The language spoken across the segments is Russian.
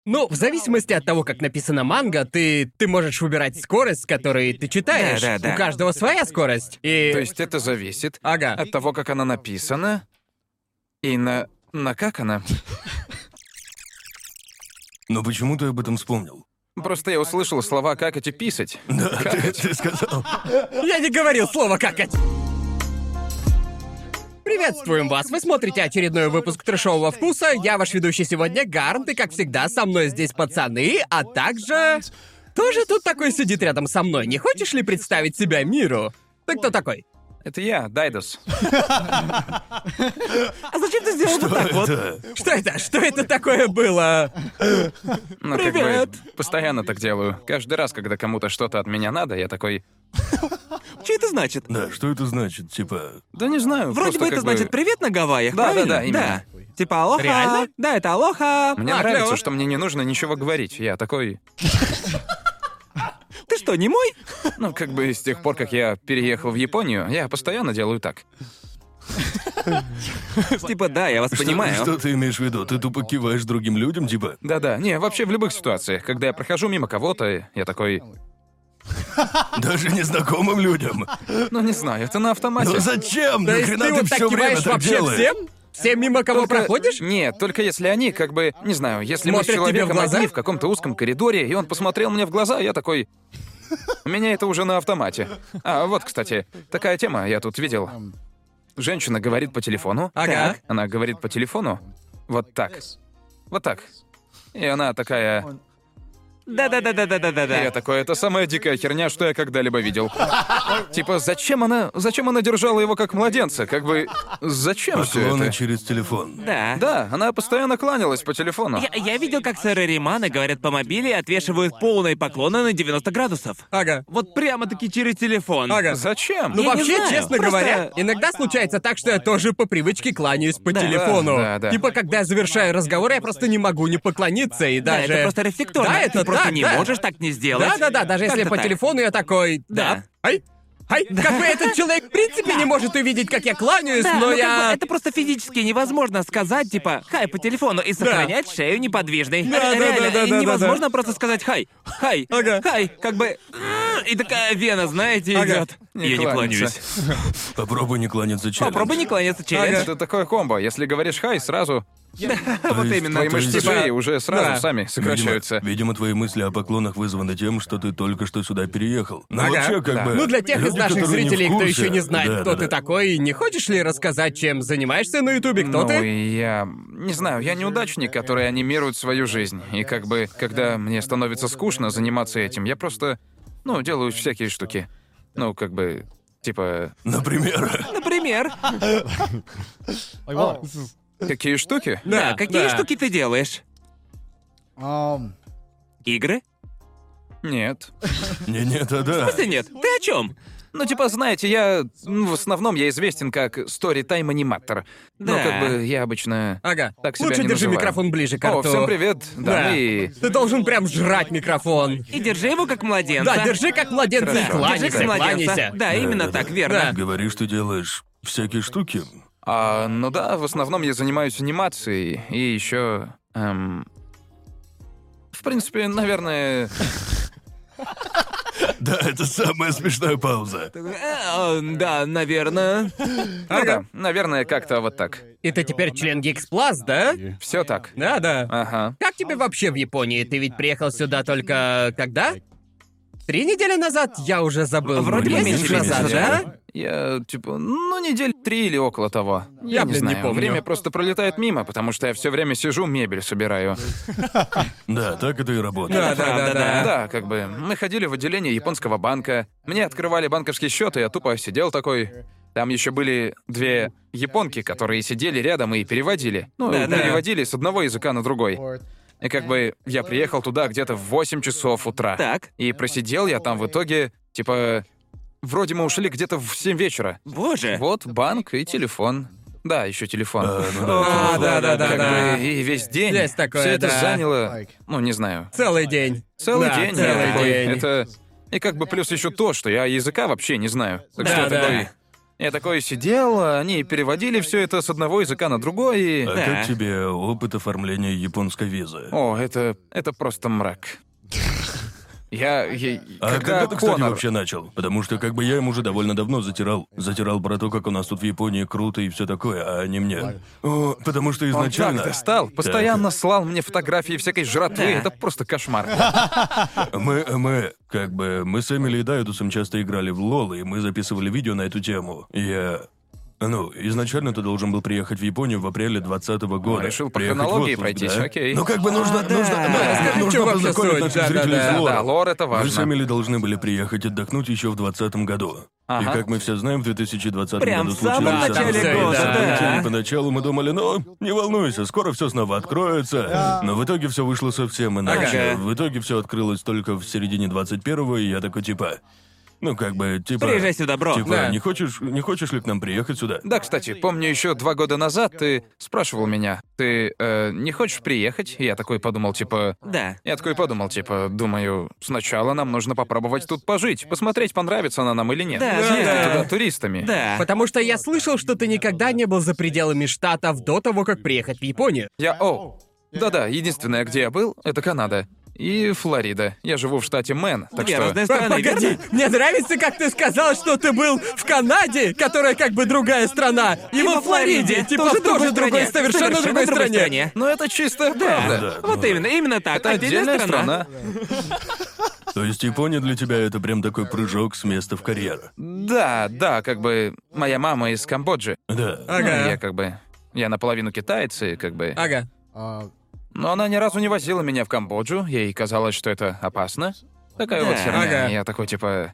Ну, в зависимости от того, как написана манга, ты можешь выбирать скорость, с которой ты читаешь. Да. У каждого своя скорость. И... То есть это зависит Ага. от того, как она написана, и на как она. Но почему ты об этом вспомнил? Просто я услышал слова «какать» и «писать». Да, ты сказал. Я не говорил слово «какать». Приветствуем вас! Вы смотрите очередной выпуск трэшового вкуса. Я ваш ведущий сегодня, Гарнт, и, как всегда, со мной здесь пацаны, а также... Тоже тут такой сидит рядом со мной. Не хочешь ли представить себя миру? Ты кто такой? Это я, Дайдос. А зачем ты сделал вот так вот? Это... Что это? Что это такое было? Ну, Привет. как бы, постоянно так делаю. Каждый раз, когда кому-то что-то от меня надо, я такой... Что это значит? Да, что это значит? Типа... Да не знаю, Вроде просто бы это как бы- значит привет на Гавайях, Да, правильно? да, именно. Типа алоха. Реально? Да, это алоха. Мне А, нравится, клёво. что мне не нужно ничего говорить. Я такой... Ты что, не мой? Ну, как бы с тех пор, как я переехал в Японию, я постоянно делаю так. Типа, да, я вас понимаю. Что ты имеешь в виду? Ты тупо киваешь другим людям, типа? Да-да, не, вообще в любых ситуациях. Когда я прохожу мимо кого-то, я такой... Даже незнакомым людям. Ну, не знаю, это на автомате. Ну зачем? То есть Нахрена ты ты вот так все время киваешь так вообще делаешь? всем? Всем, мимо кого Только- проходишь? Нет, только если они, как бы, не знаю, если мы с Смотрят тебе в человеком глаза? одни в каком-то узком коридоре, и он посмотрел мне в глаза, я такой... У меня это уже на автомате. А, вот, кстати, такая тема, я тут видел. Женщина говорит по телефону. Ага. Она говорит по телефону. Вот так. Вот так. И она такая... И я Да. такой, это самая дикая херня, что я когда-либо видел. Типа, зачем она держала его как младенца? Как бы, зачем все Поклоны это? через телефон. Да. Да, она постоянно кланялась по телефону. Я видел, как сэры Риманы говорят по мобиле и отвешивают полные поклоны на 90 градусов. Ага. Вот прямо-таки через телефон. Ага. Зачем? Ну, Я не вообще, знаю, честно просто- говоря, иногда случается так, что я тоже по привычке кланяюсь по Да. телефону. Да. Типа, когда я завершаю разговор, я просто не могу не поклониться, и Да, даже... это просто рефлекторно. Да, это Ты просто так, не да. можешь так не сделать. Да, даже если Как-то по так. телефону я такой... Да. Ай, как бы этот человек в принципе не может увидеть, как я кланяюсь, Да, но ну, как я... бы это просто физически невозможно сказать, типа, хай по телефону и сохранять шею неподвижной. Да, Реально, да, невозможно просто сказать хай, Ага. хай, как бы... И такая вена, знаете, Ага. идет. Не Я не кланяться. кланяюсь. Попробуй не кланяться челлендж. Попробуй не кланяться, челлендж. Это такое комбо. Если говоришь хай, сразу Вот есть именно. твои мышцы Типа, шеи уже сразу да. сами сокращаются. Видимо, твои мысли о поклонах вызваны тем, что ты только что сюда переехал. Но Ага. вообще, как Да. бы... Ну, для тех из люди, наших которые не в зрителей, кто курсе- еще не знает, Да, кто да, ты да. такой, не хочешь ли рассказать, чем занимаешься на Ютубе? Кто Ну, ты? я не знаю, я неудачник, который анимирует свою жизнь. И как бы, когда мне становится скучно заниматься этим, я просто, делаю всякие штуки. Ну, как бы, типа... Например, Например. Какие штуки? Да, какие да. штуки ты делаешь? Игры? Нет. нет, а да. Если нет, ты о чем? Ну, типа, знаете, в основном я известен как storytime-аниматор. Ну, Да. как бы, я обычно... Ага. Так себя Лучше не держи называю. микрофон ближе к О, рту. всем привет. Да, Да. и... Ты должен прям жрать микрофон. И держи его как младенца. Да, держи как младенца и Хорошо. Держи как кланяйся, младенца. кланяйся. Да, именно да, так, да. верно. Говоришь, ты делаешь всякие штуки. Ну да, в основном я занимаюсь анимацией, и еще... В принципе, наверное... Да, это самая смешная пауза. Да, наверное. Ну да, наверное, как-то вот так. И ты теперь член Geeks Plus, да? Все так. Да. Ага. Как тебе вообще в Японии? Ты ведь приехал сюда только когда? 3 недели назад? Я уже забыл. Вроде бы Месяц меньше назад, месяца, да? Я, типа, недель 3 или около того. Я, не блин, не знаю. помню. Время просто пролетает мимо, потому что я все время сижу, мебель собираю. Да, так это и работает. правда, да. Да, как бы. Мы ходили в отделение японского банка. Мне открывали банковский счет, и я тупо сидел такой. Там еще были 2 японки, которые сидели рядом и переводили. Да-да. Переводили с одного языка на другой. И как бы я приехал туда где-то в 8 часов утра. Так. И просидел я там в итоге, типа... Вроде мы ушли где-то в 7 вечера. Боже. Вот банк и телефон. Да, еще телефон. Ну да, да. Как бы и весь день. Есть такое, Все это да. заняло, не знаю, Целый день. целый Да, день. целый Я такой, день. Это и как бы плюс еще то, что я языка вообще не знаю. Так Да, что я да. такой. Я такой сидел, они переводили все это с одного языка на другой, и... А как тебе опыт оформления японской визы? О, это просто мрак. А когда ты, кстати, вообще начал? Потому что как бы я им уже довольно давно затирал про то, как у нас тут в Японии круто и все такое, а не мне. О, потому что Он изначально... так достал, постоянно слал мне фотографии всякой жратвы, это просто кошмар. Мы с Эмили и Дайдусом часто играли в лол, и мы записывали видео на эту тему. Изначально ты должен был приехать в Японию в апреле 2020 года. Решил по Приехать в хронологии отпуск, пройтись, да? окей. Ну как бы нужно расскажи, чё вообще познакомить суть, наших зрителей с лором. Да, лор это Мы с важно. Эмили должны были приехать отдохнуть еще в 2020 году. Ага. И как мы все знаем, в 2020 Прям году в самом случилось начале событие, года, событие, да. и поначалу мы думали, не волнуйся, скоро все снова откроется. Но в итоге все вышло совсем иначе. Ага. В итоге все открылось только в середине 21-го, и я такой Приезжай сюда, бро. Да. не хочешь ли к нам приехать сюда? Да, кстати, помню, еще 2 года назад ты спрашивал меня, ты не хочешь приехать? Я такой подумал, Да. думаю, сначала нам нужно попробовать тут пожить, посмотреть, понравится она нам или нет. Да, Съездить да. туда туристами. Да. Потому что я слышал, что ты никогда не был за пределами штатов до того, как приехать в Японию. Да-да, единственное, где я был, это Канада. И Флорида. Я живу в штате Мэн, так Две что... разные страны, Погоди, верно? мне нравится, как ты сказал, что ты был в Канаде, которая как бы другая страна, и во Флориде, типа в тоже другой, совершенно другой стране. Но это чистая правда. Вот именно так. Это отдельная страна. То есть Япония для тебя это прям такой прыжок с места в карьеру? Да, как бы моя мама из Камбоджи. Да. Ага. Я наполовину китаец, и как бы... Ага. Но она ни разу не возила меня в Камбоджу, ей казалось, что это опасно. Такая вот Да. херня. Ага. Я такой,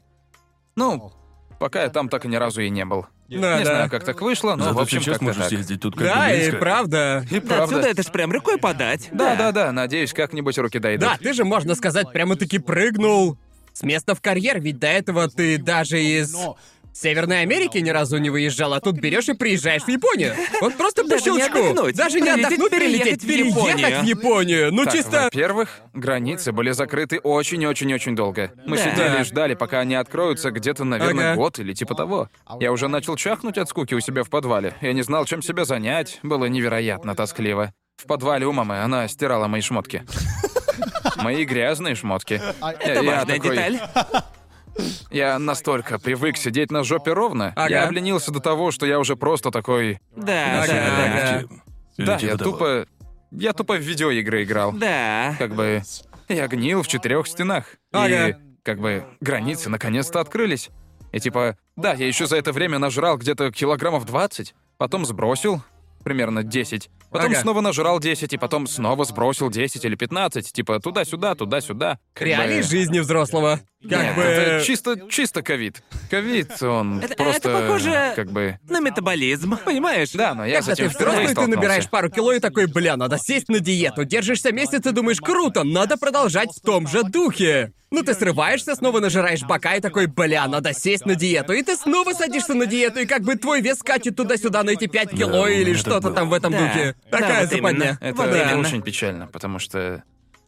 пока я там так и ни разу и не был. Да, Не да. знаю, как так вышло, но, Зато в общем, сейчас как-то можешь так. съездить тут как Да, бы и близко. правда. И Да, правда. отсюда это ж прям рукой подать. Да, надеюсь, как-нибудь руки дойдут. Да, ты же, можно сказать, прямо-таки прыгнул с места в карьер, ведь до этого ты даже из Северной Америки ни разу не выезжал, а тут берешь и приезжаешь в Японию. Вот просто по Даже не щелчку. отдохнуть. Даже не Прилететь, отдохнуть, прилететь, переехать в Японию. переехать в Японию. Ну Так, чисто... во-первых, границы были закрыты очень-очень-очень долго. Мы Да. сидели и ждали, пока они откроются где-то, наверное, Ага. год или типа того. Я уже начал чахнуть от скуки у себя в подвале. Я не знал, чем себя занять. Было невероятно тоскливо. В подвале у мамы она стирала мои шмотки. Мои грязные шмотки. Это Я важная такой- деталь. Я настолько привык сидеть на жопе ровно. Ага. Я обленился до того, что я уже просто такой... Да, Ага, да, ага. Или Да, типа того. я тупо в видеоигры играл. да. Как бы я гнил в 4 стенах. Ага. И как бы границы наконец-то открылись. И я еще за это время нажрал где-то килограммов 20, потом сбросил примерно 10, потом Ага. снова нажрал 10, и потом снова сбросил 10 или 15, туда-сюда, туда-сюда. Как Реалии бы- жизни взрослого. Как Нет, бы... это чисто ковид. Ковид, он Это просто похоже- как бы... На метаболизм, понимаешь? Да, но я Когда с этим ты взрослый, впервые ты столкнулся. набираешь пару кило и такой, надо сесть на диету. Держишься месяц и думаешь, круто, надо продолжать в том же духе. Ну ты срываешься, снова нажираешь бока и такой, надо сесть на диету. И ты снова садишься на диету, и как бы твой вес скачет туда-сюда на эти 5 кило у или меня так что-то было. там в этом Да. духе. Да, Такая вот именно. западня. Это Вот именно. очень печально, потому что...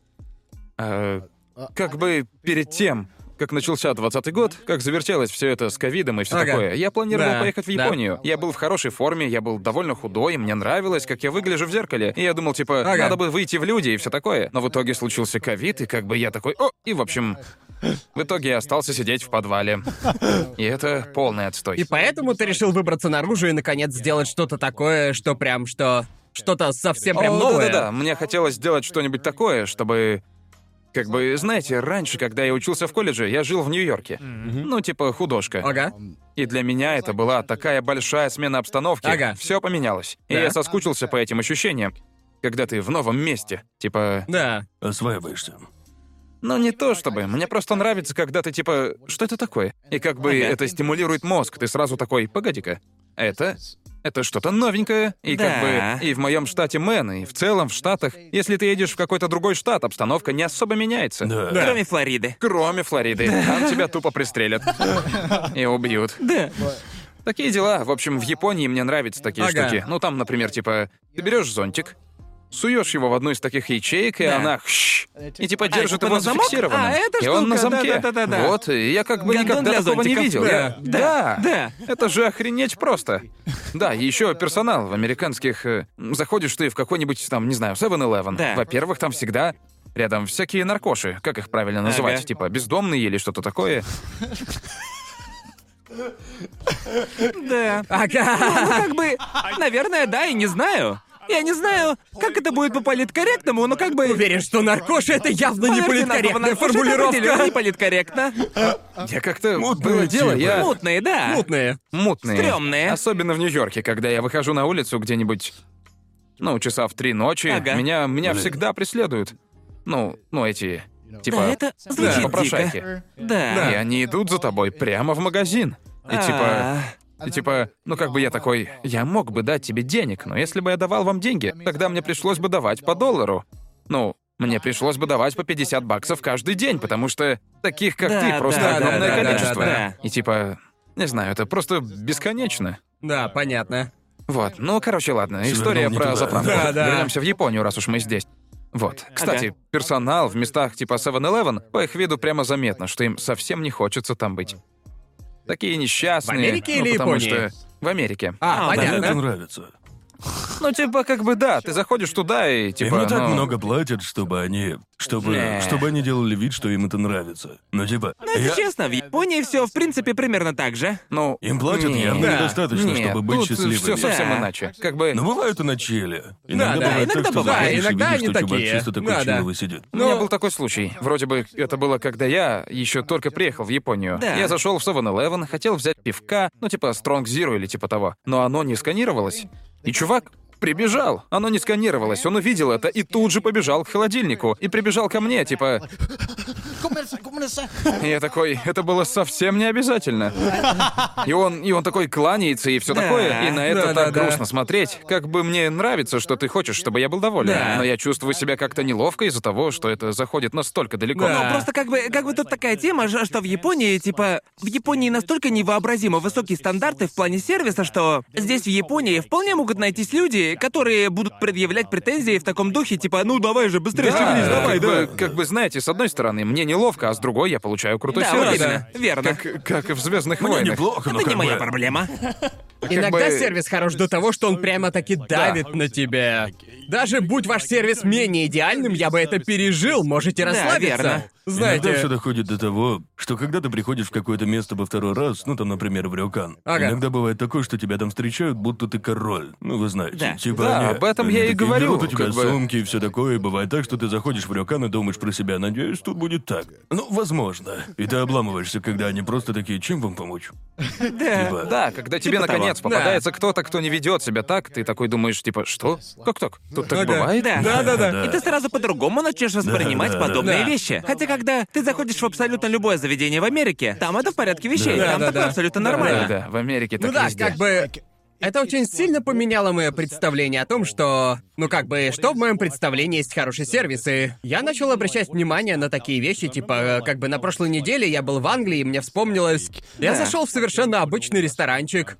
как бы перед тем, как начался 20-й год, как завертелось все это с ковидом и все Ага. такое, я планировал Да, поехать в да. Японию. Я был в хорошей форме, я был довольно худой, мне нравилось, как я выгляжу в зеркале. И я думал, Ага. надо бы выйти в люди и все такое. Но в итоге случился ковид, и как бы я такой, и в общем... В итоге я остался сидеть в подвале. И это полный отстой. И поэтому ты решил выбраться наружу и наконец сделать что-то такое, что прям что-то совсем прям новое. Да-да-да, мне хотелось сделать что-нибудь такое, чтобы... Как бы, знаете, раньше, когда я учился в колледже, я жил в Нью-Йорке. Ну, типа художка. Ага. И для меня это была такая большая смена обстановки. Ага. Все поменялось. И Да. я соскучился по этим ощущениям. Когда ты в новом месте. Типа... Да. Осваиваешься. Ну, не то чтобы. Мне просто нравится, когда ты типа... Что это такое? И как бы Ага. это стимулирует мозг. Ты сразу такой, погоди-ка. Это что-то новенькое. И как Да. бы и в моем штате Мэн, и в целом в Штатах, если ты едешь в какой-то другой штат, обстановка не особо меняется. Да. Кроме Флориды. Кроме Флориды. Там тебя тупо пристрелят. И убьют. Да. Такие дела. В общем, в Японии мне нравятся такие Ага. штуки. Ну, там, например, типа, ты берешь зонтик, суешь его в одну из таких ячеек, и Да. она и типа держит типа его на замок? зафиксированным. А, эта и он на штука, замке. да-да-да-да. Вот, и я как бы Гондон никогда для такого не зонтиков. видел. Да. Да. Это же охренеть просто. Да, еще персонал в американских... заходишь ты в какой-нибудь там, не знаю, 7-Eleven. Да. Во-первых, там всегда рядом всякие наркоши. Как их правильно называть? Ага. Типа бездомные или что-то такое. Да. Ага. Ну, как бы, наверное, да, и не знаю. Я не знаю, как это будет по политкорректному, но как бы... Уверен, что наркоша — это явно не Поверьте на слово, политкорректная наркоша это определенно не формулировка. политкорректно. Я как-то... Мутные было дело, типы. я... Мутные, да. Мутные. Мутные. Стрёмные. Особенно в Нью-Йорке, когда я выхожу на улицу где-нибудь, часа в 3 ночи, Ага. меня всегда преследуют. Эти... Типа... Да, это звучит дико. попрошайки. Да. И они идут за тобой прямо в магазин. И типа, я такой, я мог бы дать тебе денег, но если бы я давал вам деньги, тогда мне пришлось бы давать по $1. Мне пришлось бы давать по $50 каждый день, потому что таких, как Да, ты, просто да, огромное да, да, количество. да. И не знаю, это просто бесконечно. Да, понятно. Вот, ладно, Свернул история не про туда. заправку. Да, да. Вернемся в Японию, раз уж мы здесь. Вот. Кстати, персонал в местах типа 7-Eleven, по их виду прямо заметно, что им совсем не хочется там быть. Такие несчастные. В Америке или потому Японии? что в Америке. А, Мне это понятно. нравится. Да, ты заходишь туда и Им не так ну, много платят, чтобы они делали вид, что им это нравится. Но если честно, в Японии все в принципе примерно так же. Им платят явно Да. недостаточно, нет, чтобы быть тут счастливыми. все совсем Да. иначе. Но бывают и на чиле. Иногда да, бывает иногда так, что бывает. заходишь и Иногда видишь, они что чувак такие. чисто такой Да, да. чиловый сидит. У меня был такой случай. Вроде бы это было, когда я еще только приехал в Японию. Да. Я зашел в 7-Eleven, хотел взять пивка, Strong Zero или типа того. Но оно не сканировалось. И чувак прибежал. Оно не сканировалось. Он увидел это и тут же побежал к холодильнику. И прибежал ко мне, типа... И я такой, это было совсем не обязательно. И он такой кланяется и все Да. такое. И на это Да, так да, да. грустно смотреть. Как бы мне нравится, что ты хочешь, чтобы я был доволен. Да. Но я чувствую себя как-то неловко из-за того, что это заходит настолько далеко. Да. Ну, просто как бы тут такая тема, что в Японии, в Японии настолько невообразимо высокие стандарты в плане сервиса, что здесь, в Японии, вполне могут найтись люди, которые будут предъявлять претензии в таком духе, типа, ну давай же, быстрее шагнись, давай, да. Как бы, знаете, с одной стороны, мне неловко, а с другой я получаю крутой Да, вот сервис. именно, верно. Как и в Звездных Мне войнах. неплохо, но Это не как моя бы... проблема. Иногда бы- сервис хорош до того, что он прямо-таки давит на тебя. Даже будь ваш сервис менее идеальным, я бы это пережил, можете расслабиться. верно. Иногда все Знаете, доходит до того, что когда ты приходишь в какое-то место во второй раз, например, в Рёкан, Ага. иногда бывает такое, что тебя там встречают, будто ты король. Вы знаете. Да. Типа Да, они- об этом они я и такие говорю, берут у тебя как бы. сумки и все такое, и бывает так, что ты заходишь в Рёкан и думаешь про себя, надеюсь, тут будет так. Возможно. И ты обламываешься, когда они просто такие, чем вам помочь? Типа, Да, когда тебе Типа наконец того. попадается кто-то, кто не ведет себя так, ты такой думаешь, типа, что? Как так? Тут так Ага. бывает? Да. Да-да-да. И ты сразу по-другому начнешь воспринимать да, да. подобные Да. вещи. Хотя когда ты заходишь в абсолютно любое заведение в Америке, там это в порядке вещей, Да, там да, такое да. абсолютно Да, нормально. Да, в Америке так ну да, везде. как бы... Это очень сильно поменяло мое представление о том, что... что в моем представлении есть хороший сервис, и я начал обращать внимание на такие вещи, типа, на прошлой неделе я был в Англии, и мне вспомнилось... Я Да. зашел в совершенно обычный ресторанчик,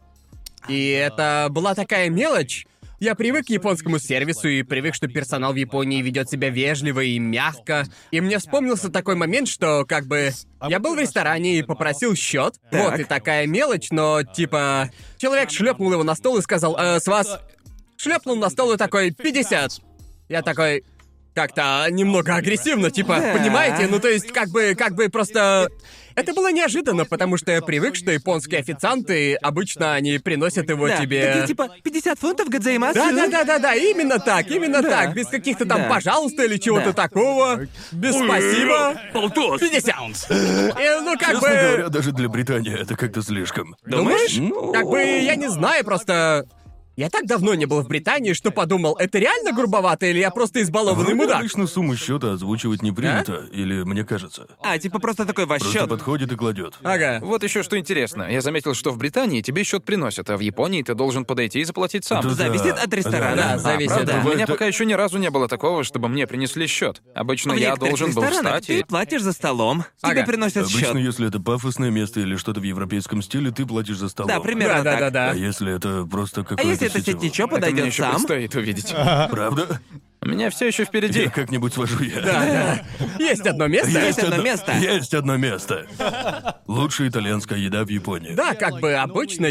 и это была такая мелочь. Я привык к японскому сервису и привык, что персонал в Японии ведет себя вежливо и мягко. И мне вспомнился такой момент, что я был в ресторане и попросил счет. Так. Вот и такая мелочь, но типа человек шлепнул его на стол и сказал: с вас. Шлепнул на стол и такой 50. Я такой. Как-то немного агрессивно, типа, Да. понимаете? Ну, то есть, просто... Это было неожиданно, потому что я привык, что японские официанты, обычно они приносят его Да, тебе... такие типа 50 фунтов гадзаимасу. Да, именно Да. так, без каких-то там Да. «пожалуйста» или чего-то Да. такого, без «спасибо». Полтос. 50. Ну, честно говоря, даже для Британии это как-то слишком. Думаешь? Ну, Я не знаю, просто... Я так давно не был в Британии, что подумал, это реально грубовато или я просто избалованный вроде мудак? обычно сумму счета озвучивать не принято, или мне кажется. Типа просто такой ваш Просто счет. подходит и кладет. Ага. Вот еще что интересно. Я заметил, что в Британии тебе счет приносят, а в Японии ты должен подойти и заплатить сам. Это Зависит от ресторана. Да, зависит, Правда? да. У меня Бывает, пока еще ни разу не было такого, чтобы мне принесли счет. Обычно В я некоторых должен был ресторанах встать ты и... платишь за столом, тебе Ага. приносят Обычно, счет. если это пафосное место или что-то в европейском стиле, ты платишь за столом. Да, примерно так. Да. А если это просто какое-то если эта бросить сеть его. ничего Это мне подойдет еще сам. предстоит увидеть. Правда? У меня все еще впереди. Я как-нибудь свожу я. Да. Есть одно место. Есть одно место. Есть одно место. Лучшая итальянская еда в Японии. Да, как бы обычно,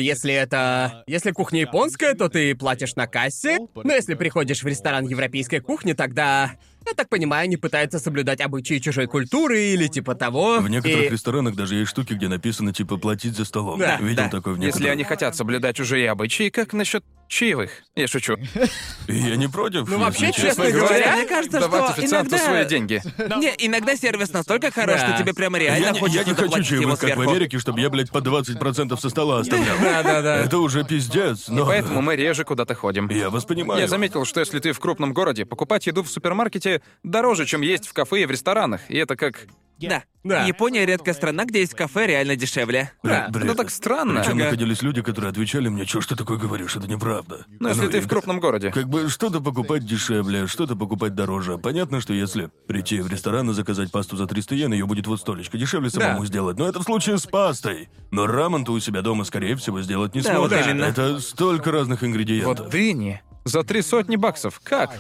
если кухня японская, то ты платишь на кассе. Но если приходишь в ресторан европейской кухни, тогда, я так понимаю, они пытаются соблюдать обычаи чужой культуры или типа того. В некоторых И- ресторанах даже есть штуки, где написано типа платить за столом. Да, Видел да. такое в Если некоторых. они хотят соблюдать чужие обычаи, как насчет чаевых? Я шучу. И я не против. Ну, если вообще, честно честно. говоря, Мне кажется, Давать что официанту иногда... свои деньги. Не, иногда сервис настолько хорош, Да. что тебе прямо реально Я не хочется хочу доплатить его чаевых, как в сверху. Америке, чтобы я, блядь, по 20% со стола оставлял. Да. Это уже пиздец, но... Поэтому мы реже куда-то ходим. Я вас понимаю. Я заметил, что если ты в крупном городе, покупать еду в супермаркете дороже, чем есть в кафе и в ресторанах. И это как... Да. Да. Япония редкая страна, где есть кафе реально дешевле. Да. Бред. Это так странно. Причем Ага. находились люди, которые отвечали мне, что ж ты такое говоришь, это неправда. Ну, если Ну, ты и в крупном городе. Как бы что-то покупать дешевле, что-то покупать дороже. Понятно, что если прийти в ресторан и заказать пасту за 300 йен, ее будет вот столечко дешевле самому Да. сделать. Но это в случае с пастой. Но рамен ты у себя дома, скорее всего, сделать не Да, сможешь. вот именно. Это столько разных ингредиентов. Вот дыни. За 300 баксов. Как?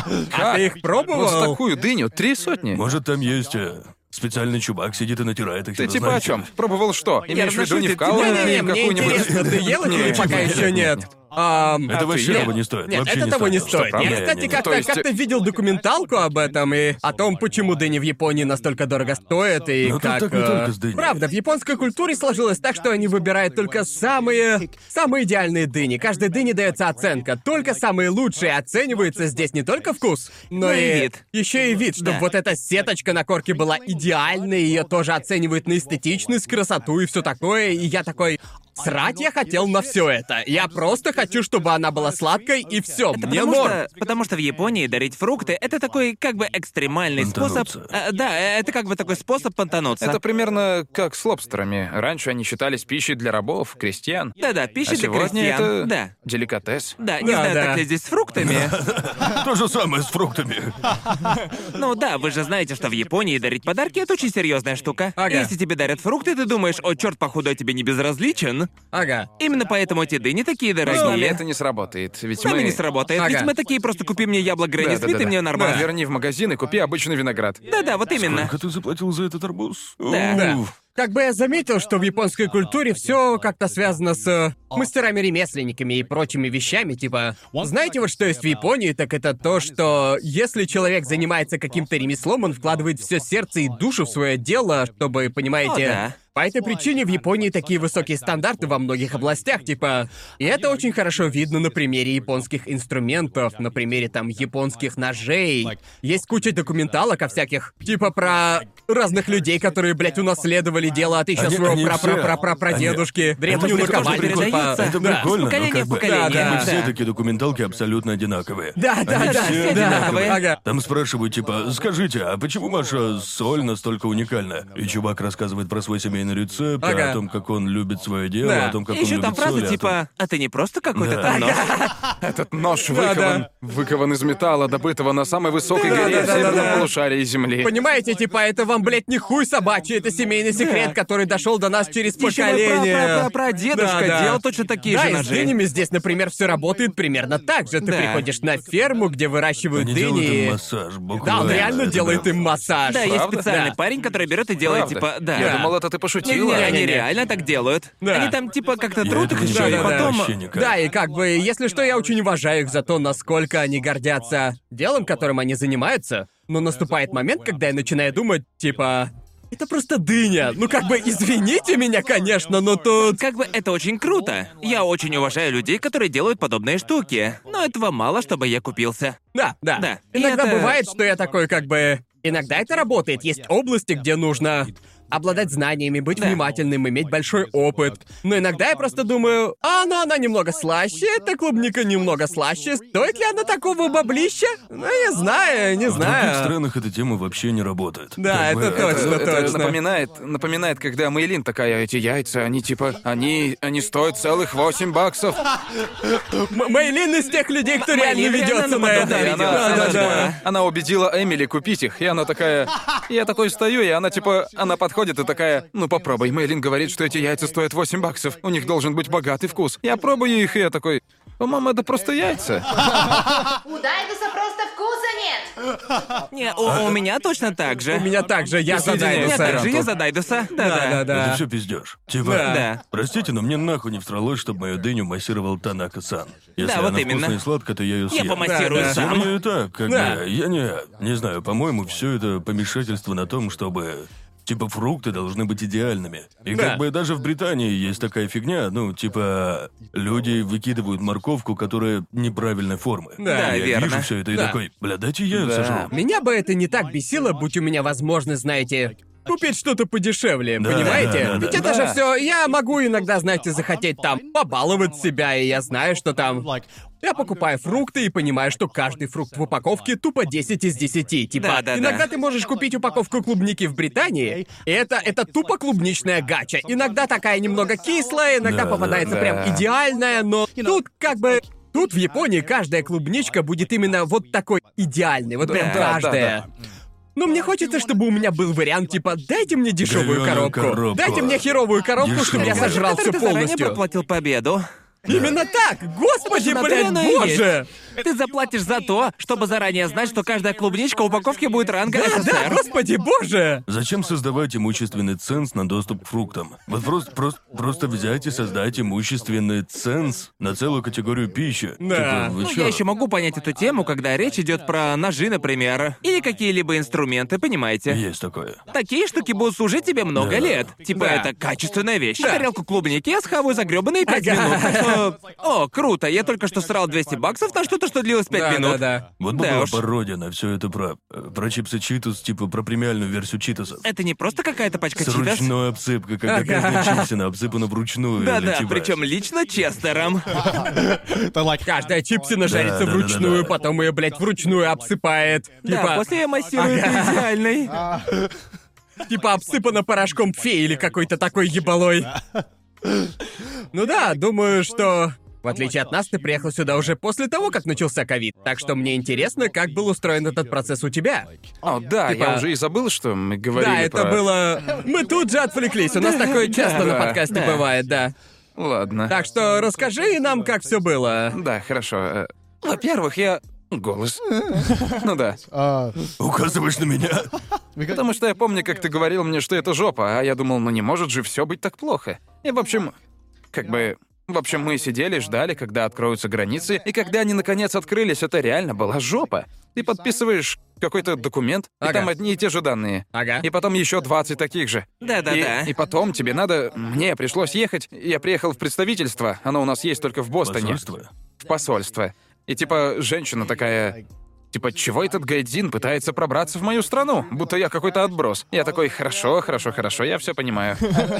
А ты их пробовал? Вот с такую дыню 300. Может, там есть специальный чувак сидит и натирает их. Ты хер типа знает о чем? чем. Пробовал что? Имеешь в виду не разношу вкалывание Не-не-не, мне какую-нибудь... интересно, ты ел их или Нет, пока нет, еще нет, нет? нет. Это ты вообще ел? того не стоит. Нет, вообще это того не стоит. стоит. Я, Не, кстати, не, не. То как-то есть- как-то видел документалку об этом и о том, почему дыни в Японии настолько дорого стоят и Но тут как... так не только с дыней. Правда, в японской культуре сложилось так, что они выбирают только самые идеальные дыни. Каждой дыне дается оценка. Только самые лучшие оцениваются здесь не только вкус, но Но и и вид. Еще и вид, чтобы Да. вот эта сеточка на корке была идеальной, ее тоже оценивают на эстетичность, красоту и все такое. И я такой. Срать я хотел на все это. Я просто хочу, чтобы она была сладкой, и все. Мне норм. Потому что в Японии дарить фрукты — это такой как бы экстремальный способ... Понтануться. Да, это как бы такой способ понтануться. Это примерно как с лобстерами. Раньше они считались пищей для рабов, крестьян. Да-да, пища А для сегодня крестьян. это Да. деликатес. Да, не Да, знаю, да. так ли здесь с фруктами. То же самое с фруктами. Ну да, вы же знаете, что в Японии дарить подарки — это очень серьезная штука. Ага. Если тебе дарят фрукты, ты думаешь, о, черт, походу, я тебе не безразличен. Ага. Именно поэтому эти дыни такие С нами дорогие. это не сработает, ведь С нами мы... не сработает, Ага. ведь мы такие, просто купи мне яблок Гренни Смит, и мне нормально. Верни в магазин и купи обычный виноград. Да-да, вот именно. Сколько ты заплатил за этот арбуз? Да. Уф. Как бы я заметил, что в японской культуре все как-то связано с мастерами-ремесленниками и прочими вещами, типа... Знаете, вот что есть в Японии, так это то, что если человек занимается каким-то ремеслом, он вкладывает все сердце и душу в свое дело, чтобы, понимаете... О, да. По этой причине в Японии такие высокие стандарты во многих областях, типа... И это очень хорошо видно на примере японских инструментов, на примере там японских ножей. Есть куча документалок о всяких, типа про разных людей, которые, блядь, унаследовали дело от еще Они- своего они пра-пра-пра-прадедушки. Древнюю Это наковальню, прикольно, типа... передается. Это Да. прикольно, но поколения как в бы... поколение, Как бы да. все такие документалки абсолютно одинаковые. Да, да, Они да, все да, одинаковые. ага. Там спрашивают, типа, скажите, а почему ваша соль настолько уникальна? И чувак рассказывает про свой семейный рецепт, Ага. о том, как он любит свое дело, Да. о том, как И он еще любит там фраза соль, о том- типа «А ты не просто какой-то Да. там нож?» Этот нож Да-да. выкован из металла, добытого на самой высокой Да, горе да, в да, северном да. полушарии Земли. Понимаете, типа, это вам, блядь, не хуй собачий, это семейный секрет, который дошел до нас через Ещё мой поколение. прадедушка Да, да. делал точно такие Да, же и с ножи. дынями здесь, например, все работает примерно так же. Ты Да. приходишь на ферму, где выращивают Они делают дыни. им массаж, Да, буквально. он реально Это делает прям- им массаж. Да, есть Правда? специальный Да. парень, который берет и делает, Правда? типа, да. Я Да. думал, это ты Не, пошутила. они Не-не-не. реально так делают. Да. Они там типа как-то Я трут их этого не еще, и делаю потом... вообще никак. Да, и как бы, если что, я очень уважаю их за то, насколько они гордятся делом, которым они занимаются. Но наступает момент, когда я начинаю думать, типа... Это просто дыня. Ну как бы, извините меня, конечно, но тут... Как бы это очень круто. Я очень уважаю людей, которые делают подобные штуки. Но этого мало, чтобы я купился. Да, да. Да. И Иногда это- бывает, что я такой как бы... Иногда это работает. Есть области, где нужно обладать знаниями, быть Да. внимательным, иметь большой опыт. Но иногда я просто думаю, она немного слаще, эта клубника немного слаще. Стоит ли она такого баблища? Ну, не знаю, не В других знаю. странах эта тема вообще не работает. Да, Как бы это точно. Это напоминает, когда Мэйлин такая, эти яйца, они типа, они стоят целых $8. Мэйлин из тех людей, кто реально Мэйлин реально ведется на на это. подобное И ведётся, Да, да, да. она убедила Эмили купить их, и она такая... Я такой стою, и она типа... Она подходит и такая... Ну попробуй, Мэйлин говорит, что эти яйца стоят $8. У них должен быть богатый вкус. Я пробую их, и я такой... По-моему, это просто яйца. У Дайдуса просто вкуса нет. Не, у меня точно так же. У меня также, я за У меня также Дайдуса. я за Дайдуса. Да, Да-да. да. Это все пиздеж. Типа, Да. простите, но мне нахуй не всралось, чтобы мою дыню массировал Танака-сан. Если Да, вот она именно. вкусная и сладкая, то я ее съем. Я помассирую Да, да. сам. Мне и так, как Да. бы, я не знаю, по-моему, все это помешательство на том, чтобы... Типа, фрукты должны быть идеальными. И Да. как бы даже в Британии есть такая фигня, ну, типа, люди выкидывают морковку, которая неправильной формы. Да, я верно. вижу все это и Да. такой, бля, дайте я Да. сожру. Меня бы это не так бесило, будь у меня возможность, знаете, купить что-то подешевле, Да, понимаете? да, да, Ведь да. это же Да. все. Я могу иногда, знаете, захотеть там побаловать себя, и я знаю, что там. Я покупаю фрукты и понимаю, что каждый фрукт в упаковке тупо 10 из 10. Типа, Да-да-да. иногда ты можешь купить упаковку клубники в Британии, и это тупо клубничная гача. Иногда такая немного кислая, иногда Да, попадается да. прям идеальная, но тут как бы... Тут в Японии каждая клубничка будет именно вот такой идеальной, вот прям Да, каждая. Но мне хочется, чтобы у меня был вариант типа «дайте мне дешевую Говёную коробку. коробку. Дайте мне херовую коробку, чтобы я Дешёвую. сожрал Который все ты заранее полностью». проплатил победу. Именно так! Господи, Собственно, блядь, оно и есть. боже! Ты заплатишь за то, чтобы заранее знать, что каждая клубничка в упаковке будет ранга Да, СССР. господи, боже! Зачем создавать имущественный ценз на доступ к фруктам? Вот просто взять и создать имущественный ценз на целую категорию пищи. Да. Типа, вы Ну, чё? я еще могу понять эту тему, когда речь идет про ножи, например, или какие-либо инструменты, понимаете? Есть такое. Такие штуки будут служить тебе много Да. лет. Типа, Да. это качественная вещь. Да. Тарелку клубники я схаваю за грёбаные 5 Ага. минут. Так что... О, круто, я только что срал $200 на что-то, что длилось 5 Да, минут. да. Вот бы Да была уж. пародия на все это про чипсы Читос, типа про премиальную версию Читосов. Это не просто какая-то пачка С читос. ручной обсыпкой, когда Ага. каждая чипсина обсыпана вручную. Да-да, или типа... причем лично Честером. Каждая чипсина жарится да, вручную, да, да. потом ее, блядь, вручную обсыпает. Да, после я массирую это идеальный. Типа обсыпана порошком феи или какой-то такой ебалой. Ну да, думаю, что... В отличие от нас, ты приехал сюда уже после того, как начался ковид. Так что мне интересно, как был устроен этот процесс у тебя. О, да, Типа- я уже и забыл, что мы говорили Да, это про... было... Мы тут же отвлеклись, у нас такое часто на да, подкасте да. бывает, да. Ладно. Так что расскажи нам, как все было. Да, хорошо. Во-первых, я... Голос. Ну да. Указываешь на меня? Потому что я помню, как ты говорил мне, что это жопа, а я думал, ну не может же все быть так плохо. И, в общем, мы сидели, ждали, когда откроются границы, и когда они наконец открылись, это реально была жопа. Ты подписываешь какой-то документ, и Ага. там одни и те же данные. Ага. И потом еще 20 таких же. Да-да-да. И потом тебе надо... Мне пришлось ехать. Я приехал в представительство, оно у нас есть только в Бостоне. Посольство? В посольство. И типа женщина такая... Типа, чего этот гайдзин пытается пробраться в мою страну? Будто я какой-то отброс. Я такой, хорошо, я все понимаю.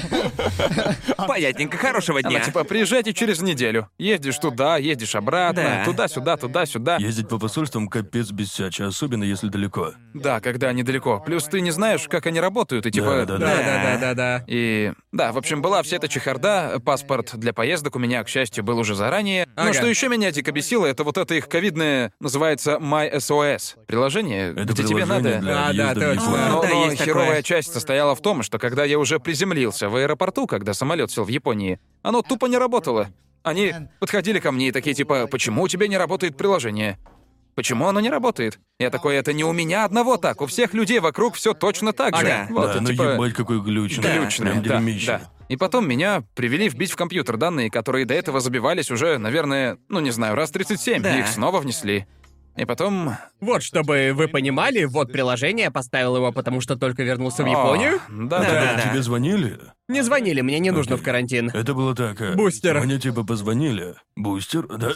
Понятненько, хорошего дня. Она типа, приезжайте через неделю. Ездишь туда, едешь обратно, Да. туда-сюда, туда-сюда. Ездить по посольствам капец бесяче, особенно если далеко. Да, когда они далеко. Плюс ты не знаешь, как они работают, и типа... Да. Да. И да, в общем, была вся эта чехарда. Паспорт для поездок у меня, к счастью, был уже заранее. Но Ага. что еще меня дико бесило, это вот это их ковидное, называется MySOS. Приложение, Это где тебе приложение надо... для Да, въезда в точно. Японию. Но, Да, но есть херовая такое. часть состояла в том, что когда я уже приземлился в аэропорту, когда самолет сел в Японии, оно тупо не работало. Они подходили ко мне и такие типа, почему у тебя не работает приложение? Почему оно не работает? Я такой, это не у меня одного так, у всех людей вокруг все точно так же. Ага. Вот, Да, и ну типа... ебать, какой глючный. Глючное, Прям да, дерьмище. да. И потом меня привели вбить в компьютер данные, которые до этого забивались уже, наверное, ну не знаю, раз 37. Да. Их снова внесли. И потом... Вот, чтобы вы понимали, вот приложение, я поставил его, потому что только вернулся в Японию. Да. Да. Тебе звонили? Не звонили, мне не нужно в Окей. карантин. Это было так. Бустер. Мне типа позвонили. Бустер, да?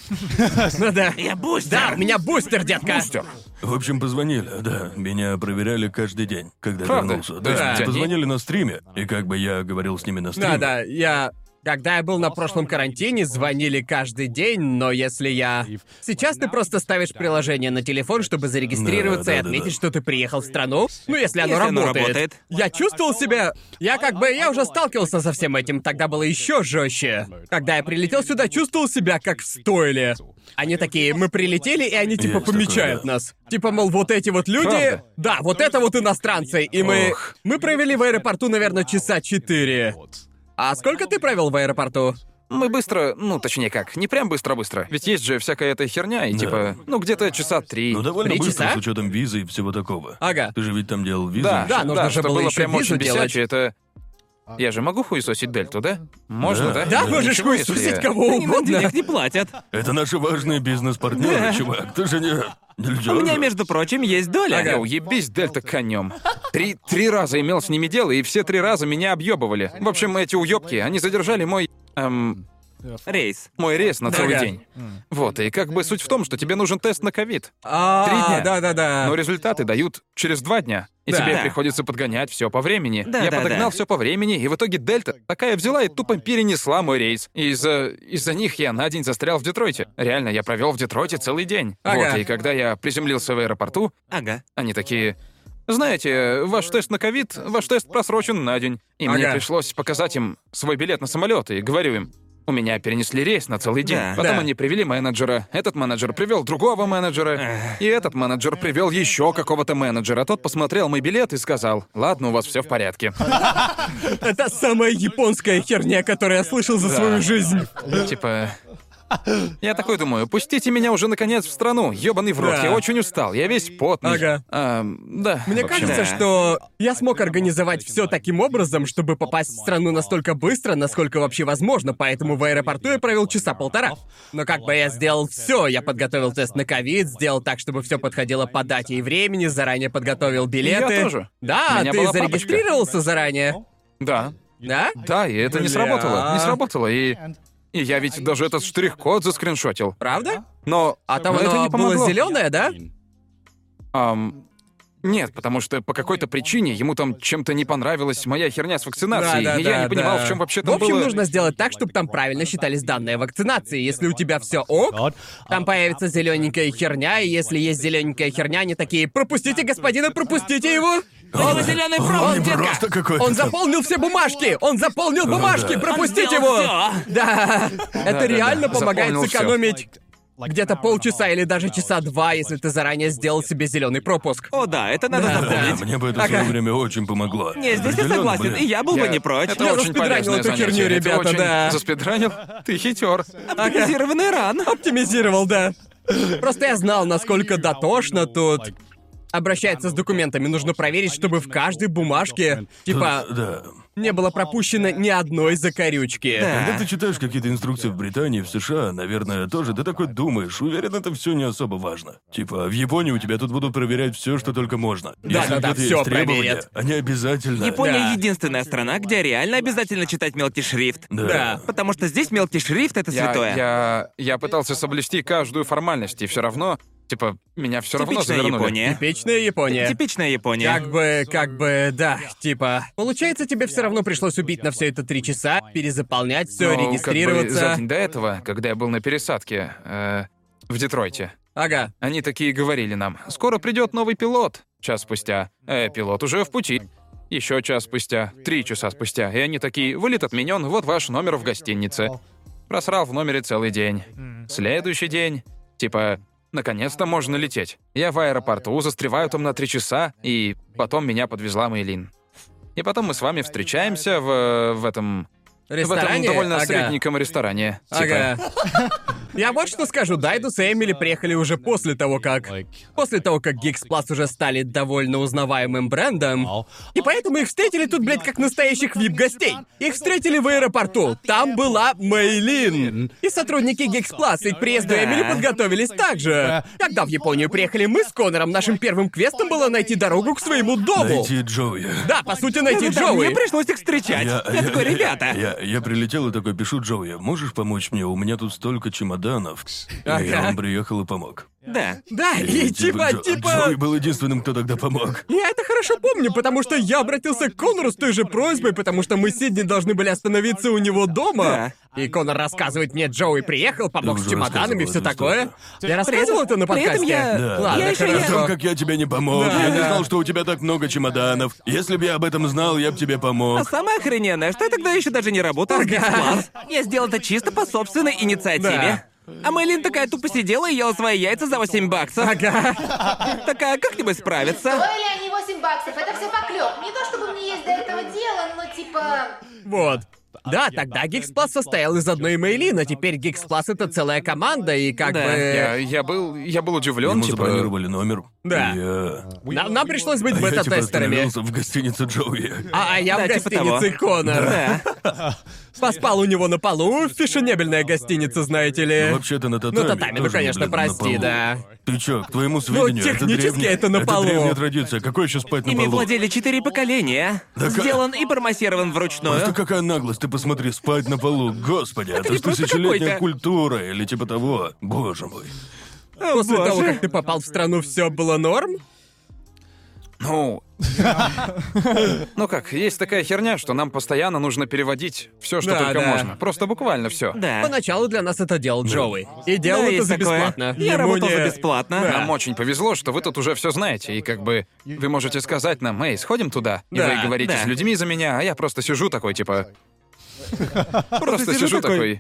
Ну да. Я бустер. Да, у меня бустер, детка. В общем, позвонили, да. Меня проверяли каждый день, когда Правда? вернулся. То Да, есть Да. позвонили на стриме, и как бы я говорил с ними на стриме. Да, Когда я был на прошлом карантине, звонили каждый день, но если я... Сейчас ты просто ставишь приложение на телефон, чтобы зарегистрироваться Да, и да, да, отметить, да. что ты приехал в страну. Ну, если оно Если оно работает. работает. Я чувствовал себя... Я уже сталкивался со всем этим, тогда было еще жестче. Когда я прилетел сюда, чувствовал себя как в стойле. Они такие, мы прилетели, и они типа Есть такое, помечают да. нас. Типа, мол, вот эти вот люди... Правда? Да, вот это вот иностранцы. И мы провели в аэропорту, наверное, часа 4. А сколько ты провел в аэропорту? Мы быстро, точнее как, не прям быстро-быстро. Ведь есть же всякая эта херня, и типа, где-то часа 3. Ну, довольно 3 быстро, часа? с учетом визы и всего такого. Ага. Ты же ведь там делал визу? Да, Да, нужно же что было было ещё прям визу очень делать. бесяче, это... Я же могу хуесосить Дельту, да? Можно, да? Да, можешь Ничего, если хуесосить я- кого Они нам угодно. денег не платят. Это наши важные бизнес-партнеры, чувак. Ты же не... Нельзя У меня, же. между прочим, есть доля. Йоу, ебись, Дельта конем. Три раза имел с ними дело, и все 3 раза меня объебывали. В общем, эти уёбки, они задержали мой... Рейс. мой рейс на целый Ага. день. Вот, и как бы суть в том, что тебе нужен тест на ковид. 3 дня. Да-да-да. Но результаты дают через 2 дня. И Да. тебе Да. приходится подгонять все по времени. Да, Я да, подогнал да. все по времени, и в итоге Дельта такая взяла и тупо перенесла мой рейс. И из-за них я на день застрял в Детройте. Реально, я провел в Детройте целый день. Ага. Вот, и когда я приземлился в аэропорту, Ага. они такие... Знаете, ваш тест на ковид, ваш тест просрочен на день. И мне Ага. пришлось показать им свой билет на самолет, и говорю им, у меня перенесли рейс на целый день. Да. Потом Да. они привели менеджера, этот менеджер привел другого менеджера, и этот менеджер привел еще какого-то менеджера. Тот посмотрел мой билет и сказал, ладно, у вас все в порядке. Это самая японская херня, которую я слышал за свою жизнь. Типа... Я такой думаю, пустите меня уже наконец в страну, ёбаный в рот, Да. я очень устал, я весь потный. Ага. Да. Мне в общем, кажется, да. что я смог организовать все таким образом, чтобы попасть в страну настолько быстро, насколько вообще возможно, поэтому в аэропорту я провел 1.5 часа. Но как бы я сделал все, я подготовил тест на ковид, сделал так, чтобы все подходило по дате и времени, заранее подготовил билеты. Я тоже. Да, У меня ты была зарегистрировался заранее. Да. Да? Да, и это не Бля. сработало. Не сработало, и я ведь даже этот штрих-код заскриншотил. Правда? Но... А там но это оно не помогло. было зеленое, да? Нет, потому что по какой-то причине ему там чем-то не понравилась моя херня с вакцинацией, Да, и я не понимал, да. в чем вообще В там общем, было. нужно сделать так, чтобы там правильно считались данные вакцинации. Если у тебя все ок, там появится зелененькая херня, и если есть зелененькая херня, они такие: пропустите господина, пропустите его! Он зеленый провод, Он детка! просто какой-то... Он там- заполнил все бумажки! Он заполнил бумажки! да. Пропустите Он сделал его! всё. Да! Это реально помогает Заполнил всё. сэкономить где-то полчаса или даже часа 2, если ты заранее сделал себе зеленый пропуск. О, да, это надо Да, Да, запомнить. мне бы это в свое время очень помогло. Не, здесь я Определенно, согласен, блин. и я был бы не прочь. Это Я очень заспидранил полезное эту херню, занятие. ребята, Ты очень да. Заспидранил? Ты хитер. Оптимизированный ран. Оптимизировал, да. Просто я знал, насколько дотошно тут обращается с документами. Нужно проверить, чтобы в каждой бумажке, типа, Да. не было пропущено ни одной закорючки. Когда ты читаешь какие-то инструкции в Британии, в США, наверное, тоже ты такой думаешь, уверен, это все не особо важно. Типа, в Японии у тебя тут будут проверять все, что только можно. Да, Если да, где-то всё есть требования, проверят. они обязательно... Япония Да. единственная страна, где реально обязательно читать мелкий шрифт. Да. Потому что здесь мелкий шрифт — это святое. Я пытался соблюсти каждую формальность, и все равно, типа, меня все равно Типичная завернули. Япония. Типичная Япония. Типичная Япония. Как бы, да, типа. Получается, тебе все равно пришлось убить на все это 3 часа, перезаполнять все, Ну, как бы регистрироваться. за день до этого, когда я был на пересадке в Детройте, Ага. они такие говорили нам: скоро придет новый пилот. Час спустя. Пилот уже в пути. Еще час спустя, 3 часа спустя, и они такие: вылет отменен, вот ваш номер в гостинице. Просрал в номере целый день. Следующий день, типа, наконец-то можно лететь. Я в аэропорту, застреваю там на 3 часа, и потом меня подвезла Мэйлин. И потом мы с вами встречаемся в этом Ресторане? довольно Ага. средненьком ресторане. Типа, Ага. Я вот что скажу, Дайду с Эмили приехали уже после того, как Geeks Plus уже стали довольно узнаваемым брендом, и поэтому их встретили тут, блядь, как настоящих вип-гостей. Их встретили в аэропорту, там была Мэйлин. И сотрудники Geeks Plus, и к приезду Да. Эмили подготовились так же. Когда в Японию приехали мы с Конором, нашим первым квестом было найти дорогу к своему дому. Найти Джоуи. Да, по сути, найти Да, мне Джоуи. пришлось их встречать. Я такой: ребята. Я прилетел и такой пишу Джоуи, можешь помочь мне? У меня тут столько чемоданов. И Ага. он приехал и помог. Да. Да, и типа... Джоуи был единственным, кто тогда помог. Я это хорошо помню, потому что я обратился к Конору с той же просьбой, потому что мы с Сидни должны были остановиться у него дома. И Конор рассказывает мне, Джоуи приехал, помог Ты с уже чемоданами и все рассказывал эту такое. историю. Я рассказывал это на при этом подкасте? я- Да, Ладно, я ещё О хорошо. том, как я тебе не помог. Да, Я не да. знал, что у тебя так много чемоданов. Если бы я об этом знал, я бы тебе А помог. самое охрененное, что я тогда еще даже не работал в Geeks Plus. Я сделал это чисто по собственной инициативе. А Мэйлин такая тупо сидела и ела свои яйца за $8. Ага. Такая: как-нибудь справиться. Стоили они $8, это все поклеп. Не то чтобы мне есть до этого дело, но типа... Вот. Да, тогда Geeks Plus состоял из одной имейли, но теперь Geeks Plus — это целая команда, и как Да. бы... Я был удивлен, Ему типа... забронировали номер. Да. И я... Нам пришлось быть я типа бета-тестерами. остановился в гостинице Джоуи. А я в Да, типа гостинице Конор. Да. Поспал у него на полу, фешенебельная гостиница, знаете ли. Вообще-то на татами. Ну, татами, ну, тоже конечно, выглядит на прости, полу. да. Ты чё, к твоему сведению, технически это древняя... это на полу. древняя традиция. Какой еще спать на Ими полу? владели 4 поколения. Да как- Сделан и промассирован вручную. Просто какая наглость, ты посмотри, спать на полу. Господи, это не ж просто тысячелетняя какой-то. культура или типа того. Боже мой. После боже. того, как ты попал в страну, все было норм? Ну... Ну как, есть такая херня, что нам постоянно нужно переводить все, что Да, только да. можно. Просто буквально все. Да. Поначалу для нас это делал Джоуи. И делал Да, это есть за такое. бесплатно. Я Ему работал не- за бесплатно. Да. Нам очень повезло, что вы тут уже все знаете, и как бы вы можете сказать нам, эй, сходим туда. И Да, вы говорите да. с людьми за меня, а я просто сижу такой, типа. Просто сижу такой.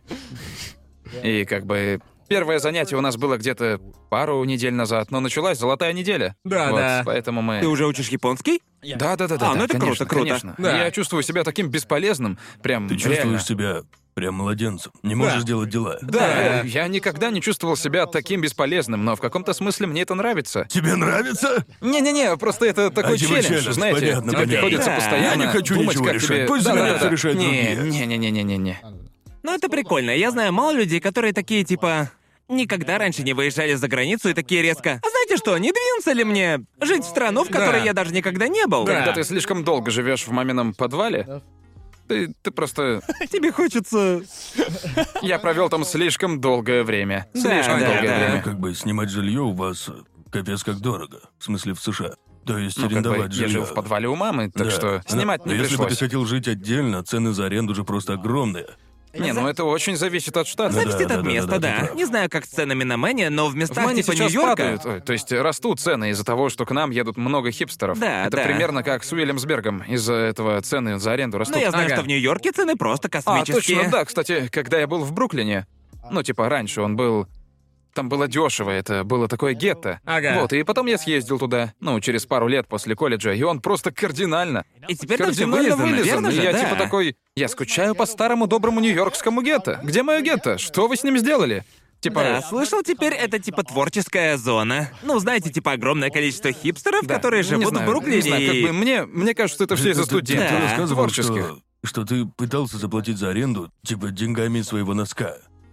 И как бы первое занятие у нас было где-то пару недель назад, но началась золотая неделя. Да, Вот, да. Ты поэтому мы. уже учишь японский? Да. ну это конечно, круто, круто. Конечно. Да. Я чувствую себя таким бесполезным, прям Ты чувствуешь реально. себя прям младенцем. Не можешь делать дела. Да, я никогда не чувствовал себя таким бесполезным, но в каком-то смысле мне это нравится. Тебе нравится? Не-не-не, просто это такой типа челлендж, челлендж, знаете, понятно, тебе понятно. приходится Да. постоянно Я не хочу думать, ничего как решать. тебе... Пусть за меня Да-да-да. всё решают другие. Не-не-не-не-не-не. Ну это прикольно. Я знаю мало людей, которые такие типа... Никогда раньше не выезжали за границу и такие резко. А знаете что, не двинуться ли мне жить в страну, в которой Да. я даже никогда не был? Когда ты слишком долго живешь в мамином подвале, ты просто... Тебе хочется... Я провел там слишком долгое время. Слишком да, долгое да. время. Как бы снимать жилье у вас капец как дорого. В смысле, в США. То есть Ну, как бы, арендовать я жилье. жил в подвале у мамы, так Да. что снимать Но не если бы ты пришлось. хотел жить отдельно, цены за аренду же просто огромные. Не, ну это очень зависит от штата. Зависит от да, места, ты да. прав. Не знаю, как с ценами на Мэне, но в В местах Мэне типа сейчас Нью-Йорка... падают, то есть растут цены из-за того, что к нам едут много хипстеров. Да, это да. примерно как с Уильямсбергом. Из-за этого цены за аренду растут. Но я знаю, Ага. что в Нью-Йорке цены просто А, космические. точно, да. Кстати, когда я был в Бруклине, ну, типа, раньше он был... Там было дешево, это было такое гетто. Ага. Вот, и потом я съездил туда, ну, через пару лет после колледжа, и он просто кардинально... И теперь там всё Кардинально вылизано, вылизан. верно И же? я Да. типа такой... Я скучаю по старому доброму нью-йоркскому гетто. Где мое гетто? Что вы с ним сделали? Типа... Да, слышал, теперь это типа творческая зона. Ну, знаете, типа огромное количество хипстеров, Да, которые не живут знаю, в Бруклине не знаю, как и... бы мне кажется, это все из-за Ты студентов. Да. рассказывал, Творческих. что ты пытался заплатить за аренду, типа, деньгами своего носка.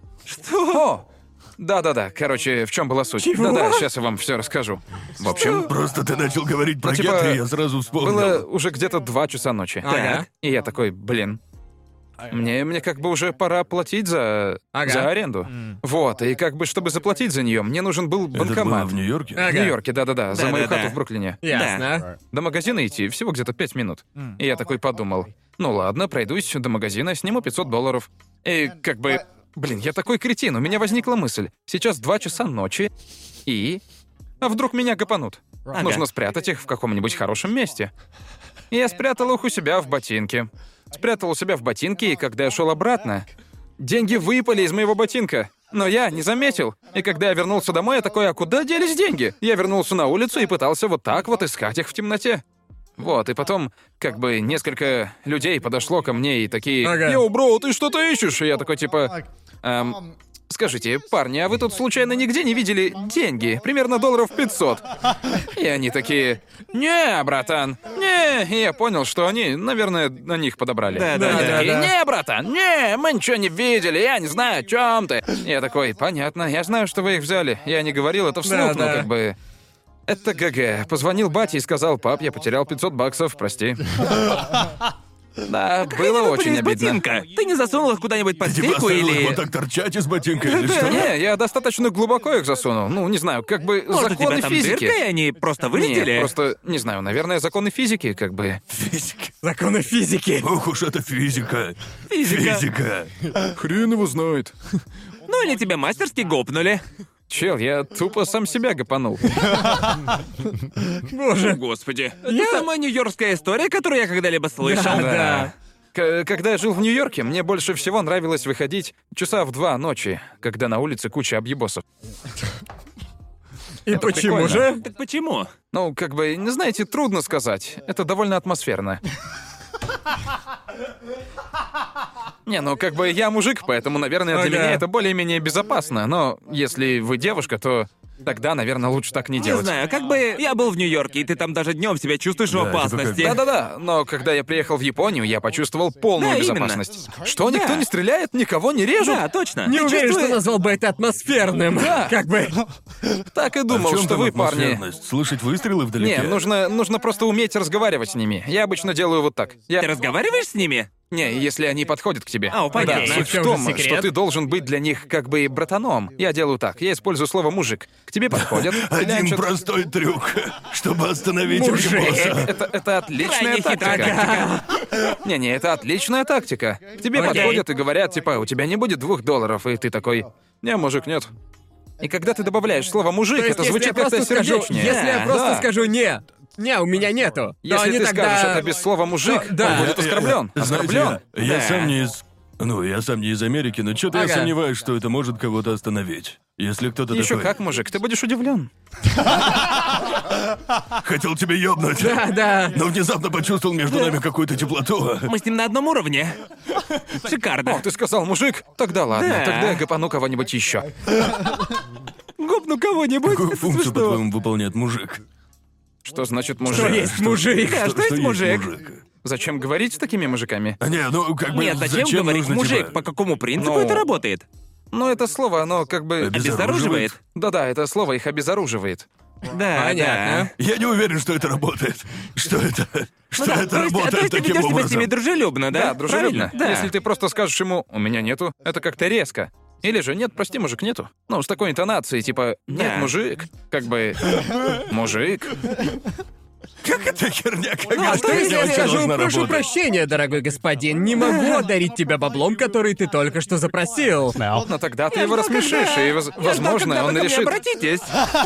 О! Да-да-да, короче, в чем была суть? Чего? Да-да, сейчас я вам все расскажу. В общем, Просто ты начал говорить про Ну, типа, гетто, и я сразу вспомнил. было уже где-то 2 часа ночи. Ага. И я такой, блин, мне как бы уже пора платить за аренду. Вот, и как бы, чтобы заплатить за нее, мне нужен был Это было банкомат. в Нью-Йорке? Ага. В Нью-Йорке, да-да-да, за мою Да-да-да. хату в Бруклине. Ясно. До магазина идти всего где-то 5 минут. И я такой подумал, ну ладно, пройдусь до магазина, сниму $500. И как бы, блин, я такой кретин, у меня возникла мысль. Сейчас 2 часа ночи, и... А вдруг меня гопанут? Нужно спрятать их в каком-нибудь хорошем месте. И я спрятал их у себя в ботинке. Спрятал у себя в ботинке, и когда я шел обратно, деньги выпали из моего ботинка. Но я не заметил. И когда я вернулся домой, я такой, а куда делись деньги? Я вернулся на улицу и пытался вот так вот искать их в темноте. Вот, и потом, как бы, несколько людей подошло ко мне и такие, Ага. «Йоу, бро, ты что-то ищешь?» И я такой, типа, «Скажите, парни, а вы тут случайно нигде не видели деньги? Примерно $500. И они такие, «Не, братан, не». И я понял, что они, наверное, на них подобрали. Да, да, Они да, такие, да. «Не, братан, не, мы ничего не видели, я не знаю, о чем ты». Я такой, «Понятно, я знаю, что вы их взяли». Я не говорил это вслух, Да, но да. как бы... Это ГГ. Позвонил бате и сказал, «Пап, я потерял $500, прости». Да, было Выпали очень из обидно. ботинка. Ты не засунул их куда-нибудь под Типа стейку оставил их или... вот так торчать из ботинка или что? Не, я достаточно глубоко их засунул. Ну, не знаю, как бы Может, у тебя законы там физики. дырка, и они просто вылетели? Нет, просто, не знаю, наверное, законы физики, как бы. Физика. Законы физики. Ох уж это физика. Физика. Физика. Хрен его знает. Ну или тебя мастерски гопнули. Чел, я тупо сам себя гопанул. Боже. Господи. Это самая нью-йоркская история, которую я когда-либо слышал. Да. Когда я жил в Нью-Йорке, мне больше всего нравилось выходить часа в 2 ночи, когда на улице куча объебосов. И почему прикольно. же? Так почему? Ну, как бы, не знаете, трудно сказать. Это довольно атмосферно. Не, ну как бы я мужик, поэтому, наверное, для меня это более-менее безопасно. Но если вы девушка, то тогда, наверное, лучше так не Не делать. знаю, как бы я был в Нью-Йорке, и ты там даже днем себя чувствуешь в Да, типа опасности. как- Да-да-да, но когда я приехал в Японию, я почувствовал полную Да, именно. безопасность. Что, никто не стреляет, никого не режут? Да, точно. Не Ты уверен, чувствуешь- что назвал бы это атмосферным. Да. Как бы... Так и А в думал, чём что там вы, парни... атмосферность? Слышать выстрелы вдалеке? Не, нужно просто уметь разговаривать с ними. Я обычно делаю вот так. Ты разговариваешь с ними? Не, если они подходят к тебе. А, понятно. Да, суть В в чём же том, секрет? что ты должен быть для них как бы братаном. Я делаю так. Я использую слово «мужик». К тебе подходят. Один клянчат. простой трюк, чтобы остановить Мужик. босса. Это отличная Крайне хитрая тактика. Не-не, это отличная тактика. К тебе Окей. подходят и говорят, типа, у тебя не будет $2, и ты такой, не, мужик, нет. И когда ты добавляешь слово «мужик», То есть, это если звучит я как-то просто скажу... сердечнее. Если я просто Да. скажу «не», у меня нету, то Если они ты тогда... скажешь это без слова «мужик», Да. он будет оскорблен. Знаете, Оскорблен. я Да. сам не из... Ну, я сам не из Америки, но что-то я Ага. сомневаюсь, что это может кого-то остановить. Если кто-то Еще такой... как, мужик, ты будешь удивлен. Хотел тебя ёбнуть. Да. Но внезапно почувствовал между нами какую-то теплоту. Мы с ним на одном уровне. Шикарно. О, ты сказал «мужик»? Тогда ладно, Да. тогда я гопану кого-нибудь еще. Гопну кого-нибудь. Какую Это функцию, смешно. по-твоему, выполняет мужик? Что значит Что мужик? есть мужик? Да, что есть мужик? Зачем говорить с такими мужиками? Не, ну как бы Нет, зачем говорить нужно, мужик? типа, По какому принципу Ну, это работает? Ну, это слово, оно как бы... Обезоруживает? Да-да, это слово их обезоруживает. Да, Понятно. Я не уверен, что это работает. Что это? Что это То есть работает ты таким ведёшь себя с образом? ними дружелюбно, да? Да, дружелюбно. Правильно? Да. Если ты просто скажешь ему «у меня нету», это как-то резко. Или же «нет, прости, мужик, нету». Ну, с такой интонацией, типа «нет, Да. мужик». Как бы «мужик». Как эта херня? Как А что если я вообще скажу должна «прошу работать? прощения, дорогой господин, не могу одарить тебя баблом, который ты только что запросил». Но тогда ты Я его ждал, рассмешишь, когда- и, Я ждал, возможно, когда он вы ко мне решит... обратитесь.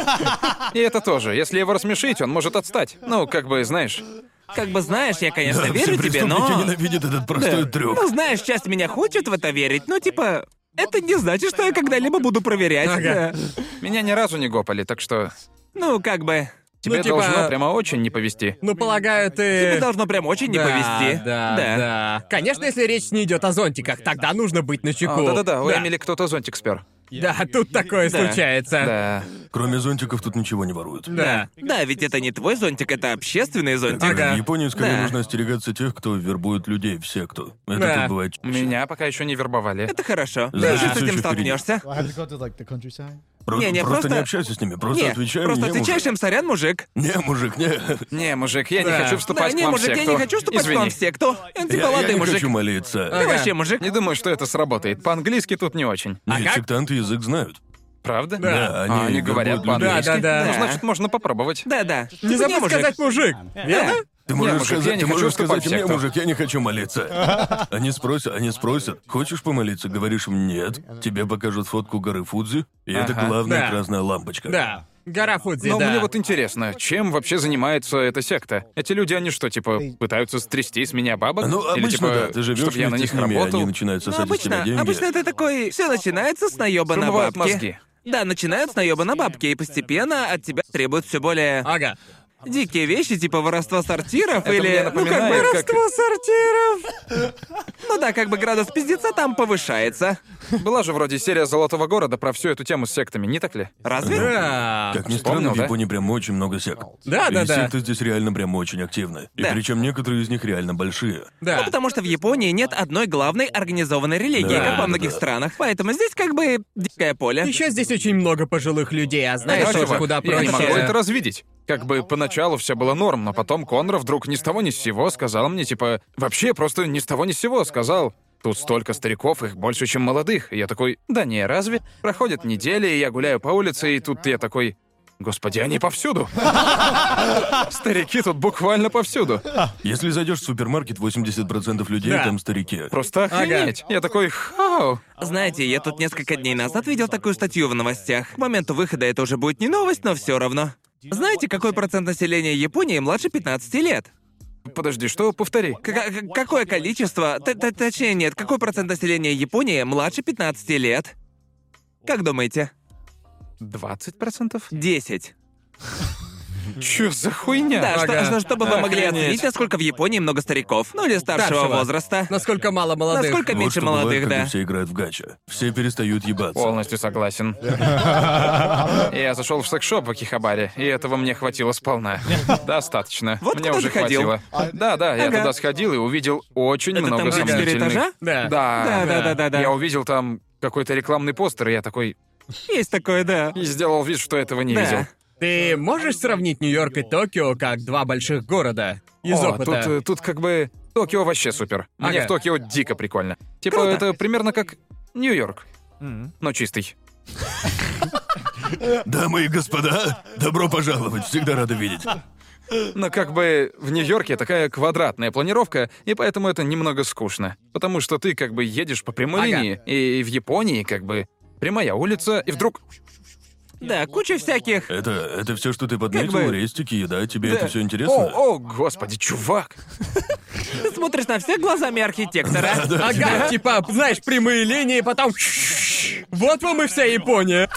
И это тоже. Если его рассмешить, он может отстать. Ну, как бы, знаешь... Как бы знаешь, я, конечно, Да, верю все тебе, преступники но... ненавидят этот простой трюк. Ну, знаешь, часть меня хочет в это верить, но типа... Это не значит, что я когда-либо буду проверять. Ага. Да. Меня ни разу не гопали, так что... Ну, как бы... Тебе типа- должно прямо очень не повезти. Ну, полагаю, ты... Тебе должно прям очень не Да, повезти. Да. Конечно, если речь не идет о зонтиках, тогда нужно быть начеку. Да-да-да, у Эмили кто-то зонтик спер. Да, тут такое Да. случается. Да. Кроме зонтиков тут ничего не воруют. Да. Да, ведь это не твой зонтик, это общественный зонтик. Ага. В Японии скорее Да. нужно остерегаться тех, кто вербует людей в секту. Это Да. тут бывает чаще. Меня пока еще не вербовали. Это хорошо. Да. Ты еще с Всё этим ещё впереди. столкнешься. Do I have to go to like the countryside? Просто, Не, просто просто- не общайся с ними, просто Не, отвечай просто мне, отвечаешь мужик. им, сорян, мужик. Не, мужик, не. Не, мужик, я не Да. хочу вступать Да, к не, вам мужик, в я секту. не хочу вступать к Извини. вам в секту. Он типа, Я ладно, не мужик. хочу молиться. Ты вообще мужик. Не думаю, что это сработает. По-английски тут не очень. Нет, как? сектанты язык знают. Правда? Да, А, они говорят вербуют людей. по-английски? Да. Ну, значит, можно попробовать. Да-да. Не Типа, забудь мужик. сказать «мужик», верно? Ты можешь мужик, я сказать, не ты хочу можешь вступать сказать в мне, секту. мужик, я не хочу молиться. Они спросят, хочешь помолиться? Говоришь им нет. Тебе покажут фотку горы Фудзи, и это Ага. главная Да. красная лампочка. Да. Гора Фудзи, Но да. мне вот интересно, чем вообще занимается эта секта? Эти люди, они что, типа, пытаются стрясти с меня бабок? Ну, Или, обычно типа, да, ты живешь чтоб я на вместе них с ними, и работал? они начинают Ну, сосать из тебя деньги. обычно ты такой, все начинается с наеба на Промывают бабки. мозги. Да, начинают с наеба на бабки, и постепенно от тебя требуют все более Ага. дикие вещи, типа воровства сортиров Это или. мне Ну, как напоминает, бы как- воровство сортиров. Ну да, как бы градус пиздеца там повышается. Была же вроде серия «Золотого города» про всю эту тему с сектами, не так ли? Разве? Да. Как ни Вспомнил, странно, в да? Японии прям очень много сект. Да, да, И да. секты здесь реально прям очень активны. И Да. причем некоторые из них реально большие. Да. Ну, потому что в Японии нет одной главной организованной религии, Да, как во многих да. странах. Поэтому здесь как бы дикое поле. Еще здесь очень много пожилых людей, а знаешь, Да, тоже чувак, куда Я не проще. могу это развидеть. Как бы поначалу все было норм, но потом Коннор вдруг ни с того ни с сего сказал мне, типа, вообще просто ни с того ни с сего сказал. Тут столько стариков, их больше, чем молодых. И я такой, да не, разве? Проходят недели, и я гуляю по улице, и тут я такой, господи, они повсюду. Старики тут буквально повсюду. Если зайдешь в супермаркет, 80% людей Да. там старики. Просто охренеть. Я такой, хау. Знаете, я тут несколько дней назад видел такую статью в новостях. К моменту выхода это уже будет не новость, но все равно. Знаете, какой процент населения Японии младше 15 лет? Подожди, что? Повтори. Какое количество, точнее нет, какой процент населения Японии младше 15 лет? Как думаете? 20%? 10. Чё за хуйня? Да, чтобы вы могли Охренеть. оценить, насколько в Японии много стариков. Ну или старшего Старшего. возраста. Насколько мало молодых. Насколько Вот меньше что бывает, молодых, когда да. все играют в гача. Все перестают ебаться. Полностью согласен. Я зашел в секс-шоп в Акихабаре, и этого мне хватило сполна. Достаточно. Вот мне куда уже ты ходил. хватило. Да, я Ага. туда сходил и увидел очень Это много там, где 4 сомнительных. этажа? Да. Да. Я увидел там какой-то рекламный постер, и я такой... Есть такое, да. И сделал вид, что этого не Да. видел. Ты можешь сравнить Нью-Йорк и Токио как два больших города? Из опыта. Тут как бы... Токио вообще супер. Мне Ага. в Токио дико прикольно. Типа, Круто. это примерно как Нью-Йорк. Но чистый. Дамы и господа, добро пожаловать, всегда рады видеть. Но как бы в Нью-Йорке такая квадратная планировка, и поэтому это немного скучно. Потому что ты как бы едешь по прямой Ага. линии, и в Японии как бы прямая улица, и вдруг... Да, куча всяких. Это все, что ты подметил, бы- рестики, еда, тебе Да. это все интересно? О, господи, чувак! Ты смотришь на всех глазами архитектора. Ага, типа, знаешь, прямые линии, потом... Вот вам и вся Япония.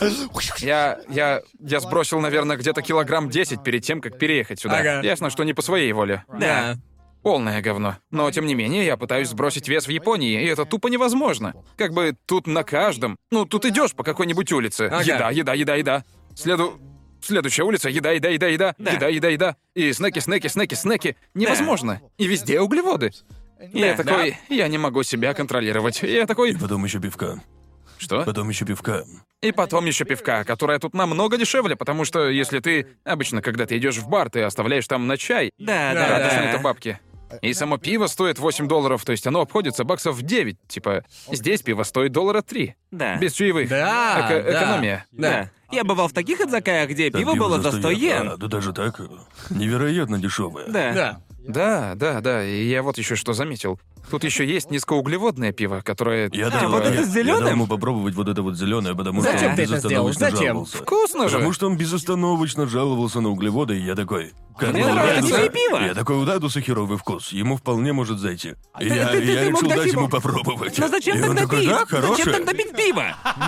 Я сбросил, наверное, где-то килограмм 10 перед тем, как переехать сюда. Ага. Ясно, что не по своей воле. Да. Полное говно. Но, тем не менее, я пытаюсь сбросить вес в Японии, и это тупо невозможно. Как бы тут на каждом... Ну, тут идешь по какой-нибудь улице. Ага. Еда. Следующая улица, еда. Да. Еда. И снеки. Невозможно. И везде углеводы. И я Да. такой, я не могу себя контролировать. И я такой, И потом еще пивка. что? Потом еще пивка. И потом еще пивка, которое тут намного дешевле, потому что если ты... Обычно, когда ты идешь в бар, ты оставляешь там на чай. Да. Тратишь на это бабки. И само пиво стоит $8, то есть оно обходится баксов в 9. Типа, здесь пиво стоит $3. Да. Без чаевых. Да, да. Экономия. Да. Я бывал в таких отзакаях, где Там пиво было за 100 йен. Да даже так, невероятно дешевое. Да. Да. И я вот еще что заметил. Тут еще есть низкоуглеводное пиво, которое... Я А, дал, вот это с я дал зелёным? ему попробовать вот это вот зеленое, потому что Зачем он ты это сделал? безостановочно Зачем? жаловался. Вкусно же! Потому что он безостановочно жаловался на углеводы, и я такой... Как Мне бы у нравится Дадуса- и пиво. Я такой, у Дадуса херовый вкус, ему вполне может зайти. И я ты мог решил дать дать ему- ему попробовать. Но зачем И он тогда такой, пить? да, Зачем хорошее. тогда пить пиво?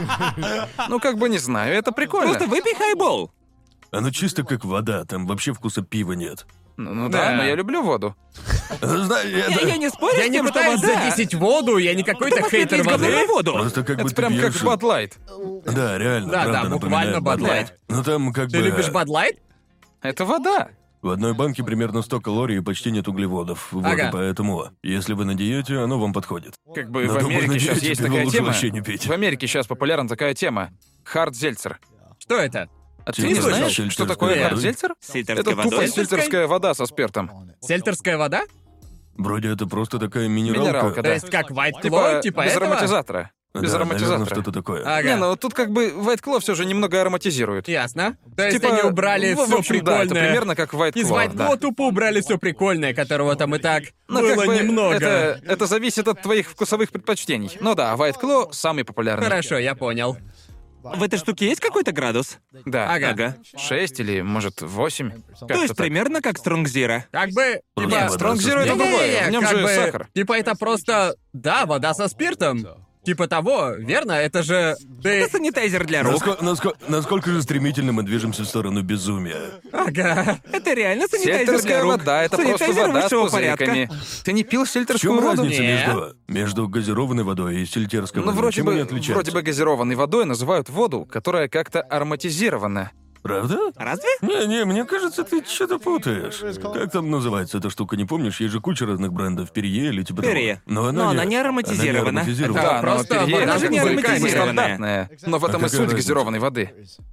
Ну, как бы не знаю, это прикольно. Просто выпей хайбол. Оно чисто как вода, там вообще вкуса пива нет. Ну да, Да. но я люблю воду. Знаешь, Я не спорю Я с не тем, что пытаюсь вода. задесить воду, я не какой-то Кто хейтер последний говно на воды. воду? Просто как бы Это ты прям как пьёшь- Bud Light. Да, реально, Да, правда да, буквально напоминает Bud Light. Но там как Ты бы... любишь Bud Light? Это вода. В одной банке примерно 100 калорий и почти нет углеводов. Вот Ага. и поэтому, если вы на диете, оно вам подходит. Как бы Но в думаю, Америке на сейчас диете есть пиво такая лучше тема. вообще не пить. В Америке сейчас популярна такая тема. Хард-зельцер. Что это? А ты Типа, не слышал. знаешь, что Сельтерская такое вода. хард-зельцер? С сельтерской Это тупо водой? сельтерская вода со спиртом. Сельтерская вода? Вроде это просто такая минералка. Минералка, То да. есть как White Claw, типа без этого? ароматизатора. Без Да, наверное, ароматизатора. что-то такое. Ага. Не, ну тут как бы White Claw все же немного ароматизирует. Ясно. То есть Типа, они убрали в все общем, прикольное. да, это примерно как White Claw. Из White да. Claw тупо убрали все прикольное, которого там и так Но было как бы немного. Это зависит от твоих вкусовых предпочтений. Ну да, White Claw самый популярный. Хорошо, я понял. В этой штуке есть какой-то градус? Да. Ага. 6 или, может, 8. То есть примерно как Стронг Зира. Как бы, Просто типа... вода Стронг со Zero это спиртом. другое. Не-не-не, В нем как же бы, сахар. Типа это просто... Да, вода со спиртом. Типа того, верно? Это же... Ты... Это санитайзер для рук. Насколько же стремительно мы движемся в сторону безумия. Ага. Это реально санитайзер для Сельтерская рук. вода — это просто Санитайзер вода с высшего порядка. пузырьками. Ты не пил В сельтерскую чем воду? разница Не. между газированной водой и сельтерской Ну, водой? вроде Чем они бы, отличаются? вроде бы газированной водой называют воду, которая как-то ароматизирована. Правда? Разве? Не, мне кажется, ты что-то путаешь. Как там называется эта штука, не помнишь? Есть же куча разных брендов. Перье или типа того. Перье. Но Но она не ароматизирована. Она не ароматизирована. Это Да, но просто перье вода это с как бы пузырьками. стандартная. Но в этом и какая суть разница? газированной воды.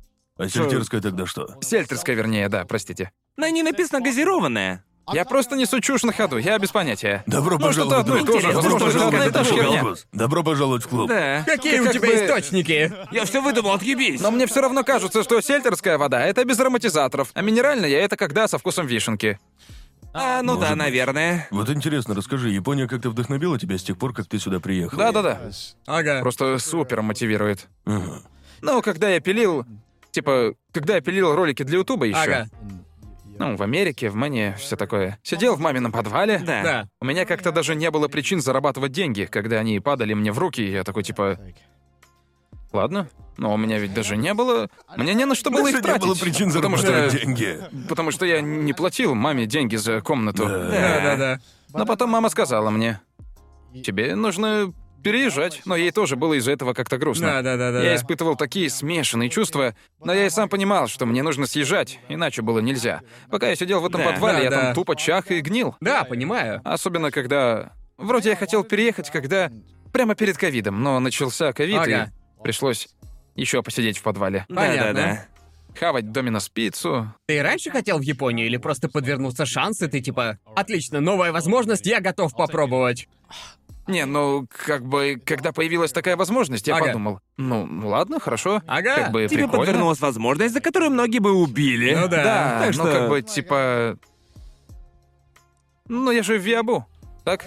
А сельтерская тогда что? Сельтерская, вернее, да, простите. На ней написано газированная. Я просто несу чушь на ходу, я без понятия. Добро Может, это пожаловать одно и в то же, Интересно, возможно, что это одна и та же это херня. клуб. Добро пожаловать в клуб. Да. Какие у как тебя бы- источники? Я все выдумал, отъебись. Но мне все равно кажется, что сельтерская вода — это без ароматизаторов, а минеральная — это когда со вкусом вишенки. Ну Может да, быть. наверное. Вот интересно, расскажи, Япония как-то вдохновила тебя с тех пор, как ты сюда приехал? Да-да-да, Ага. просто супер мотивирует. Ага. Ну, когда я пилил... Типа, когда я пилил ролики для Ютуба еще. Ага. Ну, в Америке, в Мэне, все такое. Сидел в мамином подвале. Да. Да. У меня как-то даже не было причин зарабатывать деньги, когда они падали мне в руки, и я такой, типа... Ладно. Но у меня ведь даже не было... Мне не на что было их Даже тратить. не было причин зарабатывать деньги. Потому что я не платил маме деньги за комнату. Да-да-да. Но потом мама сказала мне: тебе нужно переезжать. Но ей тоже было из-за этого как-то грустно. Да-да-да-да. Я испытывал такие смешанные чувства, но я и сам понимал, что мне нужно съезжать, иначе было нельзя. Пока я сидел в этом подвале, я да. там тупо чах и гнил. Да, понимаю. Особенно когда... Вроде я хотел переехать, когда... Прямо перед ковидом, но начался ковид, Ага. и пришлось еще посидеть в подвале. Понятно. Да-да-да. Хавать доминос-пиццу. Ты и раньше хотел в Японию или просто подвернулся шанс, и ты типа, отлично, новая возможность, я готов попробовать? Не, ну, как бы, когда появилась такая возможность, я Ага. подумал, ну, ладно, хорошо. Ага. Как бы Тебе прикольно. подвернулась возможность, за которую многие бы убили. Ну да. Да, Так ну что- как бы, типа... Ну, я же в Виабу, так?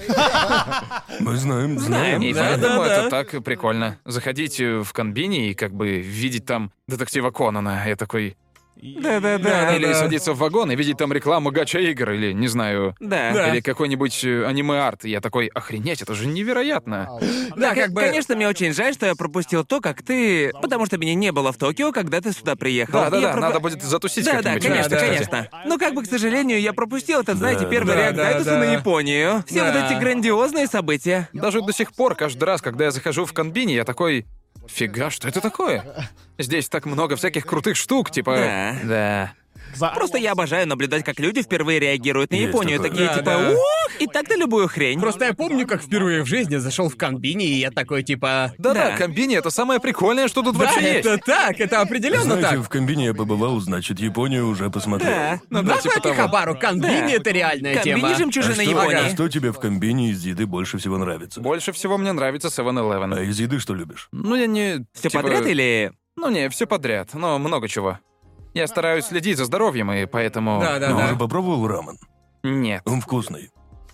Мы знаем. И Да, поэтому да, да. это так прикольно. Заходить в конбини и как бы видеть там детектива Конана. Я такой... Да-да-да. Или садиться в вагон и видеть там рекламу гача-игр, или, не знаю... Да. Или какой-нибудь аниме-арт. И я такой, охренеть, это же невероятно. Да, как бы... Конечно, мне очень жаль, что я пропустил то, как ты... Потому что меня не было в Токио, когда ты сюда приехал. И я Да-да-да, надо будет затусить Да, как-нибудь. конечно, да, кстати. конечно. Но как бы, к сожалению, я пропустил этот, знаете, первый Да, реакт да, Дайтуса да. на Японию. Все вот Да. эти грандиозные события. Даже до сих пор, каждый раз, когда я захожу в конбини, я такой... Фига, что это такое? Здесь так много всяких крутых штук, типа... Да. Да. Просто я обожаю наблюдать, как люди впервые реагируют на Есть Японию. такое. Такие Да, типа, да. ух, и так на любую хрень. Просто я помню, как впервые в жизни зашел в конбини, и я такой типа... Да-да, Да. конбини — это самое прикольное, что тут Да, вообще есть. это так, это определенно Знаете, так. в комбине я побывал, значит, Японию уже посмотрел. Да. Ну да, Да, типа того. Хабару, конбини Да. это реальная Конбини тема. жемчужина А что, Японии. что тебе в комбине из еды больше всего нравится? Больше всего мне нравится 7-Eleven. А из еды что любишь? Ну, я не... Все типа- подряд или... Ну, не, все подряд, но много чего. Я стараюсь следить за здоровьем, и поэтому... Да, да, Ну, да. уже попробовал рамен? Нет. Он вкусный.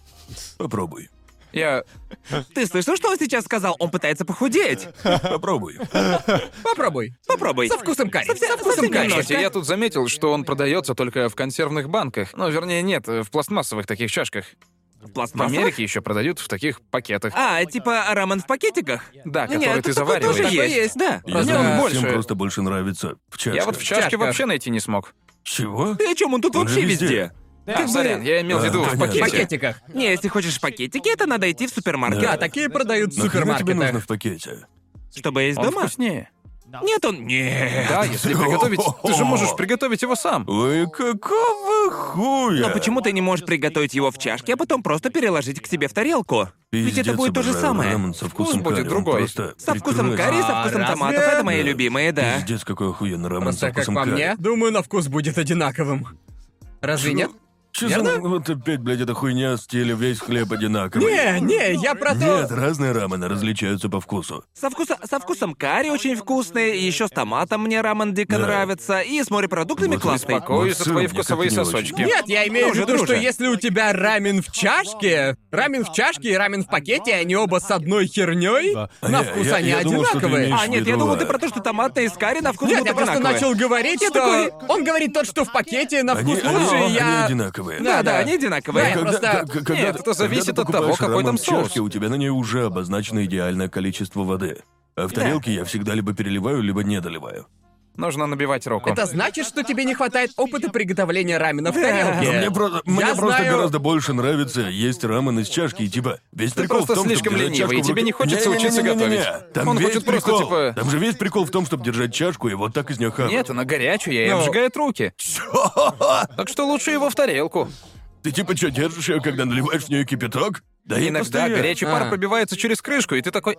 Попробуй. Я... Ты слышал, что он сейчас сказал? Он пытается похудеть. Попробуй. Попробуй. Попробуй. Со вкусом карри. Совсем- Со вкусом совсем карри. немножко. Кстати, я тут заметил, что он продается только в консервных банках. Ну, вернее, нет, в пластмассовых таких чашках. В Пластмассовых? Америке еще продают в таких пакетах. А, типа рамен в пакетиках? Да, Нет, который ты такое тоже завариваешь. есть, да. Я Просто думаю, больше. всем просто больше нравится в чашках. Я вот в чашке чашках. вообще найти не смог. Чего? Ты о чем? Он тут Он же вообще везде. везде. А, сорян, я имел в виду в понятно. В пакете. пакетиках. Не, если хочешь в пакетике, это надо идти в супермаркет. Да, такие продают в Нахрена тебе нужно супермаркетах. в пакете? Чтобы есть Он дома. вкуснее. Нет, он... Нет. Да, если приготовить... Ты же можешь приготовить его сам. Ой, какого хуя? Но почему ты не можешь приготовить его в чашке, а потом просто переложить к себе в тарелку? Ведь Пиздец, это будет то же обожаю самое. рамен со вкусом Вкус будет карри, он другой. просто Со вкусом прекрасен. карри, со вкусом разве? томатов. Это мои Да. любимые, да. Пиздец, какой охуенный рамен Просто со как вкусом по карри. мне, думаю, на вкус будет одинаковым. Разве нет? Чё за... Верно? Вот опять, блядь, эта хуйня в стиле весь хлеб одинаковый. Не, я про то... Нет, разные рамены различаются по вкусу. Со вкусом карри очень вкусный, и еще с томатом мне рамен дико Да. нравится, и с морепродуктами Вот классный. Беспокоюсь Вот за твои сыр мне вкусовые как-то не очень. сосочки. Нет, я имею в Друже, виду, что друже. если у тебя рамен в чашке и рамен в пакете, они оба с одной херней, на вкус я они думал, что ты одинаковые. имеешь А, нет, я виду, думал, ты про то, что томатные с карри на вкус Нет, будут я просто одинаковые. начал говорить, Я что... такой- Он говорит тот, что в пакете, на Они, вкус лучше, и они я... одинаковые. Да, они одинаковые. Да, я просто- Нет, это зависит когда ты от того, покупаешь какой там рамен в чашке, соус. у тебя на ней уже обозначено идеальное количество воды. А в тарелке я всегда либо переливаю, либо не доливаю. Нужно набивать руку. Это значит, что тебе не хватает опыта приготовления рамена в тарелке. Мне просто знаю- гораздо больше нравится есть рамен из чашки, и типа весь Ты прикол просто в том, слишком чтобы держать ленивый, чашку и в тебе руке. не хочется учиться Не-не-не-не-не-не. готовить. Там Он весь хочет просто, прикол. типа- Там же весь прикол в том, чтобы держать чашку и вот так из нее хавать. Нет, она горячая и Ну. обжигает руки. Так что лучше его в тарелку. Ты типа что, держишь ее, когда наливаешь в нее кипяток? Да я Иногда постоянно. горячий пар А. пробивается через крышку, и ты такой,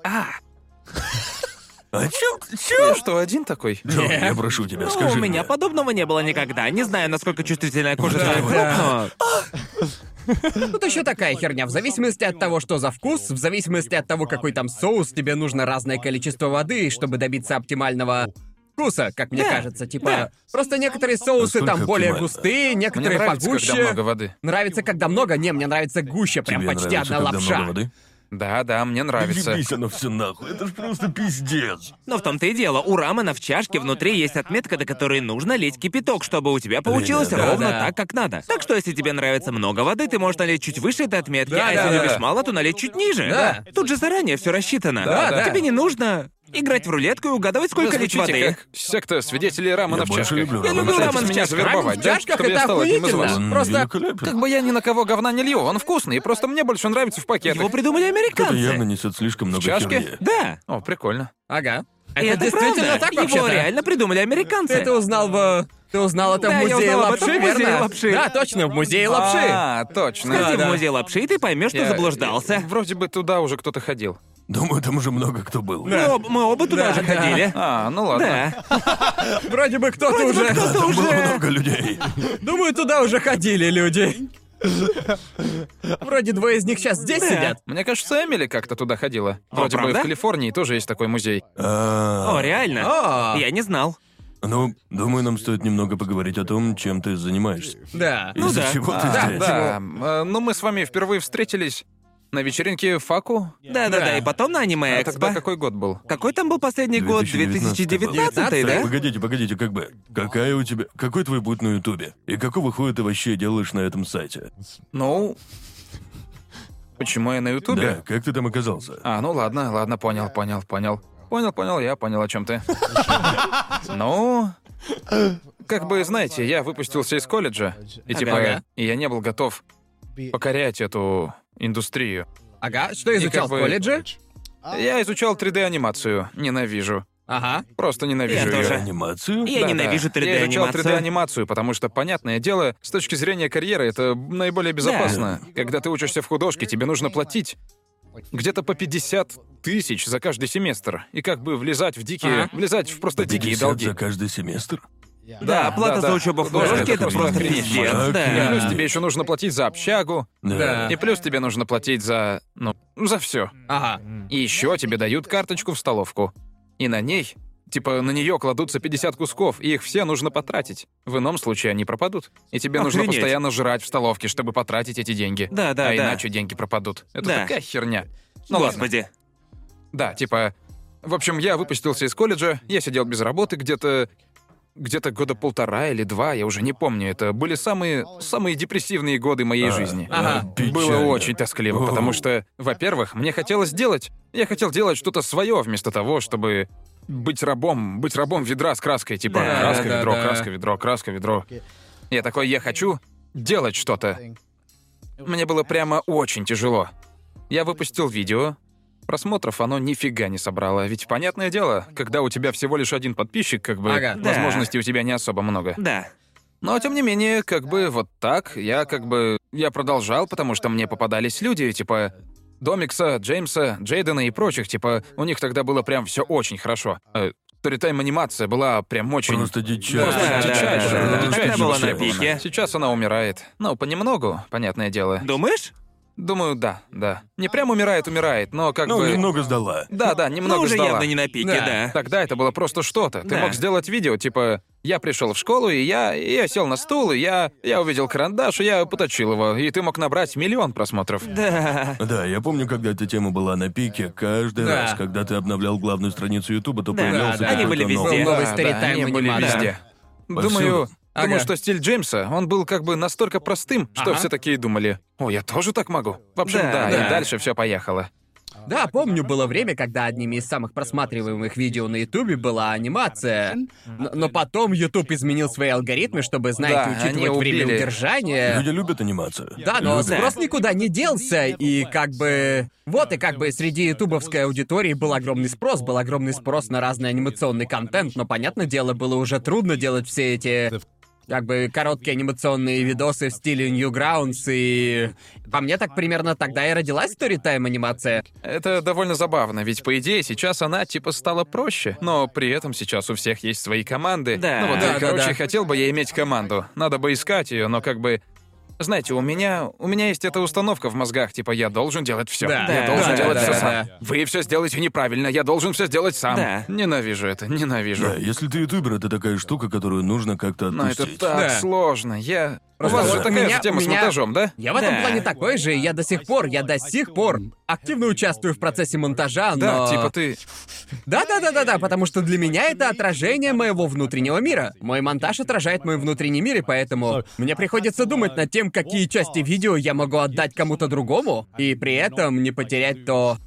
А чё? я что, один такой? Джо, я прошу тебя, Ну, скажи у меня мне. подобного не было никогда. Не знаю, насколько чувствительная кожа твоих рук, да. но... Тут еще такая херня. В зависимости от того, что за вкус, в зависимости от того, какой там соус, тебе нужно разное количество воды, чтобы добиться оптимального вкуса, как мне Да, кажется. Типа, да. просто некоторые соусы Насколько там более оптимально? густые, Мне некоторые нравится, погуще. когда много воды. Нравится, когда много? Не, мне нравится гуще, прям Тебе почти нравится, одна когда лапша. много воды? Да, мне нравится. Ебись оно все нахуй, это ж просто пиздец. Но в том-то и дело, у рамена в чашке внутри есть отметка, до которой нужно лить кипяток, чтобы у тебя получилось Да, ровно да. так, как надо. Так что, если тебе нравится много воды, ты можешь налить чуть выше этой отметки, Да, а если да, любишь да. мало, то налить чуть ниже. Да. Тут же заранее все рассчитано. Да, да. Тебе не нужно Играть в рулетку и угадывать, сколько Вы лить звучите воды. как секта свидетелей рамена Я в больше чашках. люблю Я рамен. люблю Пытаетесь рамен в меня чашках. завербовать, Рамен в да? чашках Чтобы я это стал одним из охуительно. вас. Он Просто- великолепен. Как бы я ни на кого говна не лью, он вкусный, просто мне больше нравится в пакетах. Его придумали Кто-то американцы. явно несет слишком много чашке? херни. Да. О, прикольно. Ага. И это действительно правда. так Его вообще-то? реально придумали американцы. Ты это узнал в... Ты узнал это Да, в я музее узнал об этом лапши, в музее верно? лапши. Да, точно, в музее лапши. А, точно. Сходи Да. в музей лапши, и ты поймешь, что Я- заблуждался. Вроде бы туда уже кто-то ходил. Думаю, там уже много кто был. Мы оба туда Да, же да. ходили. А, ну ладно. Да. Вроде бы кто-то Вроде бы уже... кто-то Там было уже... много людей. Думаю, туда уже ходили люди. Вроде двое из них сейчас здесь Да. сидят. Мне кажется, Эмили как-то туда ходила. Вроде бы правда? в Калифорнии тоже есть такой музей. О, реально? О. Я не знал. Ну, думаю, нам стоит немного поговорить о том, чем ты занимаешься. Да. Из-за да. чего ты Да, здесь? Да, ну мы с вами впервые встретились на вечеринке Факу. Да-да-да, и потом на аниме А Экспо. тогда какой год был? Какой там был последний год? 2019, да? Погодите, как бы. Какой твой путь на Ютубе? И какого хуя ты вообще делаешь на этом сайте? Ну, почему я на Да, Ютубе? как ты там оказался? А, ну ладно, понял, я понял, о чем ты. Ну, как бы, знаете, я выпустился из колледжа, и Ага. и я не был готов покорять эту индустрию. Ага, что изучал как бы- в колледже? Я изучал 3D-анимацию, ненавижу. Ага. Просто ненавижу Я её. тоже. Анимацию? Я Да, ненавижу да. Я изучал 3D-анимацию. 3D-анимацию, потому что, понятное дело, с точки зрения карьеры это наиболее безопасно. Когда ты учишься в художке, тебе нужно платить где-то по 50 тысяч за каждый семестр. И как бы влезать в дикие... Ага. влезать в просто дикие 50 долги. за каждый семестр? Да, оплата за учебу в Художник художке — это такой, просто блин, пиздец, чувак. И да. плюс тебе еще нужно платить за общагу. Да. И плюс тебе нужно платить за... ну, за все. Ага. И еще тебе дают карточку в столовку. И на ней... Типа, на нее кладутся 50 кусков, и их все нужно потратить. В ином случае они пропадут. И тебе нужно Охренеть. постоянно жрать в столовке, чтобы потратить эти деньги. Да, да, а да. иначе деньги пропадут. Это Да. такая херня. Ну ладно. Господи. Да, типа... В общем, я выпустился из колледжа, я сидел без работы где-то года 1,5 или 2, я уже не помню. Это были самые депрессивные годы моей жизни. Ага. Печально. Было очень тоскливо, О. потому что, во-первых, мне хотелось делать... Я хотел делать что-то свое вместо того, чтобы быть рабом ведра с краской. Типа, Да, краска, да, ведро, да. краска, ведро, краска, ведро. Я такой, я хочу делать что-то. Мне было прямо очень тяжело. Я выпустил видео. Просмотров оно нифига не собрало. Ведь понятное дело, когда у тебя всего лишь один подписчик, как бы Ага. Да. возможностей у тебя не особо много. Да. Но тем не менее, как бы вот так, я продолжал, потому что мне попадались люди, типа Домикса, Джеймса, Джейдена и прочих, типа, у них тогда было прям все очень хорошо. Сторитайм-анимация была прям очень... Просто дичайше. Просто Да, дичайше, да, да. дичайше Тогда была на востребована. пике. Сейчас она умирает. Ну, понемногу, понятное дело. Думаешь? Думаю, да. Не прям умирает, но как Ну, бы... немного сдала. Да, Ну, немного уже сдала. явно не на пике, Да. да. Тогда это было просто что-то. Ты Да. мог сделать видео, типа, я пришел в школу, и я сел на стул, и я увидел карандаш, и я поточил его, и ты мог набрать 1 миллион просмотров. Да. Да, я помню, когда эта тема была на пике, каждый Да. раз, когда ты обновлял главную страницу Ютуба, то Да, появлялся да, какой-то они были новый. везде. Новый Да, сторитайм они были анимация. везде. Повсюду. Думаю, Ага. что стиль Джеймса, он был как бы настолько простым, что Ага. все такие думали, о, я тоже так могу. В общем, Да, да, да. и дальше все поехало. Да, помню, было время, когда одними из самых просматриваемых видео на Ютубе была анимация. Но потом Ютуб изменил свои алгоритмы, чтобы, знаете, Да, учитывать они время убили. удержания. Люди любят анимацию. Да, но Любят. спрос никуда не делся, и как бы... Вот, и как бы среди ютубовской аудитории был огромный спрос на разный анимационный контент, но, понятное дело, было уже трудно делать все эти... как бы короткие анимационные видосы в стиле Newgrounds, и... По мне, так примерно тогда и родилась сторитайм анимация. Это довольно забавно, ведь по идее сейчас она типа стала проще, но при этом сейчас у всех есть свои команды. Да. Ну вот, Да, короче, да. хотел бы я иметь команду. Надо бы искать ее, но как бы... Знаете, у меня есть эта установка в мозгах, типа, я должен делать все. Да, Я должен да, делать да, все да, сам. да. Вы все сделаете неправильно, я должен все сделать сам. Да. Ненавижу это, ненавижу. Да, если ты ютубер, это такая штука, которую нужно как-то Но это отпустить. так Да. сложно. У Просто вас же у такая меня- же тема у с меня- монтажом, да? Я в этом Да. плане такой же, и я до сих пор активно участвую в процессе монтажа, но... Да, типа ты... Да, потому что для меня это отражение моего внутреннего мира. Мой монтаж отражает мой внутренний мир, и поэтому мне приходится думать над тем, какие части видео я могу отдать кому-то другому, и при этом не потерять то...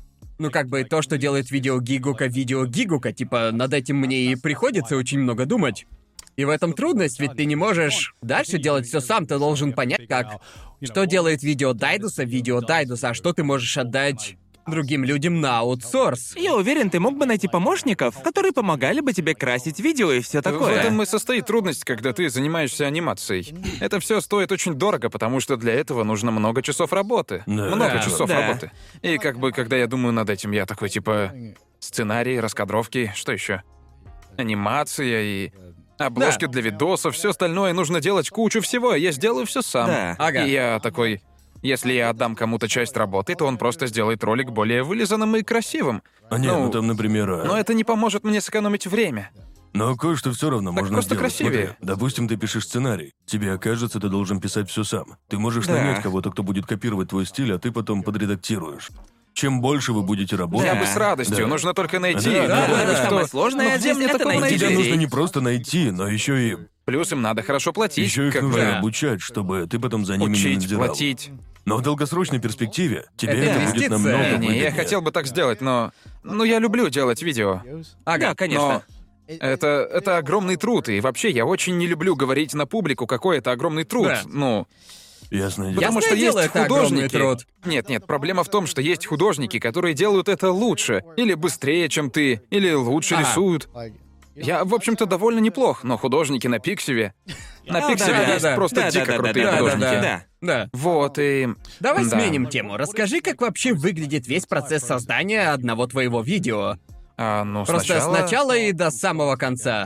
Ну, как бы то, что делает видео Гигука, типа, над этим мне и приходится очень много думать. И в этом трудность, ведь ты не можешь дальше делать все сам, ты должен понять, что делает видео Дайдуса, а что ты можешь отдать другим людям на аутсорс. Я уверен, ты мог бы найти помощников, которые помогали бы тебе красить видео и все В такое. этом и состоит трудность, когда ты занимаешься анимацией. Это все стоит очень дорого, потому что для этого нужно много часов работы. Да. Много Да. часов Да. работы. И как бы, когда я думаю над этим, я такой, типа, сценарий, раскадровки, что еще? Анимация и обложки для видосов, все остальное нужно делать кучу всего, я сделаю все сам. Да. Ага. И я такой, если я отдам кому-то часть работы, то он просто сделает ролик более вылизанным и красивым. А нет, ну там, например... Но это не поможет мне сэкономить время. Но кое-что все равно можно просто сделать. красивее. Смотри, допустим, ты пишешь сценарий. Тебе кажется, ты должен писать все сам. Ты можешь Да. нанять кого-то, кто будет копировать твой стиль, а ты потом подредактируешь. Чем больше вы будете работать... Я бы с радостью, Да. нужно только найти. Да, да, Ну, да. что- Самое сложное ну, где здесь мне это такого найти Тебя найти? людей. нужно не просто найти, но еще и... Плюс им надо хорошо платить. Еще их как нужно бы, Да. обучать, чтобы ты потом за ними не учить, надзирал. платить. Но в долгосрочной перспективе тебе Это это будет инвестиция. намного Не, Не, я выгоднее. хотел бы так сделать, но... Ну, я люблю делать видео. Да, конечно. Но это огромный труд, и вообще я очень не люблю говорить на публику, какой это огромный труд. Да. Ну, Ясное дело. потому Ясное что дело, есть это огромный художники. труд. Нет, проблема в том, что есть художники, которые делают это лучше, или быстрее, чем ты, или лучше Ага. рисуют. Я, в общем-то, довольно неплох, но художники на Пиксиве... На Да, Пиксиве да, есть да. просто Да, дико да, да, крутые да, да, художники. да, да. Да. Вот, и... Давай Да. сменим тему. Расскажи, как вообще выглядит весь процесс создания одного твоего видео. Ну, Просто сначала... с начала и до самого конца.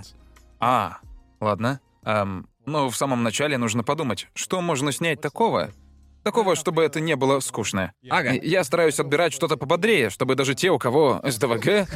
Ладно. Ну, в самом начале нужно подумать, что можно снять такого, чтобы это не было скучно. Ага. Я стараюсь отбирать что-то пободрее, чтобы даже те, у кого СДВГ...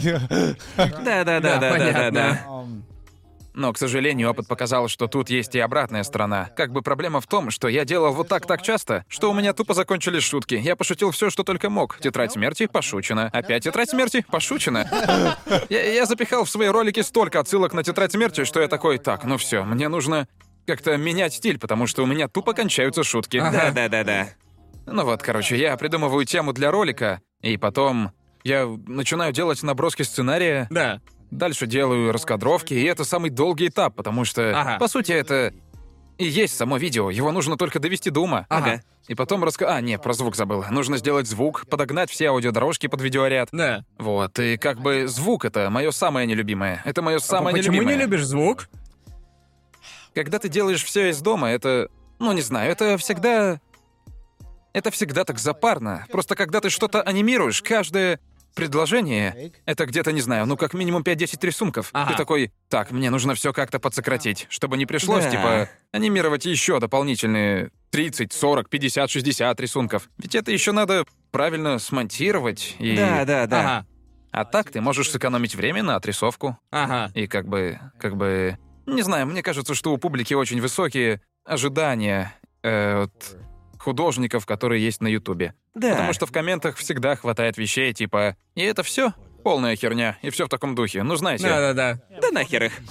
Да. понятно. Но, к сожалению, опыт показал, что тут есть и обратная сторона. Как бы проблема в том, что я делал вот так часто, что у меня тупо закончились шутки. Я пошутил все, что только мог. Тетрадь смерти — пошучено. Опять тетрадь смерти — пошучено. Я запихал в свои ролики столько отсылок на тетрадь смерти, что я такой, так, ну все, мне нужно как-то менять стиль, потому что у меня тупо кончаются шутки. Да. Ну вот, короче, я придумываю тему для ролика, и потом я начинаю делать наброски сценария. Да. Дальше делаю раскадровки, и это самый долгий этап, потому что, Ага. по сути, это и есть само видео, его нужно только довести до ума. Ага. И потом про звук забыл. Нужно сделать звук, подогнать все аудиодорожки под видеоряд. Да. Вот, и как бы звук — это мое самое нелюбимое. Это мое самое Почему нелюбимое. не любишь звук? Когда ты делаешь все из дома, это... Ну, не знаю, это всегда так запарно. Просто когда ты что-то анимируешь, каждое предложение — это где-то, не знаю, ну как минимум 5-10 рисунков. Ага. Ты такой, так, мне нужно все как-то подсократить, чтобы не пришлось, Да. типа, анимировать еще дополнительные 30, 40, 50, 60 рисунков. Ведь это еще надо правильно смонтировать и... Да. Ага. А так ты можешь сэкономить время на отрисовку. Ага. И как бы... Не знаю, мне кажется, что у публики очень высокие ожидания от художников, которые есть на Ютубе. Да. Потому что в комментах всегда хватает вещей типа «И это все полная херня, и все в таком духе. Ну, знаете...» Да. Да нахер их.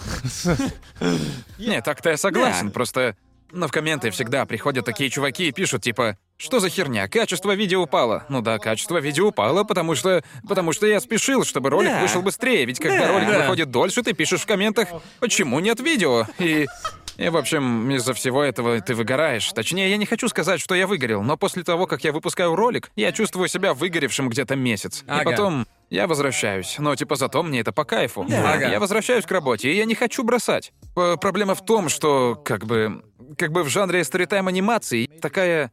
Не, так-то я согласен, Да. просто... Но в комменты всегда приходят такие чуваки и пишут типа «Что за херня? Качество видео упало». Ну да, качество видео упало, потому что я спешил, чтобы ролик Да. вышел быстрее. Ведь когда Да. ролик Да. выходит дольше, ты пишешь в комментах «Почему нет видео?» И, в общем, из-за всего этого ты выгораешь. Точнее, я не хочу сказать, что я выгорел, но после того, как я выпускаю ролик, я чувствую себя выгоревшим где-то месяц. И Ага. потом я возвращаюсь. Но типа зато мне это по кайфу. Ага. Я возвращаюсь к работе, и я не хочу бросать. Проблема в том, что как бы в жанре сторитайм анимации такая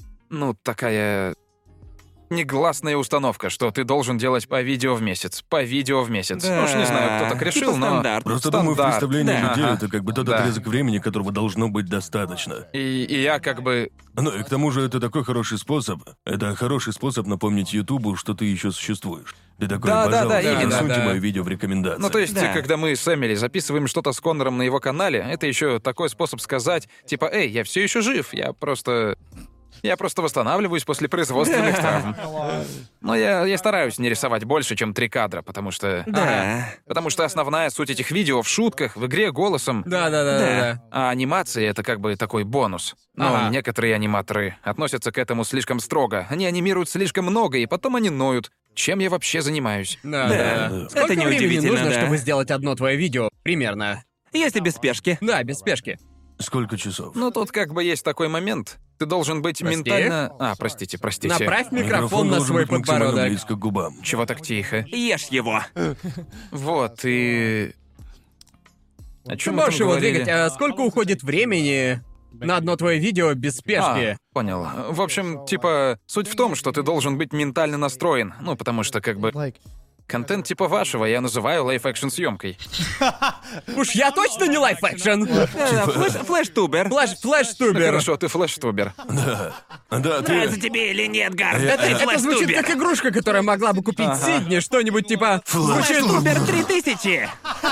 негласная установка, что ты должен делать по видео в месяц. По видео в месяц. Да. Ну уж не знаю, кто так решил, Типа но... стандарт. Просто думаю, в Стандарт. представлении Да. людей Ага. это как бы тот Да. отрезок времени, которого должно быть достаточно. И я как бы... Ну и к тому же это такой хороший способ. Это хороший способ напомнить Ютубу, что ты еще существуешь. Ты такой, Да, да, пожалуйста, именно. засуньте Да. мое видео в рекомендации. Ну, то есть, Да. когда мы с Эмили записываем что-то с Коннором на его канале, это еще такой способ сказать, типа, «Эй, я все еще жив, я просто восстанавливаюсь после производственных травм». Но я стараюсь не рисовать больше, чем 3 кадра, потому что... Да. Потому что основная суть этих видео в шутках, в игре голосом, Да. а анимация — это как бы такой бонус. Но Ага. некоторые аниматоры относятся к этому слишком строго. Они анимируют слишком много, и потом они ноют. чем я вообще занимаюсь? Да. Сколько Это времени неудивительно, нужно, да. чтобы сделать одно твое видео? Примерно. Если без спешки. Да, без спешки. Сколько часов? Ну, тут как бы есть такой момент. Ты должен быть Прости? ментально... простите. Направь микрофон на должен свой быть максимально подбородок. близко к губам. Чего так тихо? Ешь его. Вот, и... О Ты чем мы там можешь его говорили? двигать. А сколько уходит времени на одно твое видео без спешки? Понял. В общем, типа, суть в том, что ты должен быть ментально настроен. Ну, потому что, как бы, контент типа вашего я называю лайф-экшн съемкой. Уж я точно не лайф-экшн. Флэш-тубер. Флэш-тубер. Хорошо, ты флэш-тубер. Да, Нравится ты... тебе или нет, Гарн? Это звучит как игрушка, которая могла бы купить Сидни, что-нибудь типа... Флэш-тубер 3000.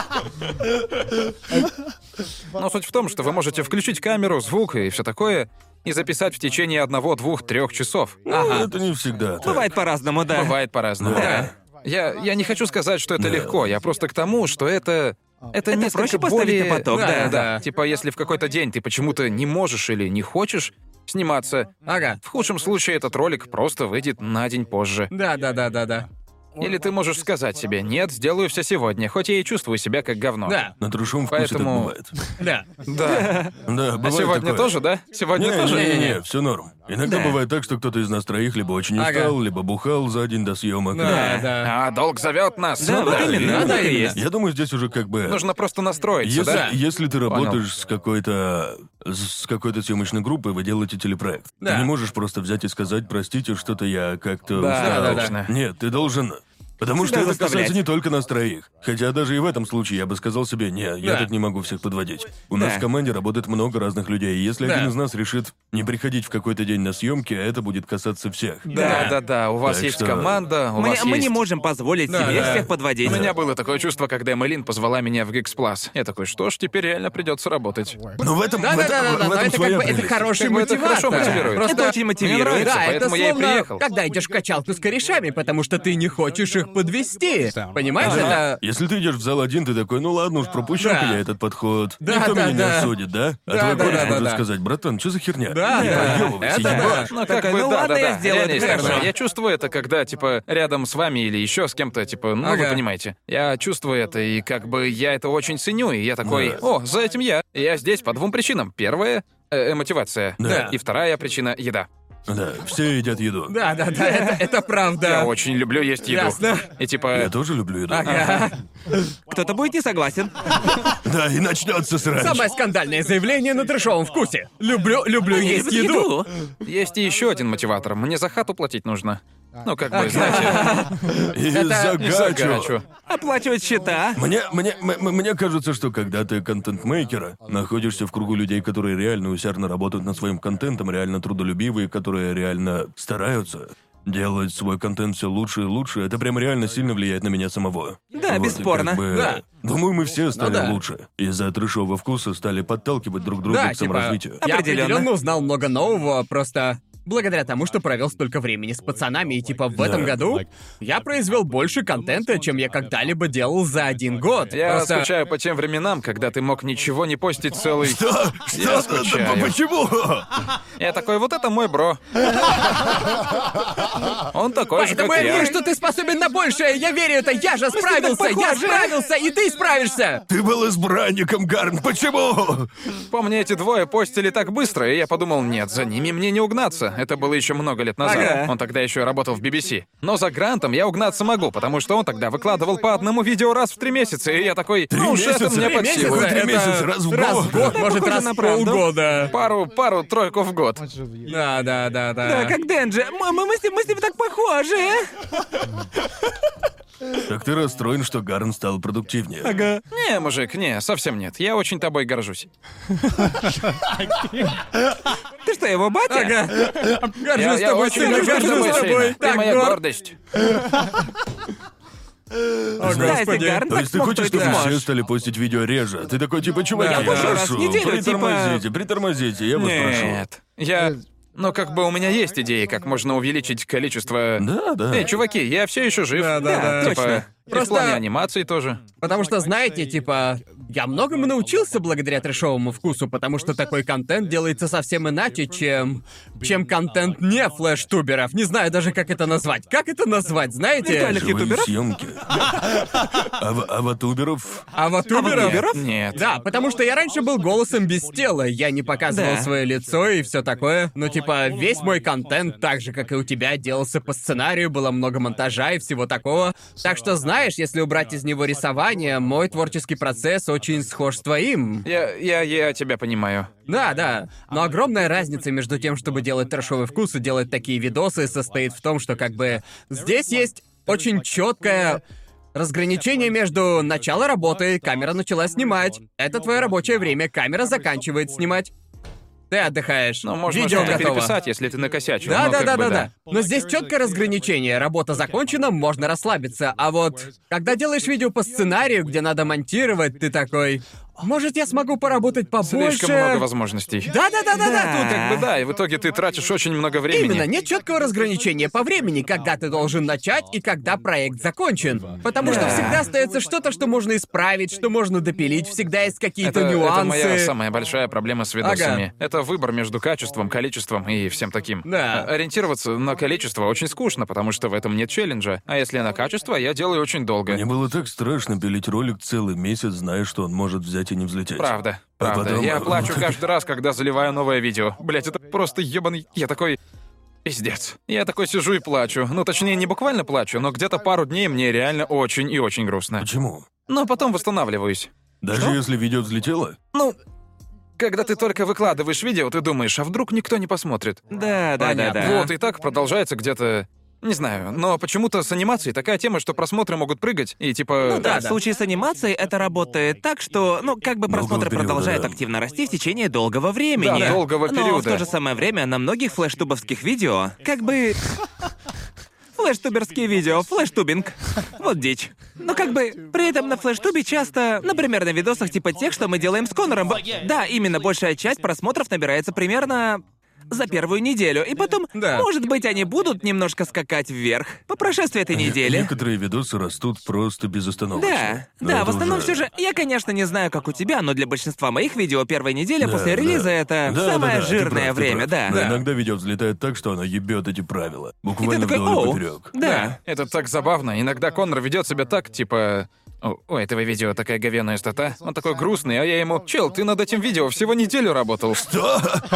Но суть в том, что вы можете включить камеру, звук и все такое, и записать в течение 1, 2, 3 часов. Это не всегда так. Бывает по-разному, да. Бывает по-разному. Да. Я не хочу сказать, что это легко, я просто к тому, что это несколько проще поставить более... на поток, да. Да. Типа, если в какой-то день ты почему-то не можешь или не хочешь сниматься, Ага. в худшем случае этот ролик просто выйдет на день позже. Да. Или ты можешь сказать себе: нет, сделаю все сегодня, хоть я и чувствую себя как говно. Да. На трушевом вкусе Поэтому- так бывает. Да. Да. Да, А бывает сегодня такое. тоже, да? Сегодня тоже? Не, все норм. Иногда бывает так, что кто-то из нас троих либо очень Ага. устал, либо бухал за день до съемок. Да. А долг зовет нас. Да, вот именно. да, так и именно. есть. Я думаю, здесь уже как бы... Нужно просто настроиться, Если, да? если ты работаешь с какой-то съемочной группой, вы делаете телепроект. Да. Ты не можешь просто взять и сказать: простите, что-то я как-то Да, устал. да. Нет, ты должен. Потому что Себя это заставлять. касается не только нас троих. Хотя даже и в этом случае я бы сказал себе: не, я Да. так не могу всех подводить. У нас Да. в команде работает много разных людей, и если Да. один из нас решит не приходить в какой-то день на съемки, это будет касаться всех. Да. У вас Так есть что- команда, у вас Мы есть... не можем позволить Да, себе да. всех подводить. У меня было такое чувство, когда Эмилин позвала меня в Geeks Plus. Я такой: что ж, теперь реально придется работать. Но в этом, Да, в этом, в но этом это своя как бы это прелесть. хороший Как бы это мотиватор. хорошо мотивирует. Просто Это очень мотивирует. нравится, Да, это поэтому я и словно, приехал. когда идешь в качалку с корешами, потому что ты не хочешь их подвести. Понимаешь, это... Если ты идешь в зал один, ты такой: ну ладно уж, пропущу-ка Да. я этот подход. Да, Никто да, меня не да. осудит, да? А Да, твой да, кореш да, может да. сказать: братан, что за херня? Да, Не да. проёбывайся, Это да. ебашь. Ну, Такой, как бы, ну ладно, я сделаю реально, это естественно. хорошо. Я чувствую это, когда, типа, рядом с вами или еще с кем-то, типа, ну, вы Ага. понимаете. Я чувствую это, и как бы я это очень ценю, и я такой: Да. о, за этим я. Я здесь по 2 причинам. Первая — мотивация. Да. И вторая причина — еда. Да, все едят еду. Да, это правда. Я очень люблю есть еду. Ясно. И типа... Я тоже люблю еду. Кто-то будет не согласен. Да, и начнется срач. Самое скандальное заявление на трэшовом вкусе. Люблю есть еду. Есть и еще один мотиватор. Мне за хату платить нужно. Ну, как бы, знаете, И за за гачу. гачу. Оплачивать счета. Мне кажется, что когда ты контент-мейкер, находишься в кругу людей, которые реально усердно работают над своим контентом, реально трудолюбивые, которые реально стараются делать свой контент все лучше и лучше, это прям реально сильно влияет на меня самого. Да, Вот, и бесспорно. как бы, Да. Думаю, мы все стали да. лучше. Из-за трэшового вкуса стали подталкивать друг друга Да, к саморазвитию. я Определенно. определенно узнал много нового, просто благодаря тому, что провел столько времени с пацанами, и типа в этом году я произвел больше контента, чем я когда-либо делал за 1 год. Я Просто- скучаю по тем временам, когда ты мог ничего не постить целый... Что? Я скучаю. Почему? Я такой: вот это мой бро. Он такой же, Поэтому как я я. верю, что ты способен на большее. Я верю это. Я же справился. Я похожи. справился, и ты справишься. Ты был избранником, Гарн, почему? Помню, эти двое постили так быстро, и я подумал: нет, за ними мне не угнаться. Это было еще много лет назад. Ага. Он тогда еще работал в BBC. Но за Грантом я угнаться могу, потому что он тогда выкладывал по одному видео раз в 3 месяца, и я такой: ну уж это месяца? мне 3 под месяца? силу. Какой 3 Это месяца? Раз в год? Раз в год, может, похоже раз на в правду. полгода. Пару-тройку в год. Да. Да, как Денджи. Мы с ним так похожи. Так ты расстроен, что Гарн стал продуктивнее. Ага. Не, мужик, не, совсем нет. Я очень тобой горжусь. Ты что, его батя? Ага. Горжусь Я тобой, очень сильно горжусь горжусь тобой тобой. сильно. Ты Так, моя горд. гордость. О, Да, если господи. Гарн То так есть ты смог, хочешь, то и ты чтобы все сможешь. стали постить видео реже? Ты такой, типа, чуваки, Да, я да. Раз в прошу, неделю, притормозите, я вас прошу. Нет. Я... Ну, как бы у меня есть идеи, как можно увеличить количество... Да. Эй, чуваки, я все еще жив. Да, Типа, точно. и в Просто- плане анимации тоже. Потому что, знаете, типа, Я многому научился благодаря трэшовому вкусу, потому что такой контент делается совсем иначе, чем контент не флэш-туберов. Не знаю даже, как это назвать. Как это назвать, знаете? Виртуальных Живые ютуберов? съемки. Аватуберов? Аватуберов? Нет. Да, потому что я раньше был голосом без тела, я не показывал Да. свое лицо и все такое. Но типа весь мой контент, так же как и у тебя, делался по сценарию, было много монтажа и всего такого. Так что знаешь, если убрать из него рисование, мой творческий процесс очень схож с твоим. Я тебя понимаю. Да, да. Но огромная разница между тем, чтобы делать трэшовый вкус и делать такие видосы, состоит в том, что как бы здесь есть очень четкое разграничение между начало работы, камера начала снимать, это твое рабочее время, камера заканчивает снимать. Ты отдыхаешь. Ну, можно Видео что-то готово. переписать, если ты накосячил. Да, но да, как да, бы да, да. Но здесь четкое разграничение. Работа закончена, можно расслабиться. А вот когда делаешь видео по сценарию, где надо монтировать, ты такой. Может, я смогу поработать побольше. Слишком много возможностей. Да, да, да, да, да. Да. Тут Как бы да, и в итоге ты тратишь очень много времени. именно нет четкого разграничения по времени, когда ты должен начать и когда проект закончен. Потому что Да. всегда остается что-то, что можно исправить, что можно допилить, всегда есть какие-то Это нюансы. моя самая большая проблема с видосами. Это выбор между качеством, количеством и всем таким. Да. Ориентироваться на количество очень скучно, потому что в этом нет челленджа. А если на качество, я делаю очень долго. Мне было так страшно пилить ролик целый месяц, зная, что он может взять и не взлететь. Правда, А правда. потом- Я плачу каждый раз, когда заливаю новое видео. Блять, это просто ебаный... Я такой... Пиздец. Я такой сижу и плачу. Ну, точнее, не буквально плачу, но где-то пару дней мне реально очень и очень грустно. Почему? Но потом восстанавливаюсь. Даже если видео взлетело? Ну, когда ты только выкладываешь видео, ты думаешь, а вдруг никто не посмотрит? Да, да, да, Понятно. да. Вот, и так продолжается где-то... Не знаю, но почему-то с анимацией такая тема, что просмотры могут прыгать, и типа... Ну да, да, в да. случае с анимацией это работает так, что, ну, как бы Долгого просмотры периода, продолжают да. активно расти в течение долгого времени. Да, долгого Но в периода. то же самое время на многих флэштубовских видео как бы... Флэштуберские видео, флэштубинг. Вот дичь. Но как бы при этом на флэштубе часто, например, на видосах типа тех, что мы делаем с Конором. Да, именно большая часть просмотров набирается примерно за первую неделю. И потом, Да. может быть, они будут немножко скакать вверх по прошествии этой недели. Некоторые видосы растут просто безостановочно. Да, Но да, это в основном уже- все же, я, конечно, не знаю, как у тебя, но для большинства моих видео первая неделя Да, после релиза да. это Да, самое да, да, ты жирное прав, ты время, прав. да. Но иногда видео взлетает так, что оно ебет эти правила. И ты Буквально такой, вдоль и оу, поперек. да. Это так забавно. Иногда Коннор ведет себя так, типа... У этого видео такая говёная стата. Он такой грустный, а я ему... Чел, ты над этим видео всего неделю работал. Что?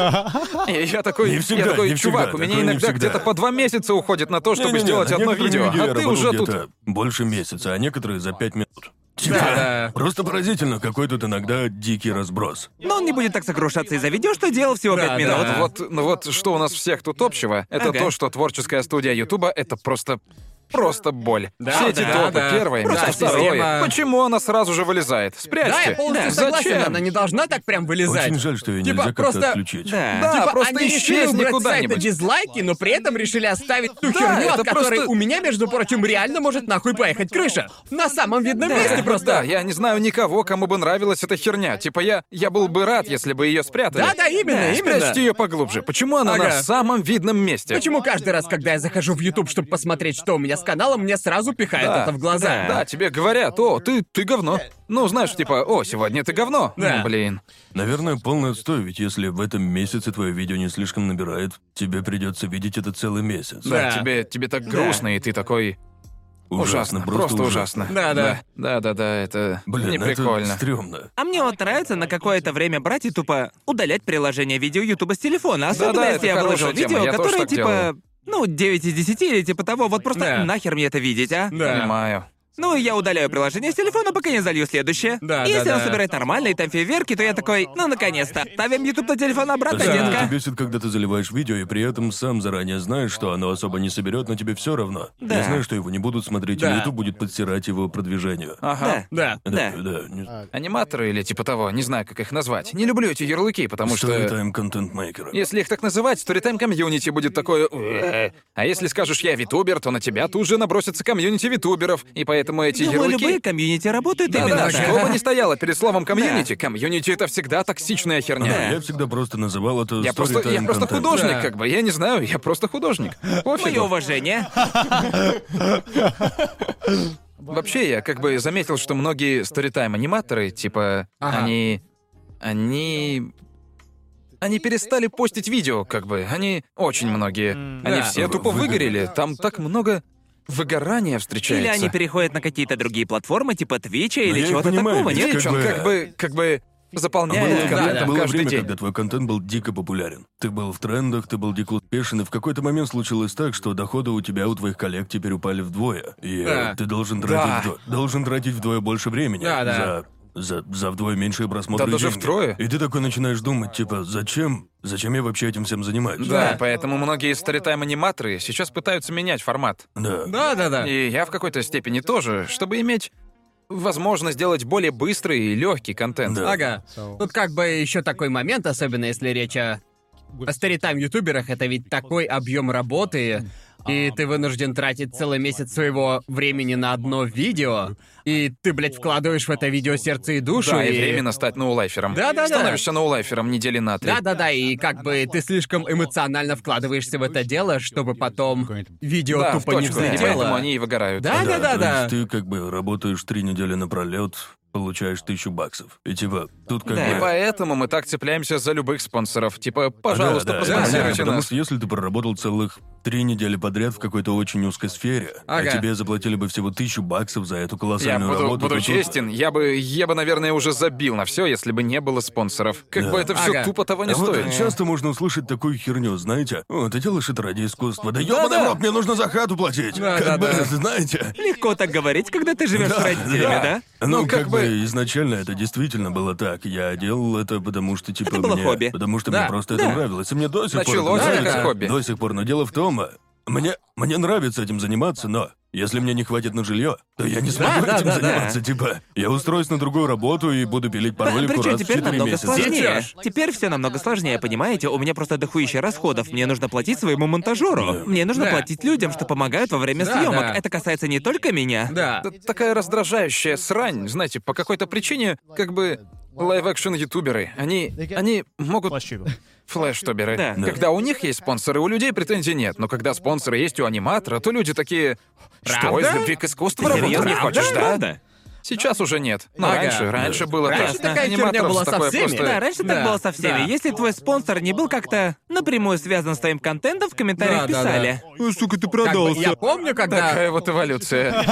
И я такой... Не всегда, я такой, не всегда, чувак, у меня такое не иногда всегда. где-то по 2 месяца уходит на то, чтобы Не-не-не, сделать над одно некоторыми видео. я А ты работал уже тут... где-то больше месяца, а некоторые за 5 минут. Типа, Да. просто поразительно, какой тут иногда дикий разброс. Но он не будет так сокрушаться из-за видео, что делал всего Да, 5 минут. да. Ну вот что у нас всех тут общего, это Ага. то, что творческая студия Ютуба — это просто боль. Да, Все эти да, топы, да. первое Просто место, второе. система- Почему она сразу же вылезает? Да, Спрячьте. я полностью Да. согласен, Зачем? она не должна так прям вылезать. Очень жаль, что ее Типа, нельзя как-то просто- отключить. Да. Да, Типа, просто они решили исчезни убрать с сайта куда-нибудь. дизлайки, но при этом решили оставить ту Да, херню, это от которой просто- у меня, между прочим, реально может нахуй поехать крыша. На самом видном месте Как бы просто. да, я не знаю никого, кому бы нравилась эта херня. Типа я был бы рад, если бы ее спрятали. Да, именно, именно. Спрячьте ее поглубже. Почему она Ага. на самом видном месте? Почему каждый раз, когда я захожу в YouTube, чтобы посмотреть, что у меня с каналом, мне сразу пихают Да, это в глаза? Да, тебе говорят, о, ты говно. Ну, знаешь, типа, о, сегодня ты говно. Да. Ну, блин. Наверное, полный отстой, ведь если в этом месяце твое видео не слишком набирает, тебе придется видеть это целый месяц. Да. Да, тебе так грустно, и ты такой... Ужасно, просто ужасно. Да. Да, это Блин, не это прикольно. стрёмно. А мне вот нравится на какое-то время брать и тупо удалять приложение видео Ютуба с телефона. Особенно Да-да, если это я выложил хорошая тема, видео, я тоже которое так типа. делаю. Ну, 9 из 10 или типа того, вот просто Да. нахер мне это видеть, а? Да. Понимаю. Ну, и я удаляю приложение с телефона, пока не залью следующее. Да, И если да, оно да. собирает нормальные там фейерверки, то я такой, ну, наконец-то. Ставим YouTube на телефон обратно, Особенно детка. это бесит, когда ты заливаешь видео, и при этом сам заранее знаешь, что оно особо не соберет, но тебе все равно. Да. Я знаю, что его не будут смотреть, Да. и YouTube будет подстирать его продвижению. Ага. Да. Да. не- Аниматоры или типа того, не знаю, как их назвать. Не люблю эти ярлыки, потому что... Storytime контент-мейкера. Если их так называть, Storytime комьюнити будет такое... А если скажешь «я витубер», то на тебя тут же набросится комьюнити витуберов, и поэтому эти Думаю, ярлыки... любые комьюнити работают Да, именно да, так. что бы ни стояло перед словом комьюнити, комьюнити — это всегда токсичная херня. Я всегда просто называл это Я просто storytime контент. художник, Да. как бы, я не знаю, я просто художник. Мое Пофигу. уважение. Вообще, я как бы заметил, что многие сторитайм-аниматоры, типа, Ага. они перестали постить видео, как бы. Они очень многие. Они Да. все тупо выгорели. Там так много выгорания встречается. Или они переходят на какие-то другие платформы, типа Твича или я чего-то понимаю, такого, ведь нет? Twitch, он как бы заполняет Было, контентом было каждый время, день. когда твой контент был дико популярен. Ты был в трендах, ты был дико успешен, и в какой-то момент случилось так, что доходы у тебя, у твоих коллег теперь упали вдвое. И Да. ты должен Да. тратить вдвое больше времени Да. за вдвое меньшие просмотры. Да, даже и деньги. втрое. И ты такой начинаешь думать, типа, зачем я вообще этим всем занимаюсь? Да, поэтому многие сторитайм-аниматоры сейчас пытаются менять формат. Да. Да. И я в какой-то степени тоже, чтобы иметь возможность сделать более быстрый и легкий контент. Да. Ага. Тут как бы еще такой момент, особенно если речь о старитайм-ютуберах, это ведь такой объем работы, и ты вынужден тратить целый месяц своего времени на одно видео, и ты, блядь, вкладываешь в это видео сердце и душу, Да, и временно стать ноулайфером. Да. Становишься ноулайфером недели на 3. Да, и как бы ты слишком эмоционально вкладываешься в это дело, чтобы потом видео Да, в тупо не точку. И взлетело. поэтому они и выгорают. Да. То есть ты как бы работаешь 3 недели напролёт, получаешь $1000. И типа, тут как Да. бы... И поэтому мы так цепляемся за любых спонсоров. Типа, пожалуйста, Да, поспонсируйте потому нас. что если ты проработал целых 3 недели подряд в какой-то очень узкой сфере, Ага. а тебе заплатили бы всего $1000 за эту Я колоссальную буду работу, то тут- честен, я бы, наверное, уже забил на все, если бы не было спонсоров. Как бы это все Ага. тупо того не А вот стоит. часто можно услышать такую херню, знаете? О, ты делаешь это ради искусства. Да ёбаный рот, мне нужно за хату платить. Как бы, знаете? Легко так говорить, когда ты живешь с родителями, да? Ну, как как бы изначально это действительно было так. Я делал это, потому что, типа, Это было хобби. Потому что Да, мне просто это нравилось. И мне до сих пор Началось это это нравится. как хобби. До сих пор. Но дело в том, мне нравится этим заниматься, но если мне не хватит на жилье, то я не смогу да, этим да. заниматься. Типа, я устроюсь на другую работу и буду пилить паролику Причем раз в теперь 4 намного месяца. сложнее. Сейчас. Теперь все намного сложнее, понимаете? У меня просто дохуища расходов. Мне нужно платить своему монтажеру. Мне нужно Да. платить людям, что помогают во время Да, съемок. да. Это касается не только меня. Да. Это такая раздражающая срань, знаете, по какой-то причине, как бы лайв-экшн ютуберы, они могут... Флэш-туберы. Да. Когда у них есть спонсоры, у людей претензий нет. Но когда спонсоры есть у аниматора, то люди такие... Что, Правда? из любви к искусству Ты работать серьезно? не хочешь, да? Правда? Сейчас уже нет. Но Ага. раньше было Раньше так. такая херня Аниматоров была со такое всеми. просто- Да, раньше Да, так было со всеми. да. Если твой спонсор не был как-то напрямую связан с твоим контентом, в комментариях Да, да, писали. Сука, ты Как бы продался. я помню, когда... Такая вот эволюция.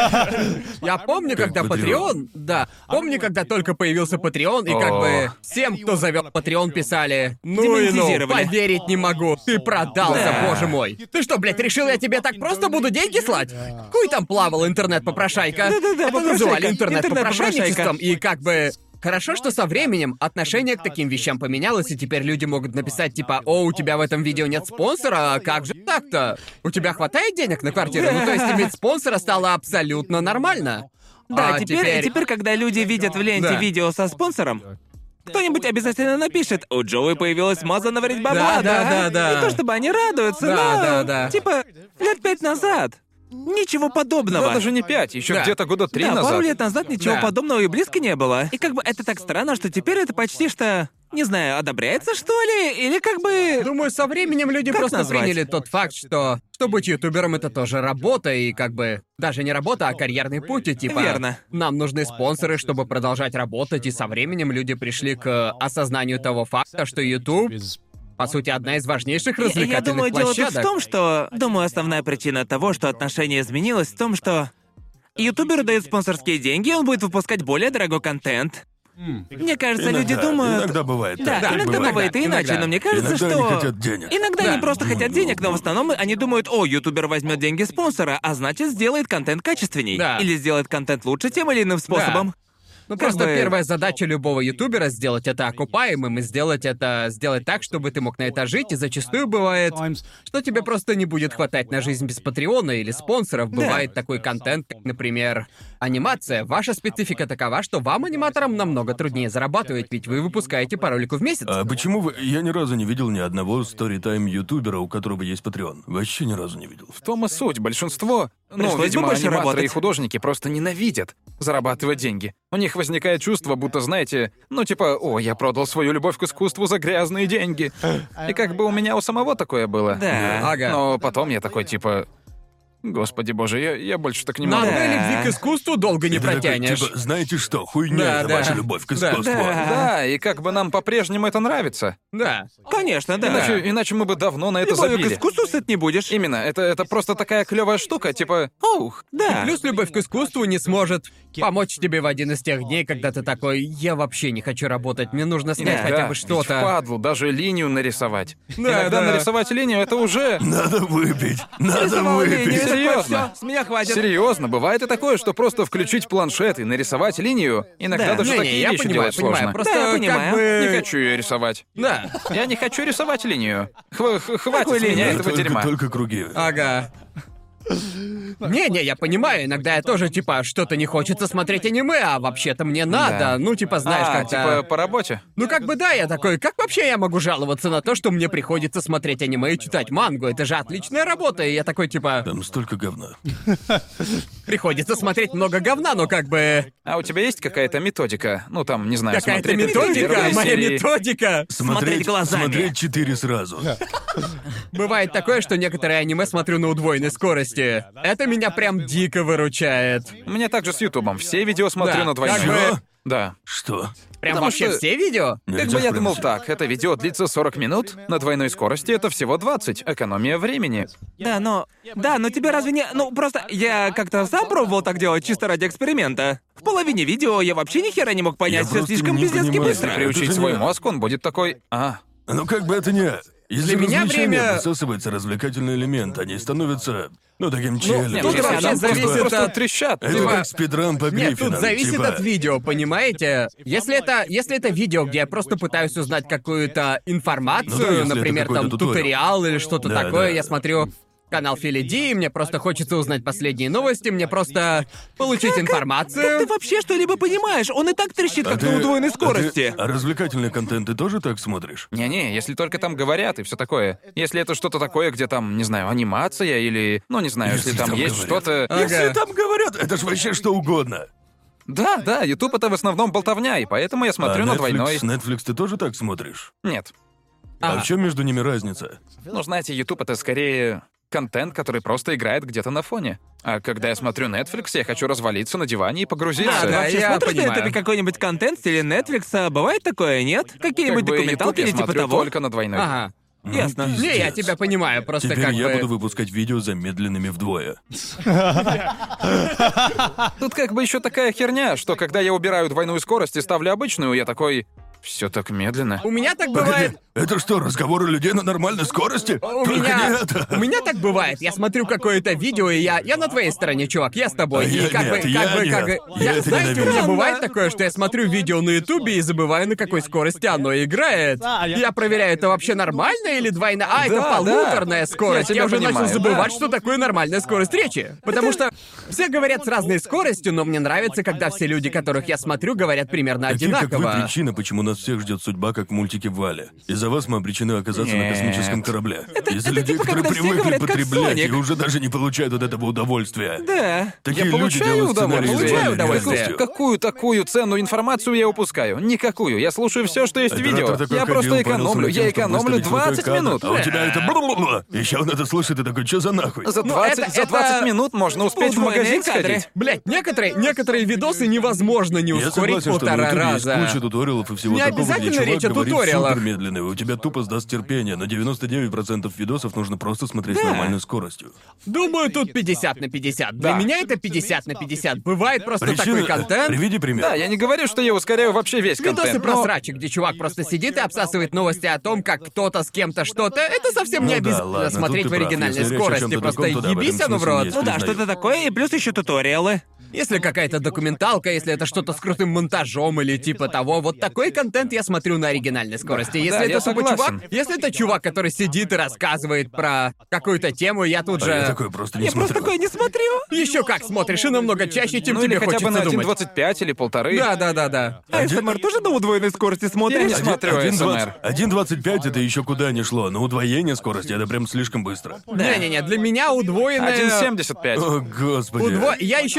Я помню, когда Patreon. Patreon... Да, помню, когда только появился Patreon, и как О. бы всем, кто завел Patreon, писали: ну и ну, Демонетизировали. поверить не могу, ты продался, Да. боже мой. Ты что, блядь, решил, я тебе так просто буду деньги слать? Хуй там плавал интернет-попрошайка. Да-да-да, Это попрошайка. называли интернет-попрошайничеством, Интернет-попрошайка. и как бы... Хорошо, что со временем отношение к таким вещам поменялось, и теперь люди могут написать типа: «О, у тебя в этом видео нет спонсора, а как же так-то? У тебя хватает денег на квартиру?» Ну, то есть иметь спонсора стало абсолютно нормально. Да, А теперь, когда люди видят в ленте Да. видео со спонсором, кто-нибудь обязательно напишет: у Джоуи появилась маза наварить бабла, Да. Не то чтобы они радуются, Да, но... да. Типа, лет 5 назад. Ничего подобного. Да, даже не 5, еще Да. где-то года 3 Да, назад. пару лет назад ничего Да. подобного и близко не было. И как бы это так странно, что теперь это почти что... Не знаю, одобряется, что ли? Или как бы... Думаю, со временем люди Как просто назвать? приняли тот факт, что быть ютубером — это тоже работа, и как бы даже не работа, а карьерный путь, и типа... Верно. Нам нужны спонсоры, чтобы продолжать работать, и со временем люди пришли к осознанию того факта, что YouTube, по сути, одна из важнейших развлекательных Я думаю, дело тут площадок. в том, что... Думаю, основная причина того, что отношение изменилось, в том, что... Ютуберу дают спонсорские деньги, и он будет выпускать более дорогой контент. Мне кажется, люди думают... Иногда бывает Да, так. иногда бывает и иначе, иногда. но мне кажется, Иногда что... они хотят денег. Иногда Да. они просто хотят денег, но в основном они думают: о, ютубер возьмет деньги спонсора, а значит сделает контент качественней. Да. Или сделает контент лучше тем или иным способом. Ну, Как просто бы- первая задача любого ютубера — сделать это окупаемым и сделать так, чтобы ты мог на это жить, и зачастую бывает, что тебе просто не будет хватать на жизнь без Патреона или спонсоров. Бывает такой контент, как, например, анимация. Ваша специфика такова, что вам, аниматорам, намного труднее зарабатывать, ведь вы выпускаете по ролику в месяц. А почему вы... Я ни разу не видел ни одного сторитайм-ютубера, у которого есть Patreon. Вообще ни разу не видел. В том и суть. Большинство, Пришлось бы видимо, больше аниматоры работать. и художники просто ненавидят зарабатывать деньги. У них возникает чувство, будто, знаете, типа, о, я продал свою любовь к искусству за грязные деньги. И как бы у меня у самого такое было. Да. Ага. Но потом я такой, типа, Господи боже, я больше так не могу. На одной любви к искусству долго не И ты такой, протянешь. типа, знаете что, хуйня Да, это да. ваша любовь к Да. искусству. Да, и как бы нам по-прежнему это нравится. Да. Конечно, да. Иначе мы бы давно на это Любовью к забили. искусству сыт не будешь. Именно, это просто такая клевая штука, типа, ух. Да. Плюс любовь к искусству не сможет помочь тебе в один из тех дней, когда ты такой: я вообще не хочу работать, мне нужно снять Да, хотя бы ведь что-то. впадлу даже линию нарисовать. Да, Иногда да. нарисовать линию это уже... Надо выпить, надо Рисовал линию, выпить. и такой, Серьезно? «Всё, с меня хватит. Серьезно, бывает и такое, что просто включить планшет и нарисовать линию, иногда Да. даже Не-не, такие я вещи понимаю, делать сложно. Просто Да, я как понимаю. бы... Не хочу ее рисовать. Да. Я не хочу рисовать линию. Хватит Какую с меня линию? этого дерьма. Только круги. Ага. Не-не, я понимаю, иногда я тоже, типа, что-то не хочется смотреть аниме, а вообще-то мне надо. Да. Ну, типа, знаешь, как-то... типа по работе? Ну, как бы да, я такой, как вообще я могу жаловаться на то, что мне приходится смотреть аниме и читать мангу? Это же отличная работа, и я такой, типа, Там столько говна. приходится смотреть много говна, но как бы... А у тебя есть какая-то методика? Ну там, не знаю, Какая-то смотреть методика, первые моя серии. методика! Смотреть глазами. Смотреть 4 сразу. Бывает такое, что некоторые аниме смотрю на удвоенной скорости. Это меня прям дико выручает. У меня также с Ютубом. Все видео смотрю Да, на двойной. как бы- Да. Что? Прям Потому вообще что- все видео? Как Нельзя бы я думал спрятать. так, это видео длится 40 минут, на двойной скорости это всего 20, экономия времени. Да, но тебе разве не... Ну, просто я как-то сам пробовал так делать чисто ради эксперимента. В половине видео я вообще ни хера не мог понять, Я все просто слишком не пиздецки понимаю, быстро. это Приучить же свой не- мозг, он будет такой, Ну как бы это не... Если Для меня развлечения время- присасывается развлекательный элемент, они становятся, таким челленджем. тут нет, вообще там зависит просто от- трещат. Это типа- как спидран по Нет, Гриффинам. тут зависит типа, от видео, понимаете? Если это видео, где я просто пытаюсь узнать какую-то информацию, Ну да, если это например, там какой-то туториал или что-то Да, такое, да. я смотрю канал Фили Ди, мне просто хочется узнать последние новости, мне просто получить информацию. Ты вообще что-либо понимаешь? Он и так трещит, как на удвоенной скорости. А развлекательный контент ты тоже так смотришь? Не-не, если только там говорят и все такое. Если это что-то такое, где там, не знаю, анимация или... Ну, не знаю, если, там есть говорят. что-то... Ага. Если там говорят, это ж вообще что угодно. Да, YouTube это в основном болтовня, и поэтому я смотрю а на Netflix, двойной. Netflix ты тоже так смотришь? Нет. А в чем между ними разница? Ну, знаете, YouTube это скорее контент, который просто играет где-то на фоне. А когда я смотрю Netflix, я хочу развалиться на диване и погрузиться. Да, Вообще я смотришь на понимаю. ютубе какой-нибудь контент в стиле Netflix, а бывает такое, нет? Какие-нибудь Как бы документалки YouTube или я типа смотрю того? только на двойной. Ага. Ясно. Не, я тебя понимаю, просто Теперь как я бы... буду выпускать видео замедленными вдвое. Тут как бы еще такая херня, что когда я убираю двойную скорость и ставлю обычную, я такой... Все так медленно. У меня так Погоди, бывает... это что, разговоры людей на нормальной скорости? У Только меня... не это. У меня так бывает. Я смотрю какое-то видео, и я на твоей стороне, чувак, я с тобой. А и я как бы, нет, я как бы, нет. как бы. Я это Знаете, у меня ненавижу. бывает такое, что я смотрю видео на Ютубе и забываю, на какой скорости оно играет. Я проверяю, это вообще нормально или двойная. А, это Да, полуторная скорость. Я Я тебя уже понимаю, начал забывать, да. что такое нормальная скорость речи. Потому что все говорят с разной скоростью, но мне нравится, когда все люди, которых я смотрю, говорят примерно Такие, как вы, одинаково. причина, почему нас всех ждет судьба, как в мультике Валя. Из-за вас мы обречены оказаться на Нет. космическом корабле. Из-за это людей, типа, которые когда все привыкли говорят, как потреблять и Соник. уже даже не получают от этого удовольствия. Да. Такие Я люди получаю делают сценарии удовольствие. из Получаю Вали удовольствие. реальностью. Какую такую ценную информацию я упускаю? Никакую. Я слушаю все, что есть в видео. Оператор такой Я ходил, просто парился экономлю. над тем, Я чтобы экономлю выставить крутой 20 кадр, минут. А у тебя это бла-бла-бла. Еще он это слышит и такой, что за нахуй? За 20, это- за 20 это- минут можно успеть в удвоенные магазин кадры. сходить. Блять, некоторые видосы невозможно не Я ускорить согласен, что на полтора Ютубе раза. есть куча туториалов и всего Не такого, где обязательно чувак речь о говорит туториалах. супер медленно, и у тебя тупо сдаст терпение, но 99% видосов нужно просто смотреть с Да. нормальной скоростью. Думаю, тут 50 на 50. Для Да. меня это 50 на 50. Бывает просто Причина... такой контент. Приведи пример. Да, я не говорю, что я ускоряю вообще весь Видосы контент, про но... срачи, где чувак просто сидит и обсасывает новости о том, как кто-то с кем-то что-то. Это совсем Ну не да, обязательно ладно, тут смотреть ты в прав. оригинальной Если речь о скорости. чём-то Просто таком, то да, в этом ебись оно в смысле рот. есть. Ну да, признаю. что-то такое, и плюс еще туториалы. Если какая-то документалка, если это что-то с крутым монтажом или типа того, вот такой контент я смотрю на оригинальной скорости. Если Да, я это тупо согласен. чувак, если это чувак, который сидит и рассказывает про какую-то тему, я тут А я же... такой просто не Я просто смотрю. такое не смотрю. Еще как смотришь, и намного чаще, чем Ну тебе или хотя хочется бы на думать. 1.25 или 1.5. Да. А СМР тоже на удвоенной скорости Я не смотришь? смотрю СМР. 1.25 это еще куда ни шло, но удвоение скорости это прям слишком быстро. Не-не-не, для меня удвоенное... 1.75. О, господи. Я еще не пришел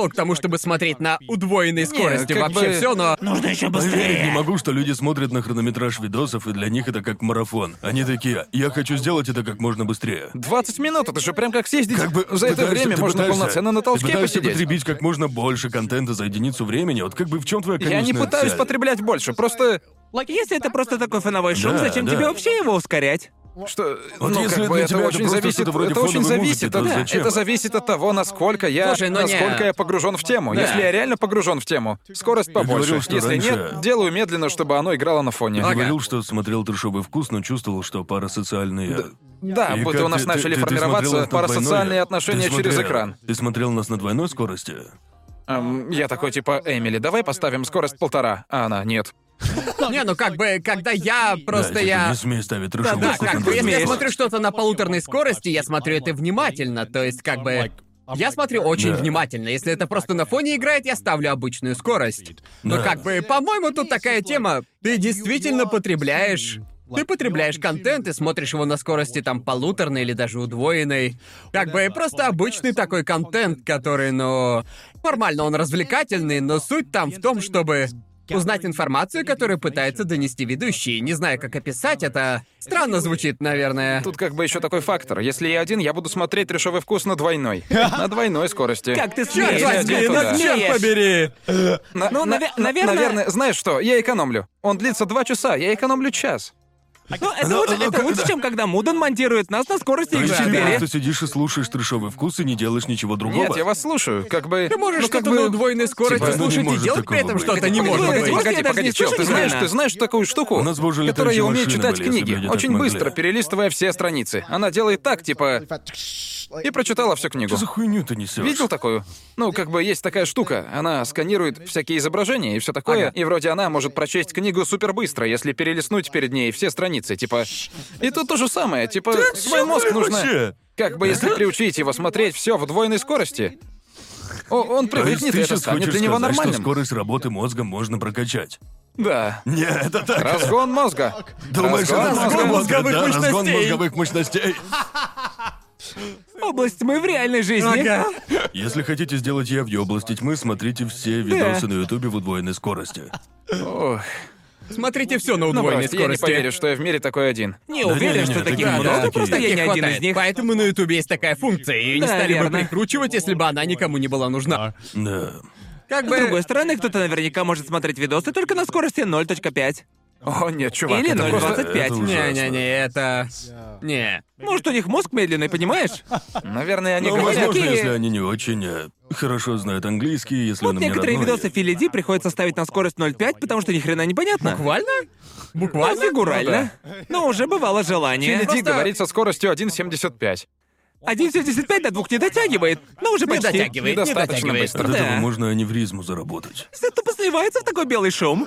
пришел к тому, чтобы смотреть на удвоенной скорости как вообще бы- все, но Нужно еще Поверить не могу, что люди смотрят на хронометраж видосов, и для них это как марафон. Они такие, я хочу сделать это как можно быстрее. 20 минут, это же прям как съездить. Как бы За это пытаешься- время ты можно пытаешься- полноценно на ты толчке пытаешься посидеть. потребить как можно больше контента за единицу времени. Вот как бы в чем твоя Я не конечная пытаюсь цель? потреблять больше, просто... Если это просто такой фоновой шум, Да, зачем да. тебе вообще его ускорять? Что, Вот ну, если как бы для это тебя это очень просто зависит, что-то вроде это очень фоновой зависит музыки, от, то зачем? это зависит от того, насколько я, Слушай, ну насколько не- я погружен в тему. Да. Если я реально погружен в тему, скорость побольше. говорил, что Если раньше- нет, делаю медленно, чтобы оно играло на фоне. Я Ага. говорил, что смотрел трешовый вкус, но чувствовал, что парасоциальные... Да, И будто как у нас ты- начали ты смотрел формироваться нас на парасоциальные двойной? отношения Ты через смотрел- экран. Ты смотрел нас на двойной скорости? Я такой типа, Эмили, давай поставим скорость 1,5, а она нет. не, ну как бы, когда я просто Да, типа, я... не смей ставить трешовый Да, вкус как на бы, если двойной. я смотрю что-то на полуторной скорости, я смотрю это внимательно, то есть как бы... Я смотрю очень Да. внимательно. Если это просто на фоне играет, я ставлю обычную скорость. Но Да. как бы, по-моему, тут такая тема. Ты действительно потребляешь... Ты потребляешь контент и смотришь его на скорости там полуторной или даже удвоенной. Как бы просто обычный такой контент, который, ну... Формально он развлекательный, но суть там в том, чтобы узнать информацию, которую пытается донести ведущий. Не знаю, как описать это. Странно звучит, наверное. Тут как бы еще такой фактор. Если я один, я буду смотреть трешовый вкус на двойной. На двойной скорости. Как ты Чёрт смеешь? возьми, возьми, ну, ну черт чёрт побери! Ну, наверное- Наверное, знаешь что, я экономлю. Он длится 2 часа, я экономлю час. Ну, это лучше, чем когда Мудан монтирует нас на скорости То есть ты X4. просто сидишь и слушаешь трешовый вкус и не делаешь ничего другого? Нет, я вас слушаю. Как бы... Ты можешь ну, как что-то бы... на удвоенной скорости типа, ну, не слушать и может делать при такого этом быть. что-то не может Погоди, быть. погоди, я даже Погоди, не чел, слышу ты знаешь такую штуку, У нас уже которая летающие умеет машины читать были, если бы книги, люди так очень могли. быстро, перелистывая все страницы. Она делает так, типа... И прочитала всю книгу. Что за хуйню ты несешь? Видел такую? Ну, как бы есть такая штука. Она сканирует всякие изображения и все такое. И вроде она может прочесть книгу супер быстро, если перелистнуть перед ней все страницы, типа. И тут то же самое, типа, свой мозг нужно. Вообще? Как бы если приучить его смотреть все в двойной скорости, он То есть привыкнет, ты и это сейчас станет хочешь для него сказать, что нормальным. скорость работы мозга можно прокачать? Да. Не, это так. Разгон мозга. Думаешь, это Разгон разгон мозга. мозга? Да, разгон мощностей. мозговых мощностей. Область тьмы в реальной жизни. Ага. Если хотите сделать явью области тьмы, смотрите все видосы на Ютубе в удвоенной скорости. Ох, Смотрите все на ну удвоенной брось, я не скорости. поверю, что я в мире такой один. Не уверен, не-не-не, что таких такие много, есть, просто такие я не Таких один из хватает. них. Поэтому на Ютубе есть такая функция, и не Да, стали бы верно. прикручивать, если бы она никому не была нужна. Да. Как С бы... другой стороны, кто-то наверняка может смотреть видосы только на скорости 0.5. О, нет, чувак, Или это просто... 0.25. это ужасно. Не-не-не, это... Не. Может, у них мозг медленный, понимаешь? Наверное, они Ну, говорят... возможно, такие- если они не очень хорошо знают английский, если он Вот им не некоторые родной. видосы Филли Ди приходится ставить на скорость 0.5, потому что ни хрена непонятно. Буквально? Ну, Буквально? фигурально. Но уже бывало желание. Филли Ди Просто- говорит со скоростью 1,75. 1.75 до 2 не дотягивает, но уже Не почти. дотягивает, не Недостаточно дотягивает. быстро. От этого Да. можно аневризму заработать. Все тупо сливается в такой белый шум.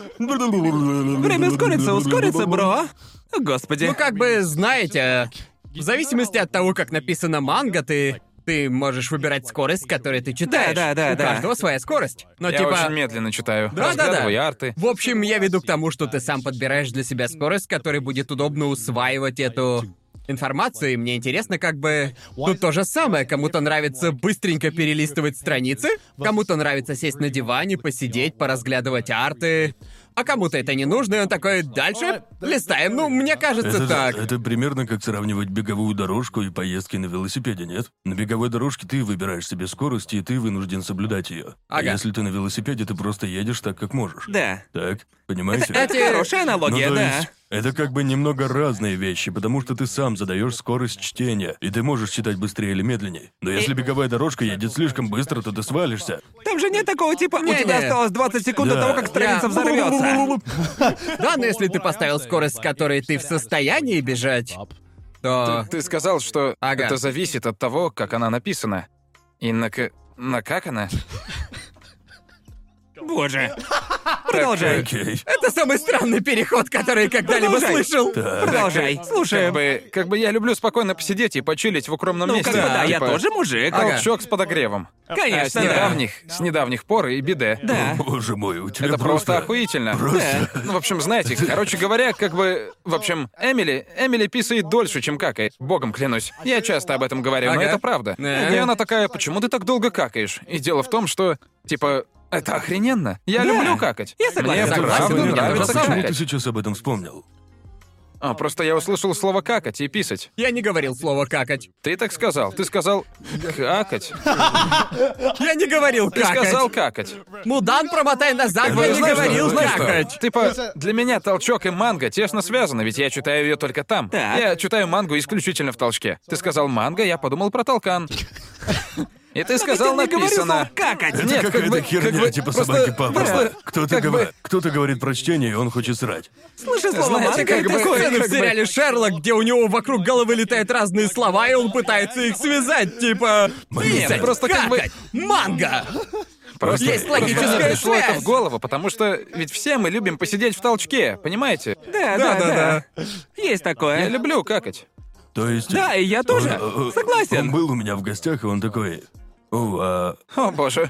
Время ускорится, бро. О, Господи. Ну, как бы, знаете, в зависимости от того, как написано манга, ты можешь выбирать скорость, с которой ты читаешь. Да. У каждого своя скорость. Но Я типа... очень медленно читаю. Да. Разглядываю арты. В общем, я веду к тому, что ты сам подбираешь для себя скорость, с которой будет удобно усваивать эту информацию, и мне интересно, как бы... Тут то же самое. Кому-то нравится быстренько перелистывать страницы, кому-то нравится сесть на диване, посидеть, поразглядывать арты, а кому-то это не нужно, и он такой, дальше листаем. Ну, мне кажется, так. Это примерно как сравнивать беговую дорожку и поездки на велосипеде, нет? На беговой дорожке ты выбираешь себе скорость, и ты вынужден соблюдать ее. А Ага. если ты на велосипеде, ты просто едешь так, как можешь. Да. Так, понимаете? Это хорошая аналогия, Ну, то да. есть, это как бы немного разные вещи, потому что ты сам задаешь скорость чтения, и ты можешь читать быстрее или медленнее. Но если беговая дорожка едет слишком быстро, то ты свалишься. Там же нет такого типа, у Не-не. тебя осталось 20 секунд до Да. того, как страница Я- взорвется. Да, но если ты поставил скорость, с которой ты в состоянии бежать, то... Ты сказал, что Ага. это зависит от того, как она написана. И на как она? Боже. Продолжай. Окей. Это самый странный переход, который я когда-либо Продолжай. слышал. Продолжай. Слушай. Как бы я люблю спокойно посидеть и почилить в укромном Ну, месте. как бы да, я Типа, тоже мужик. Толчок с подогревом. Конечно, с да. недавних пор и биде. Да. Боже мой, у тебя Это просто охуительно. Просто... Ну, в общем, знаете, короче говоря, как бы... В общем, Эмили писает дольше, чем какает. Богом клянусь. Я часто об этом говорю, но Ага. это правда. Да. И она такая, почему ты так долго какаешь? И дело в том, что, типа, это охрененно. Я люблю какать. Я согласен. Мне Согласен, правда мне нравится тоже. Почему ты какать. сейчас об этом вспомнил? Просто я услышал слово «какать» и «писать». Я не говорил слово «какать». Ты так сказал. Ты сказал «какать». Я не говорил Ты «какать». сказал «какать». Мудан, промотай назад, я не Знаешь что? говорил Знаешь что? «какать». Типа, для меня толчок и манго тесно связаны, ведь я читаю ее только там. Так. Я читаю мангу исключительно в толчке. Ты сказал манго, я подумал про толкан. И ты сказал Я не говорю слово написано. «какать». Это Нет, какая-то как бы- херня, как бы типа просто- собаки папа. просто- Кто-то говорит про чтение, и он хочет срать. Слышишь слово Знаете, «манго»? как Это бы- сцена в как бы- сериале «Шерлок», где у него вокруг головы летают разные слова, и он пытается их связать, типа... «писать», просто как бы- «какать», «манго». Просто- Есть Просто логическая мне пришло это связь. в голову, потому что ведь все мы любим посидеть в толчке, понимаете? Да. Есть Я такое. люблю какать. То есть... Да, и я тоже. Он Согласен. был у меня в гостях, и он такой... О, О боже.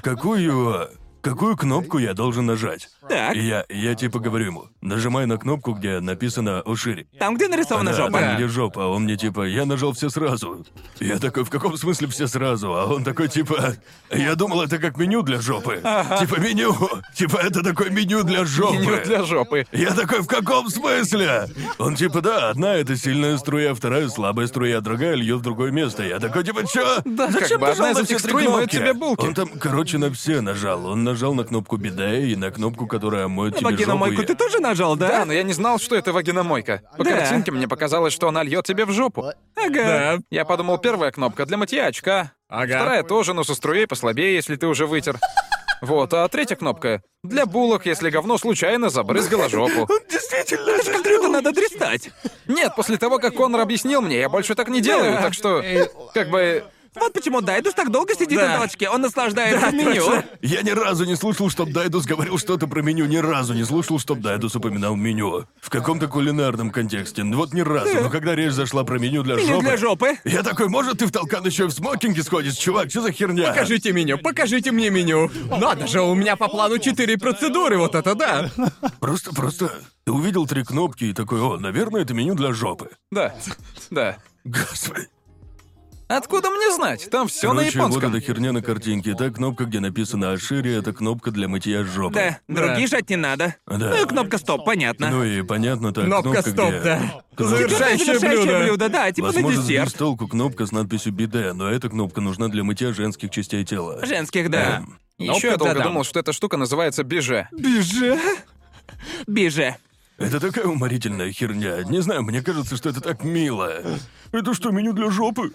какую кнопку я должен нажать? Так. И я типа говорю ему, нажимай на кнопку, где написано «Ушири». Там, где нарисована Да, жопа. там, где жопа, а он мне типа, я нажал все сразу. Я такой, в каком смысле все сразу? А он такой, типа, я думал, это как меню для жопы. Типа меню, типа это такое меню для жопы. Меню для жопы. Я такой, в каком смысле? Он типа, да, одна это сильная струя, вторая слабая струя, другая льет в другое место. Я такой, типа, чё? Да, Зачем как бы ты одна нажал из на этих все три струй моет кнопки? тебе булки. Он там, короче, на все нажал. Он нажал на кнопку биде и на кнопку, которая моет тебе жопу. Вагиномойку и- ты тоже нажал, Да, да? но я не знал, что это вагиномойка. По Да. картинке мне показалось, что она льет тебе в жопу. Ага. Да. Я подумал, первая кнопка для мытья очка. Ага. Вторая тоже, но со струей послабее, если ты уже вытер. Вот, а третья кнопка для булок, если говно случайно забрызгало жопу. Действительно, Это как будто надо дристать. Нет, после того, как Конор объяснил мне, я больше так не делаю, так что, как бы... Вот почему Дайдус так долго сидит Да. на толчке. Он наслаждается меню. Я ни разу не слышал, чтоб Дайдус говорил что-то про меню, ни разу не слышал, чтоб Дайдус упоминал меню. В каком-то кулинарном контексте. Вот ни разу. Но когда речь зашла про меню для Меню жопы... для жопы. Я такой, может, ты в толкан еще и в смокинге сходишь, чувак, что за херня? Покажите меню, покажите мне меню. Надо же, у меня по плану 4 процедуры, вот это да. Просто, ты увидел 3 кнопки и такой, о, наверное, это меню для жопы. Да, да. Господи. Откуда мне знать? Там все на Короче, вот японском. эта херня на картинке. Та кнопка, где написано «Ашири», это кнопка для мытья жопы. Да, другие жать не надо. Да. Ну и кнопка стоп, понятно. Ну и понятно, так Кнопка стоп, где... да. Кнопка- Завершающее блюдо. да, типа на Возможно, сбить десерт. с толку кнопка с надписью «биде», но эта кнопка нужна для мытья женских частей тела. Женских, да. Еще я Кнопка для долго дам. думал, что эта штука называется биже. Биже. Биже. Это такая уморительная херня. Не знаю, мне кажется, что это так мило. Это что, меню для жопы?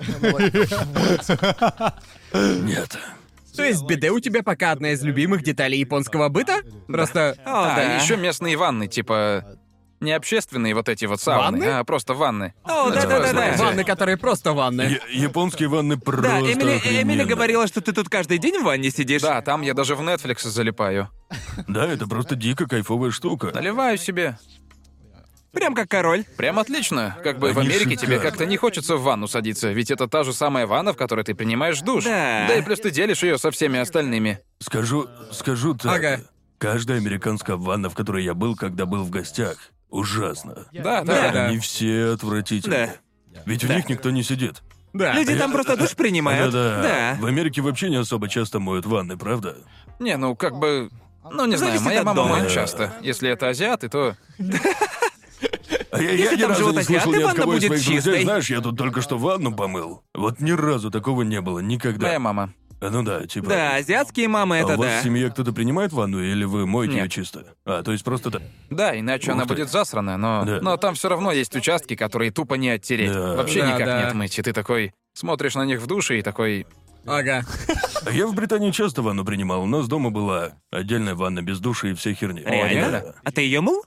Нет. То есть биде у тебя пока одна из любимых деталей японского быта? Просто... О, да. еще местные ванны, типа... Не общественные вот эти вот сауны, Ванны? а просто ванны. О, Типа, да-да-да-да. знаете, Ванны, которые просто ванны. Японские ванны просто Да, Эмили охрененно. говорила, что ты тут каждый день в ванне сидишь. Да, там я даже в Netflix залипаю. Да, это просто дико кайфовая штука. Наливаю себе. Прям как король. Прям отлично. Как бы в Они Америке тебе шикарны. как-то не хочется в ванну садиться, ведь это та же самая ванна, в которой ты принимаешь душ. Да. Да и плюс ты делишь ее со всеми остальными. Скажу так. Ага. Каждая американская ванна, в которой я был, когда был в гостях, ужасно. Да, Да. да. Они все отвратительны. Ведь в них никто не сидит. Да. Люди там просто душ принимают. Да-да. Да. В Америке вообще не особо часто моют ванны, правда? Не, ну как бы... Ну не знаю, Зависит моя от мама дома. моет часто. Если это азиаты, то... А я Если ни там разу живут не слышал азиаты, ни от ванна кого из будет своих друзей. чистой. Знаешь, я тут только что ванну помыл. Вот ни разу такого не было, никогда. Моя мама. Ну да, типа... Да, азиатские мамы А это у вас да. в семье кто-то принимает ванну, или вы моете ее Нет. чисто? А, то есть просто так. Да, иначе она Ух ты. будет засрана, но... Да. Но там все равно есть участки, которые тупо не оттереть. Да. Вообще Да, никак да. не отмыть. И ты такой... Смотришь на них в душе и такой... Ага. А я в Британии часто ванну принимал. У нас дома была отдельная ванна без душа и всей херни. Реально? Да. А ты ее мыл?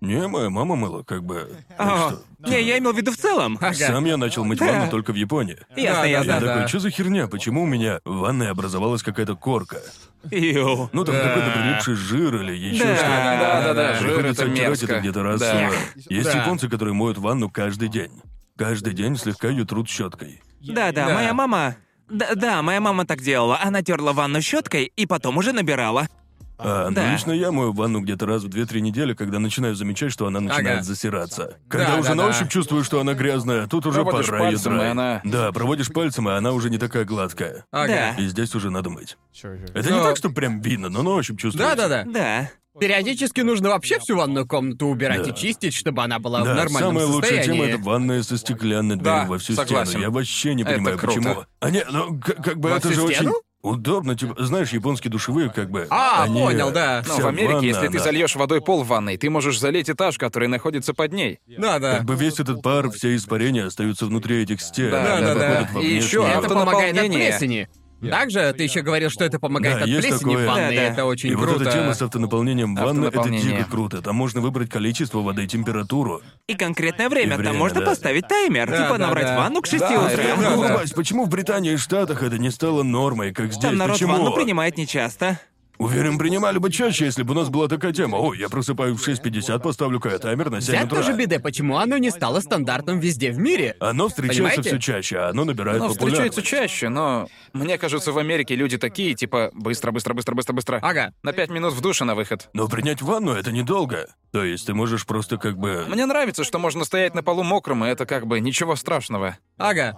Не, моя мама мыла, как бы. так О, что- не, я имел в виду в целом. Сам я начал мыть ванну только в Японии. Ясно, Я ясно. такой, что за херня? Почему у меня в ванной образовалась какая-то корка? Ю. Ну, там какой-то прилипший жир или еще Да. что-то. Да-да-да, жир Приходится это оттирать мерзко. это где-то раз. Да. Есть Да. японцы, которые моют ванну каждый день. Каждый день слегка ее трут щеткой. Да-да, Да. моя мама... Да, моя мама так делала. Она терла ванну щеткой и потом уже набирала. Ну, Да. лично я мою ванну где-то раз в 2-3 недели, когда начинаю замечать, что она начинает Ага. засираться. Когда уже на да. ощупь чувствую, что она грязная, тут уже Проводишь пора ее пальцем, и драть. она- Да, проводишь пальцем, и она уже не такая гладкая. Ага. И здесь уже надо мыть. Это не Но- так, что прям видно, но на ощупь чувствуется. Да-да-да. Да. Периодически нужно вообще всю ванную комнату убирать Да. и чистить, чтобы она была в Да, нормальном самая лучшая состоянии. тема — это ванная со стеклянной дверью Да, во всю согласен. стену. Я вообще не Это понимаю, круто. почему. А не, ну, как бы Во это всю же очень стену? удобно. Типа, знаешь, японские душевые, как бы... А, они- понял, да. Но вся в Америке, ванна, если ты она- зальешь водой пол в ванной, ты можешь залить этаж, который находится под ней. Да-да. Как бы весь этот пар, все испарения остаются внутри этих стен. Да, они да, да. выходят во И внешний ещё мир. Это помогает от автонаполнение. плесени. Также ты еще говорил, что это помогает Да, от есть плесени такое. в ванной, Да, да. это очень И круто. вот эта тема с автонаполнением ванны — это Автонаполнение. дико круто. Там можно выбрать количество воды, температуру. И конкретное время. И время, Там можно да. поставить таймер. Да, Типа да, набрать да. ванну к 6 Да, утра. реально. Ну, Да. Вась, почему в Британии и Штатах это не стало нормой, как здесь? Там народ Почему? ванну принимает нечасто. Уверен, принимали бы чаще, если бы у нас была такая тема. Ой, я просыпаюсь в 6:50, поставлю-ка я таймер на 7 Взять утра. тоже биде, почему оно не стало стандартом везде в мире. Оно встречается Понимаете? все чаще, а оно набирает Ну, популярность. встречается чаще, но мне кажется, в Америке люди такие, типа, быстро. Ага. На 5 минут в душе на выход. Но принять ванну — это недолго. То есть ты можешь просто как бы... Мне нравится, что можно стоять на полу мокрым, и это как бы ничего страшного. Ага.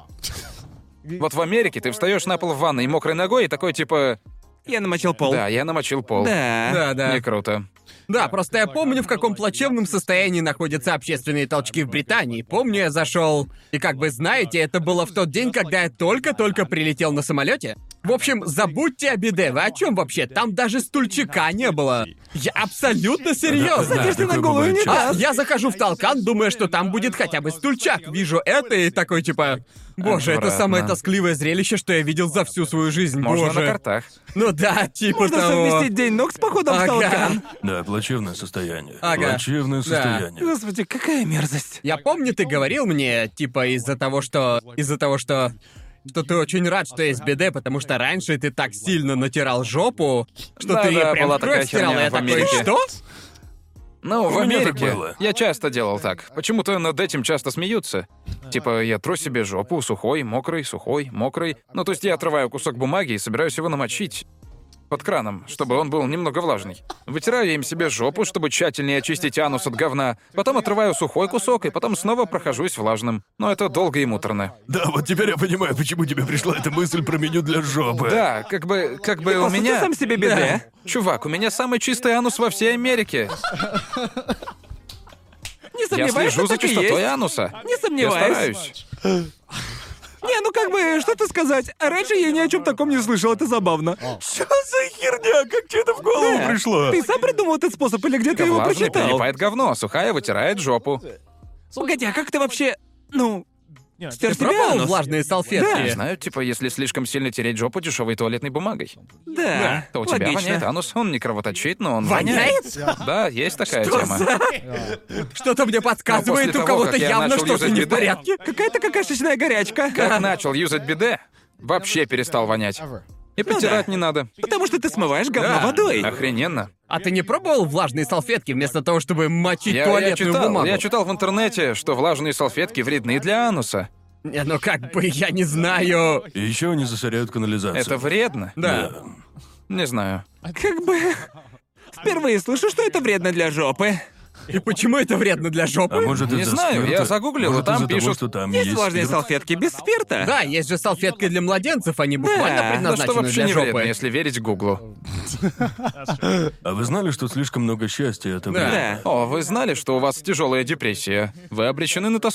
Вот в Америке ты встаешь на пол в ванной мокрой ногой и такой, типа, Я намочил пол. да, я намочил пол. Да. Да-да. Не круто. Да, просто я помню, в каком плачевном состоянии находятся общественные толчки в Британии. Помню, я зашел. И как бы знаете, это было в тот день, когда я только-только прилетел на самолете. В общем, забудьте о биде. Вы о чем вообще? Там даже стульчика не было. Я абсолютно серьезно. Да, Садишься на такое голую бывает унитаз. часто. Я захожу в толкан, думая, что там будет хотя бы стульчак. Вижу это и такой типа... Боже, это Отвратно. самое тоскливое зрелище, что я видел за всю свою жизнь. Можно Боже. на картах. Ну да, типа Можно того. совместить день ног с походом в Ага. толкан. Да, плачевное состояние. Ага. Плачевное Да. состояние. Господи, какая мерзость. Я помню, ты говорил мне, типа, из-за того, что ты очень рад, что есть биде, потому что раньше ты так сильно натирал жопу, что ты Да-да, ее прям была в кровь такая стирал, и херня я в такой, Америке. что? Ну, в У меня так Америке было. я часто делал так. Почему-то над этим часто смеются. Типа, я тру себе жопу, сухой, мокрый. Ну, то есть я отрываю кусок бумаги и собираюсь его намочить под краном, чтобы он был немного влажный. Вытираю им себе жопу, чтобы тщательнее очистить анус от говна. Потом отрываю сухой кусок, и потом снова прохожусь влажным. Но это долго и муторно. Да, вот теперь я понимаю, почему тебе пришла эта мысль про меню для жопы. Да, как бы у По сути, меня... сам себе биде. Чувак, у меня самый чистый анус во всей Америке. Не Я сомневаюсь, слежу что за так и чистотой есть. ануса. Не Я сомневаюсь. стараюсь. Не, ну как бы, что-то сказать. Раньше я ни о чем таком не слышал, это забавно. Что за херня? Как тебе это в голову пришло? Ты сам придумал этот способ или где ты его Влажный прочитал? прилипает говно, сухая вытирает жопу. Погоди, а как ты вообще... Ну... Стер Ты себе пробовал анус? влажные Не салфетки? знаю, типа, если слишком сильно тереть жопу дешевой туалетной бумагой, Да, то у тебя логично. воняет анус. Он не кровоточит, но он Воняет? Да, есть такая тема. Что-то мне подсказывает, после у того, кого-то как я явно начал что-то юзать не в биде, порядке. Какая-то какашечная горячка. Как начал юзать биде, вообще перестал вонять. И потирать не надо. Потому что ты смываешь говно Да. водой. Охрененно. А ты не пробовал влажные салфетки вместо того, чтобы мочить Я туалетную бумагу? читал в интернете, что влажные салфетки вредны для ануса. Не, ну как бы, я не знаю. И еще они засоряют канализацию. Это вредно? Да. Не знаю. Как бы... Впервые слышу, что это вредно для жопы. И почему это вредно для жопы? А может, Не из-за знаю, спирта? я загуглил, Может, и там из-за того, пишут, что там Есть есть влажные спирт? салфетки без спирта. Да, есть же салфетки для младенцев, они буквально Да, Ну, что предназначены вообще для не вредно, жопы. если верить Гуглу. А вы знали, что слишком много счастья — это Да. вредно? О, вы знали, что у вас тяжелая депрессия? Вы обречены на тоску.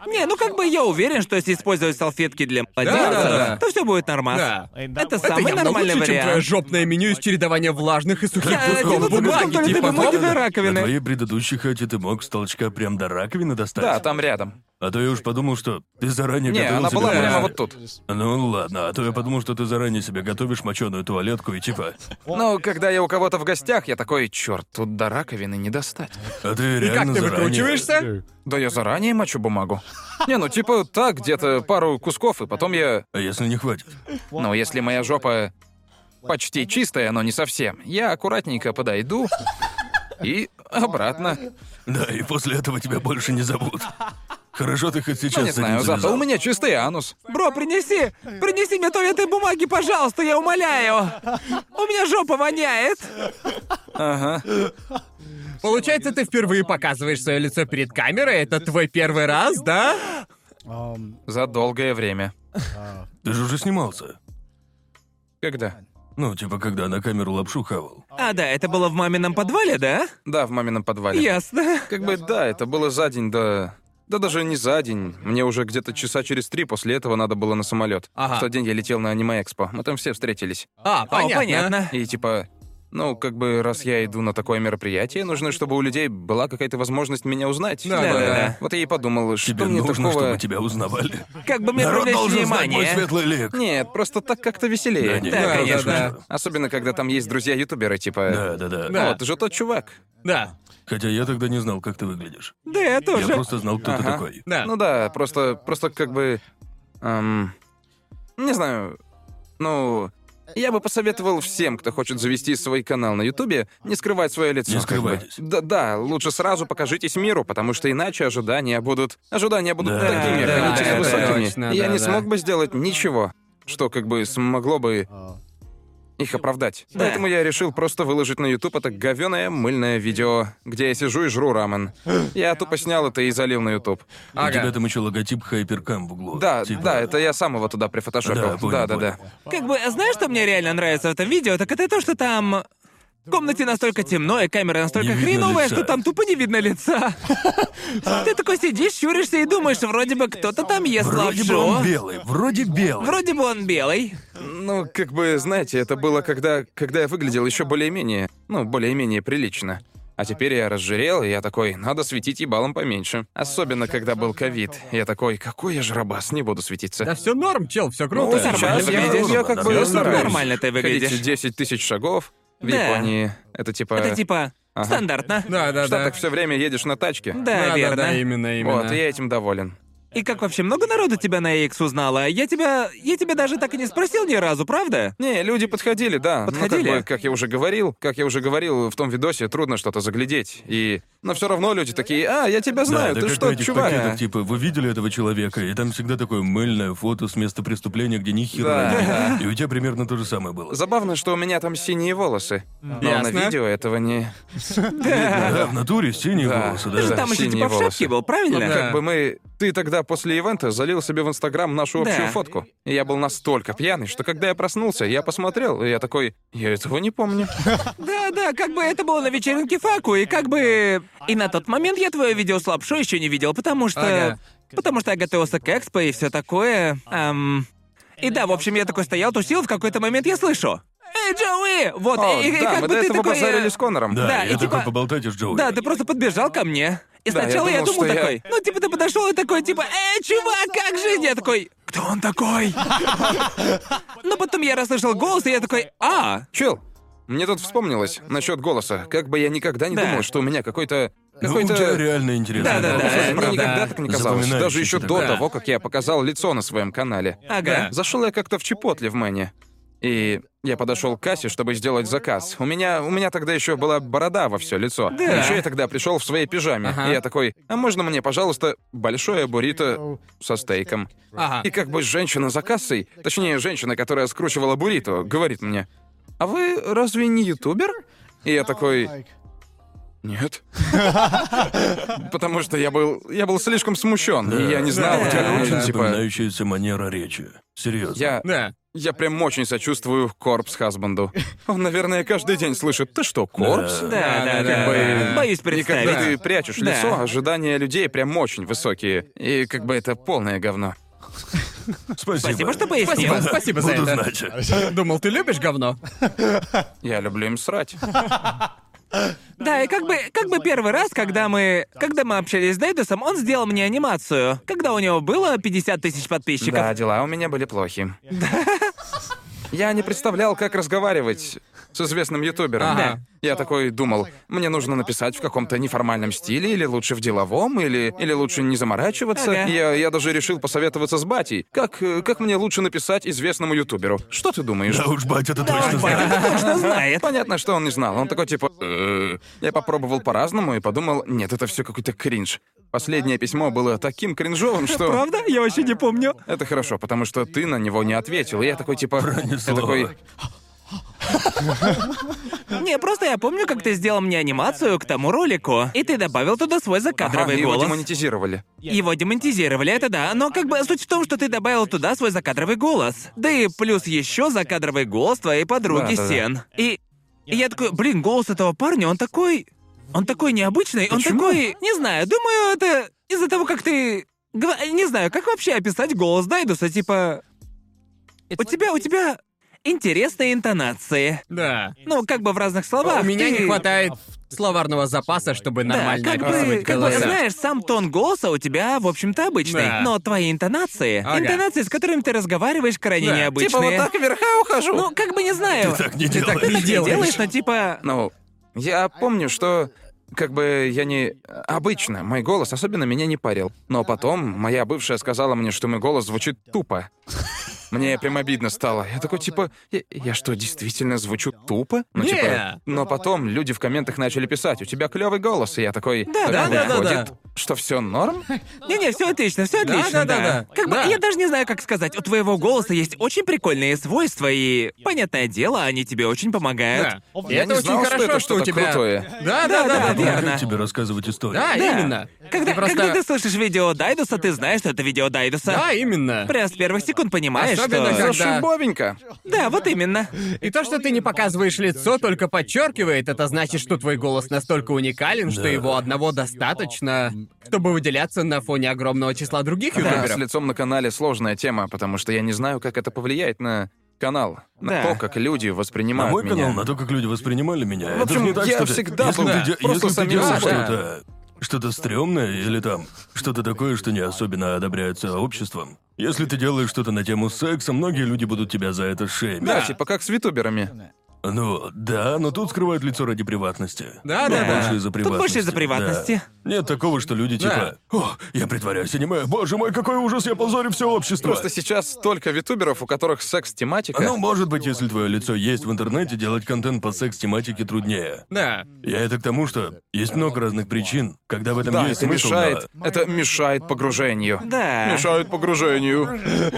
Не, ну как бы я уверен, что если использовать салфетки для младенца, Да. то все будет нормально. Да. Это Это самый явно нормальный лучше, чем твое вариант. жопное меню из чередования влажных и сухих Я кусков тяну бумаги, туалетной типа бумаги до того. На раковины. твоей предыдущей хате ты мог с толчка прям до раковины достать? Да, там рядом. А то я уж подумал, что ты заранее Не, готовил она себе была прямо туалет. вот тут. Ну ладно, а то я подумал, что ты заранее себе готовишь моченую туалетку и типа... Но когда я у кого-то в гостях, я такой, черт, тут до раковины не достать. А ты И как реально ты заранее... выкручиваешься? Да я заранее мочу бумагу. Не, ну типа так, где-то пару кусков, и потом я... А если не хватит? Ну, если моя жопа почти чистая, но не совсем, я аккуратненько подойду и обратно. Да, и после этого тебя больше не зовут. Хорошо, ты хоть сейчас Ну, не с этим знаю, зато завязал. у меня чистый анус. Бро, принеси мне туалетной бумаги, пожалуйста, я умоляю. У меня жопа воняет. Ага. Получается, ты впервые показываешь свое лицо перед камерой? Это твой первый раз, да? За долгое время. Ты же уже снимался. Когда? Ну, типа, когда на камеру лапшу хавал. А, да, это было в мамином подвале, да? Да, в мамином подвале. Ясно. Как бы, да, это было за день до... Да даже не за день. Мне уже где-то часа через 3 после этого надо было на самолет. Ага. В тот день я летел на аниме-экспо. Мы там все встретились. А, понятно. понятно. И типа... Ну, как бы, раз я иду на такое мероприятие, нужно, чтобы у людей была какая-то возможность меня узнать. Да, Типа, да. Вот я и подумал, что Тебе мне нужно, такого... чтобы тебя узнавали. Как бы мне Народ привлечь должен знать мой внимание. светлый лик. Нет, просто так как-то веселее. Да, нет, Да, конечно. да. Особенно, когда там есть друзья-ютуберы, типа... Да. Да. Вот, же тот чувак. Да, Хотя я тогда не знал, как ты выглядишь. Да, я Я тоже. просто знал, кто ты Ага. такой. да. Ну да, просто как бы... не знаю... Ну... Я бы посоветовал всем, кто хочет завести свой канал на Ютубе, не скрывать свое лицо. Не как бы. скрывайтесь. Да, лучше сразу покажитесь миру, потому что иначе ожидания будут Да, такими да, количественно да, высокими. точно, и я да, не да. смог бы сделать ничего, что как бы смогло бы их оправдать. Да. Поэтому я решил просто выложить на YouTube это говёное мыльное видео, где я сижу и жру рамен. Я тупо снял это и залил на YouTube. У Ага. тебя там еще логотип Хайперкам в углу. Да, Типа, да, это я сам его туда прифотошопил. Да, понял, да. Как бы, знаешь, что мне реально нравится в этом видео, так это то, что там... В комнате настолько темно, и камера настолько Не видно хреновая, лица. что там тупо не видно лица. Ты такой сидишь, щуришься и думаешь, вроде бы кто-то там ест Вроде бы лапшу. он белый, вроде белый. Вроде бы он белый. Ну, как бы, знаете, это было когда я выглядел еще более-менее, более-менее прилично. А теперь я разжирел, и я такой, надо светить ебалом поменьше. Особенно, когда был ковид. Я такой, какой я жрабас, не буду светиться. Да все норм, чел, все Ну, круто. нормально сейчас выглядишь. я как бы Нормально. стараюсь. Нормально ты выглядишь. Ходить 10 тысяч шагов в Да. Японии. Это типа... Это типа Ага. стандартно. Да, да, В да. Штатах все время едешь на тачке. Да, верно. Да, именно. Вот, и я этим доволен. И как вообще много народу тебя на X узнало? Я тебя даже так и не спросил ни разу, правда? Не, люди подходили, да. Подходили? Ну, как я уже говорил, в том видосе трудно что-то заглядеть. Но все равно люди такие, я тебя знаю, Да, ты как что, в этих чувак? пакетах, типа, вы видели этого человека, и там всегда такое мыльное фото с места преступления, где ни хера Да. нет. И у тебя примерно то же самое было. Забавно, что у меня там синие волосы. Но Ясно. на видео этого не... Да, в натуре синие Да. волосы, Ты же да. там еще синие типа в волосы. шапке был, правильно? Ну, да. Как бы ты тогда после ивента залил себе в Инстаграм нашу общую Да. фотку. И я был настолько пьяный, что когда я проснулся, я посмотрел, и я такой, я этого не помню. Да, как бы это было на вечеринке Факу, и как бы... И на тот момент я твое видео с лапшой еще не видел, потому что... Ага. Потому что я готовился к экспо и все такое. И да, в общем, я такой стоял, тусил, в какой-то момент я слышу. «Эй, Джоуи!» Вот, О, и да, как мы бы до ты этого такой... базарили с Конором. Да, Да, я и такой типа- поболтать с Джоуи. Да, ты просто подбежал ко мне. И Да, я сначала я думал, думал что я- такой, ну типа ты подошел и такой, типа, чувак, как жизнь? Я такой, кто он такой? Но потом я расслышал голос, и я такой, Чел, мне тут вспомнилось насчет голоса. Как бы я никогда не Да. думал, что у меня какой-то... Ну, у тебя реально интересно. Да-да-да. Мне правда. никогда так не казалось. Даже Запоминающийся еще такой. до того, как я показал лицо на своем канале. Ага. Зашел я как-то в Чипотле в Мэне. И я подошел к кассе, чтобы сделать заказ. У меня тогда еще была борода во все лицо. Да. Еще я тогда пришел в своей пижаме. Ага. И я такой, а можно мне, пожалуйста, большое буррито со стейком? Ага. И как бы женщина за кассой, точнее, женщина, которая скручивала буррито, говорит мне, а вы разве не ютубер? И я такой, нет. Потому что я был слишком смущен, и я не знал, У тебя ну, очень типа... запоминающаяся манера речи. Серьезно. Я... Да. Я прям очень сочувствую Корпс Хасбанду. Он, наверное, каждый день слышит: «Ты что, Корпс?» Да. Как бы... Боюсь И представить. когда ты прячешь Да. лицо, ожидания людей прям очень высокие. И как бы это полное говно. Спасибо, что пояснил. Спасибо за Буду это. знать. Думал, ты любишь говно? Я люблю им срать. Да, и как бы первый раз, когда мы общались с Дейдусом, он сделал мне анимацию, когда у него было 50 тысяч подписчиков. Да, дела у меня были плохи. Я не представлял, как разговаривать с известным ютубером. Ага. Я такой думал, мне нужно написать в каком-то неформальном стиле, или лучше в деловом, или лучше не заморачиваться. Ага. Я даже решил посоветоваться с батей. Как мне лучше написать известному ютуберу? Что ты думаешь? Да уж, батя, это точно Батя знает. точно знает. Понятно, что он не знал. Он такой типа... Я попробовал по-разному и подумал, нет, это все какой-то кринж. Последнее письмо было таким кринжовым, что... Правда? Я вообще не помню. Это хорошо, потому что ты на него не ответил. И я такой типа... Я такой... Не, просто я помню, как ты сделал мне анимацию к тому ролику, и ты добавил туда свой Ага, закадровый его голос. демонетизировали. Его демонтизировали, это да, но как бы суть в том, что ты добавил туда свой закадровый голос. Да и плюс еще закадровый голос твоей подруги Да-да-да. Сен. И я такой, блин, голос этого парня, он такой необычный, он такой, не знаю, думаю, это из-за того, как ты... Не знаю, как вообще описать голос Дайдуса, типа... У тебя интересные интонации. Да. Ну, как бы в разных словах. У меня ты- не хватает словарного запаса, чтобы Да, нормально как бы, описывать как бы, голоса. знаешь, сам тон голоса у тебя, в общем-то, обычный. Да. Но твои интонации, Ага. интонации, с которыми ты разговариваешь, крайне Да. необычные. Типа вот так вверха ухожу. Ну, как бы не знаю. Так не Ты так делай. не Ты делаешь. делаешь, но типа... Ну, я помню, что как бы я не... Обычно мой голос особенно меня не парил. Но потом моя бывшая сказала мне, что мой голос звучит тупо. Мне прям обидно стало. Я такой, типа, я что, действительно звучу тупо? Ну, Не. типа, но потом люди в комментах начали писать, у тебя клевый голос, и я такой, Да, выходит, что все норм? Не-не, все отлично, все отлично, да. Как бы, Да. я даже не знаю, как сказать. У твоего голоса есть очень прикольные свойства, и, понятное дело, они тебе очень помогают. Да. И Я это не очень знал, что хорошо, это что у что-то тебя... крутое. Да, верно. Как тебе рассказывать историю? Да, Да. именно. Когда, Ты просто... когда ты слышишь видео Дайдуса, ты знаешь, что это видео Дайдуса. Да, именно. Прям с первых секунд понимаешь, Особенно, что... когда- Зашибовенько. Да, вот именно. И то, что ты не показываешь лицо, только подчеркивает, это значит, что твой голос настолько уникален, что его одного достаточно, чтобы выделяться на фоне огромного числа других Да, с ютуберов. лицом на канале сложная тема, потому что я не знаю, как это повлияет на канал, на Да. то, как люди На воспринимают мой меня. канал, на то, как люди воспринимали меня. В общем, это же не так, я что ты- всегда если был ты, де- просто если ты самим делаешь собой. что-то стрёмное или там что-то такое, что не особенно одобряется обществом. Если ты делаешь что-то на тему секса, многие люди будут тебя за это шеймить. Да, типа как с витуберами. Ну, да, но тут скрывают лицо ради приватности. Да. Больше из-за приватности. больше из-за приватности. Да. Нет такого, что люди типа: «О, я притворяюсь аниме, боже мой, какой ужас, я позорю все общество». Просто сейчас столько витуберов, у которых секс-тематика. Ну, может быть, если твое лицо есть в интернете, делать контент по секс-тематике труднее. Да. Я это к тому, что есть много разных причин, когда в этом да, есть это смысл, мешает. Это мешает погружению. Да. Мешает погружению.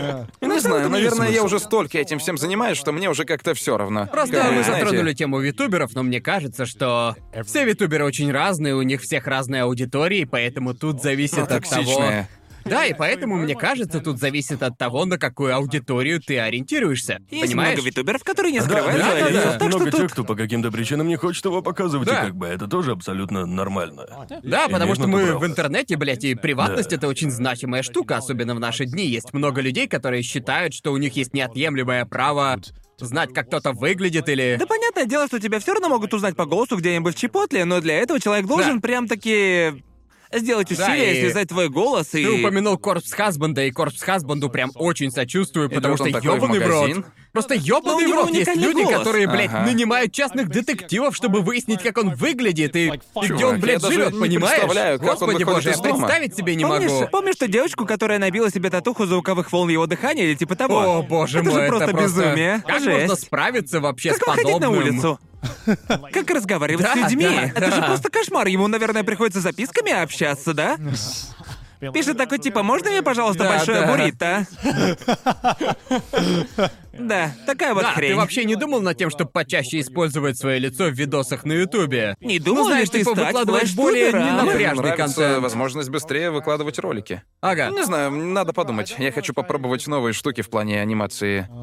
Не знаю, наверное, я уже столько этим всем занимаюсь, что мне уже как-то все равно. Просто Как бы, мы знаете, затронули тему витуберов, но мне кажется, что все витуберы очень разные, у них всех разные аудитории, поэтому тут зависит от того... токсичные. Да, и поэтому, мне кажется, тут зависит от того, на какую аудиторию ты ориентируешься. Есть Понимаешь? много витуберов, которые не Да, скрывают да, свое да, лицо. есть Так что много тех, тут... кто по каким-то причинам не хочет его показывать, Да. и как бы это тоже абсолютно нормально. Да, потому Имеешь что на то мы право. в интернете, блядь, и приватность Да. это очень значимая штука, особенно в наши дни. Есть много людей, которые считают, что у них есть неотъемлемое право знать, как кто-то выглядит или... Да понятное дело, что тебя все равно могут узнать по голосу где-нибудь в Чипотле, но для этого человек должен Да. прям-таки сделать Да, усилия, и- связать твой голос и... Ты упомянул Корпс Хасбанда, и Корпс Хасбанду прям очень сочувствую, потому вот что он такой в ёбаный в рот. магазин. Просто Но ёбаный у в него рот. Есть уникальный люди, голос. которые, блядь, Ага. нанимают частных детективов, чтобы выяснить, как он выглядит, и где Чувак, он, блядь, я даже живет, не понимаешь? представляю, как он Господи выходит боже, я из дома. представить себе не могу. Помнишь ту девочку, которая набила себе татуху звуковых волн его дыхания или типа того? О, боже это мой, же просто безумие. Как Жесть. можно справиться вообще Как с выходить подобным? на улицу? Как разговаривать Да, с людьми? да, Это же да. просто кошмар. Ему, наверное, приходится записками общаться, да? Пишет такой типа: можно мне, пожалуйста, Да, большое да. буррито? Да, такая вот Да, хрень. ты вообще не думал над тем, чтобы почаще использовать свое лицо в видосах на Ютубе? Не думал Ну, знаешь, ли ты типа стать выкладывать более флеш-тубером? Мне ненапряжный нравится контент. возможность быстрее выкладывать ролики. Ага. Не знаю, надо подумать. Я хочу попробовать новые штуки в плане анимации.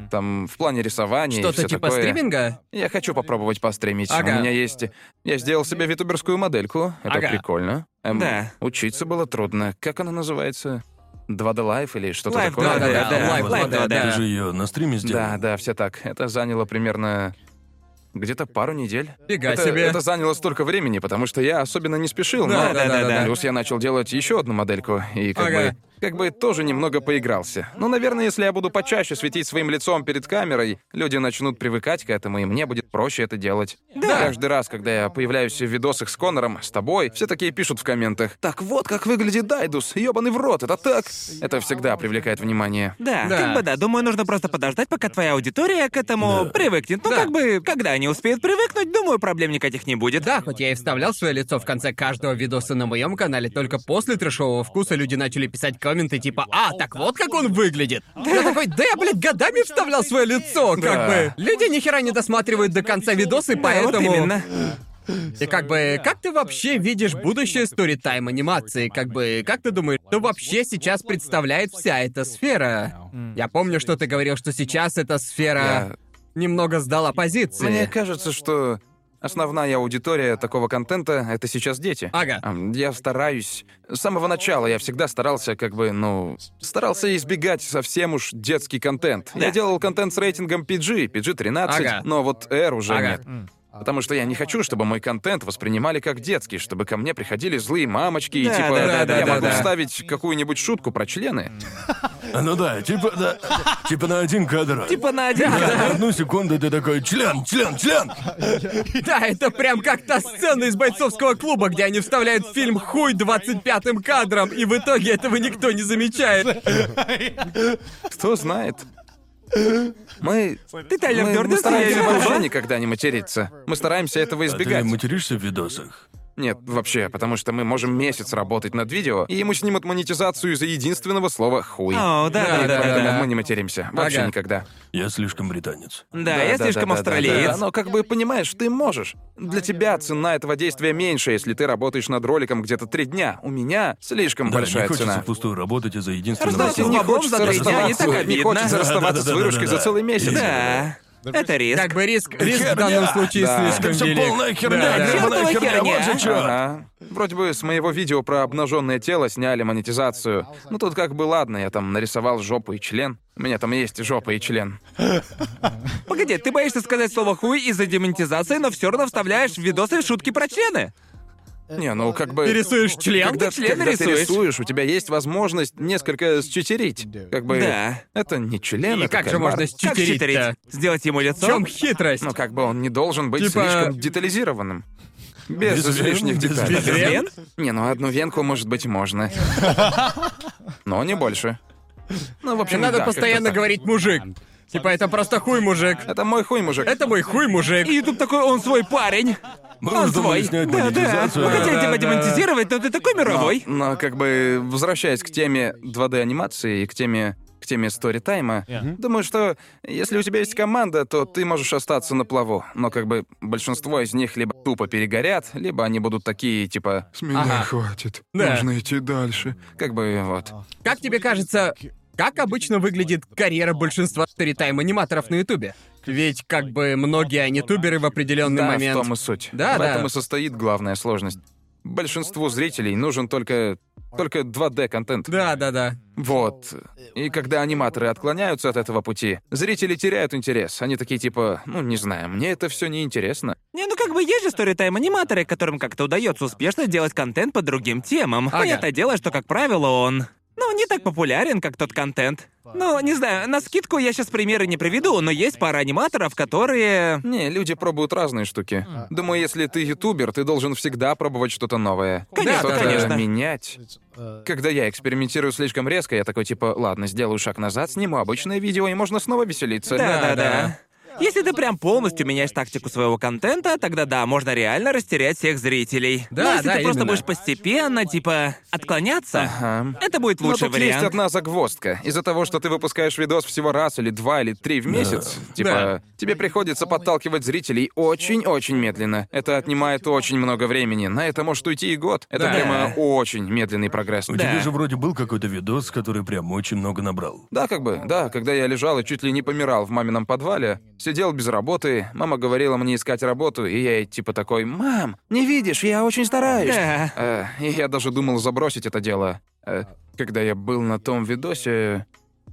Там в плане рисования и Что-то всё типа такое. стриминга? Я хочу попробовать постримить. Ага. У меня есть... Я сделал себе витуберскую модельку. Это Ага. прикольно. Да. Учиться было трудно. Как она называется? 2D Life или что-то Life такое? 2D, Да-да-да, да. Life Life 2D, 2D. да. Ты же ее на стриме сделал. Да, да, все так. Это заняло примерно где-то пару недель. Фига это, себе. это заняло столько времени, потому что я особенно не спешил. Да, но да. Плюс я начал делать еще одну модельку и Ага. как бы тоже немного поигрался. Но, наверное, если я буду почаще светить своим лицом перед камерой, люди начнут привыкать к этому, и мне будет проще это делать. Да. Каждый раз, когда я появляюсь в видосах с Конором, с тобой, все такие пишут в комментах: «Так вот как выглядит Дайдус, ёбаный в рот, это так!» Это всегда привлекает внимание. Да, Да. как бы да, думаю, нужно просто подождать, пока твоя аудитория к этому привыкнет. Ну, Да. как бы, когда они успеют привыкнуть, думаю, проблем никаких не будет. Да, хоть я и вставлял свое лицо в конце каждого видоса на моем канале, только после трэшового вкуса люди начали писать комменты типа так вот как он выглядит!» Я такой, да я, блядь, годами вставлял свое лицо, как бы. Люди нихера не досматривают до конца видосы, Да, поэтому... вот именно. И как бы, как ты вообще видишь будущее сторитайм анимации? Как бы, как ты думаешь, что вообще сейчас представляет вся эта сфера? Я помню, что ты говорил, что сейчас эта сфера немного сдала позиции. Мне кажется, что основная аудитория такого контента — это сейчас дети. Ага. Я стараюсь... С самого начала я всегда старался старался избегать совсем уж детский контент. Я делал контент с рейтингом PG, PG-13, Ага. но вот R уже Ага. нет. Потому что я не хочу, чтобы мой контент воспринимали как детский, чтобы ко мне приходили злые мамочки и Да, типа да, я могу да. вставить какую-нибудь шутку про члены. Ну да, типа на один кадр. Типа на один. На одну секунду ты такой член. Да, это прям как та сцена из бойцовского клуба, где они вставляют в фильм хуй 25-м кадром, и в итоге этого никто не замечает. Кто знает? Мы... Ты Тайлер мы Дёрден, стараемся я вообще вижу. никогда не материться. Мы стараемся этого А ты избегать. материшься в видосах? Нет, вообще, потому что мы можем месяц работать над видео, и ему снимут монетизацию из-за единственного слова «хуй». О, да, И да, поэтому да. мы не материмся. Вообще Ага. никогда. Я слишком британец. Да, я слишком да. австралиец. Но как бы понимаешь, ты можешь. Для тебя цена этого действия меньше, если ты работаешь над роликом где-то 3 дня. У меня слишком Да, большая не хочется цена. впустую работать из-за единственного Знаете, Знаете, слова. не баблом за хочется 3 дня не так расставаться, не обидно. хочется расставаться с выручкой за целый месяц. Да. Это риск. Как бы риск в данном случае Да. слишком Это всё велик. полная херня, Да, да. гребаная Чёртова херня, херня. вот же чё. Ага. Вроде бы с моего видео про обнаженное тело сняли монетизацию. Ну тут как бы ладно, я там нарисовал жопу и член. У меня там есть жопа и член. Погоди, ты боишься сказать слово хуй из-за демонетизации, но все равно вставляешь в видосы шутки про члены. Не, ну как бы... Ты рисуешь член? Когда, Ты член когда ты рисуешь. рисуешь, у тебя есть возможность несколько считерить. Как бы... Да. Это не член, И это как же кальмар. можно Как считерить-то? считерить? Сделать ему В лицо? чем хитрость? Ну как бы он не должен быть Типа- слишком детализированным. Без Без вен, лишних без деталей. Без вен? Не, ну одну венку, может быть, можно. Но не больше. Ну, в общем, Надо да, постоянно как-то так. говорить «мужик». Типа, это просто хуй, мужик. Это мой хуй, мужик. Это мой хуй, мужик. И тут такой, он свой парень. Мы Он уже думали свой. снять Да, да. монетизацию. Хотели Да, тебя да. демонетизировать, но ты такой мировой. Но как бы, возвращаясь к теме 2D-анимации и к теме сторитайма, думаю, что если у тебя есть команда, то ты можешь остаться на плаву. Но как бы большинство из них либо тупо перегорят, либо они будут такие, типа «С меня Ага. хватит, Да. нужно идти дальше». Как бы вот. Как тебе кажется, как обычно выглядит карьера большинства сторитайм-аниматоров на Ютубе? Ведь как бы многие анитуберы в определенный Да, момент... в том и суть. Да, В этом да. и состоит главная сложность. Большинству зрителей нужен только 2D-контент. Да. Вот. И когда аниматоры отклоняются от этого пути, зрители теряют интерес. Они такие типа, ну не знаю, мне это все не интересно. Не, ну как бы есть же сторитайм-аниматоры, которым как-то удается успешно делать контент по другим темам. Ага. Понятное дело, что, как правило, он... Ну, не так популярен, как тот контент. Ну, не знаю, навскидку я сейчас примеры не приведу, но есть пара аниматоров, которые... Не, люди пробуют разные штуки. Думаю, если ты ютубер, ты должен всегда пробовать что-то новое. Конечно, Что-то конечно. менять. Когда я экспериментирую слишком резко, я такой типа, ладно, сделаю шаг назад, сниму обычное видео, и можно снова веселиться. Да-да-да. Если ты прям полностью меняешь тактику своего контента, тогда да, можно реально растерять всех зрителей. Да, Но если да, ты просто именно. будешь постепенно, типа, отклоняться, Ага. это будет Но лучший тут есть вариант. одна загвоздка. Из-за того, что ты выпускаешь видос всего раз или 2 или 3 в месяц, типа, тебе приходится подталкивать зрителей очень-очень медленно. Это отнимает очень много времени. На это может уйти и год. Это Да. прямо очень медленный прогресс. У тебя же вроде был какой-то видос, который прям очень много набрал. Да, когда я лежал и чуть ли не помирал в мамином подвале, сидел без работы, мама говорила мне искать работу, и я ей типа такой: «Мам, не видишь, я очень стараюсь». Да. И я даже думал забросить это дело. Когда я был на том видосе...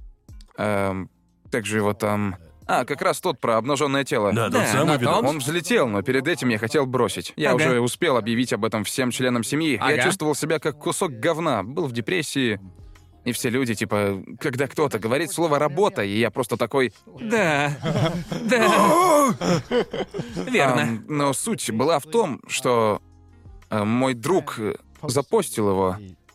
Как же его там... как раз тот про обнаженное тело. Да, тот Да, самый на видос. том? Он взлетел, но перед этим я хотел бросить. Я Ага. уже успел объявить об этом всем членам семьи. Я Ага. чувствовал себя как кусок говна, был в депрессии. И все люди, типа, когда кто-то говорит слово «работа», и я просто такой... Да. Да. Верно. Но суть была в том, что мой друг запостил его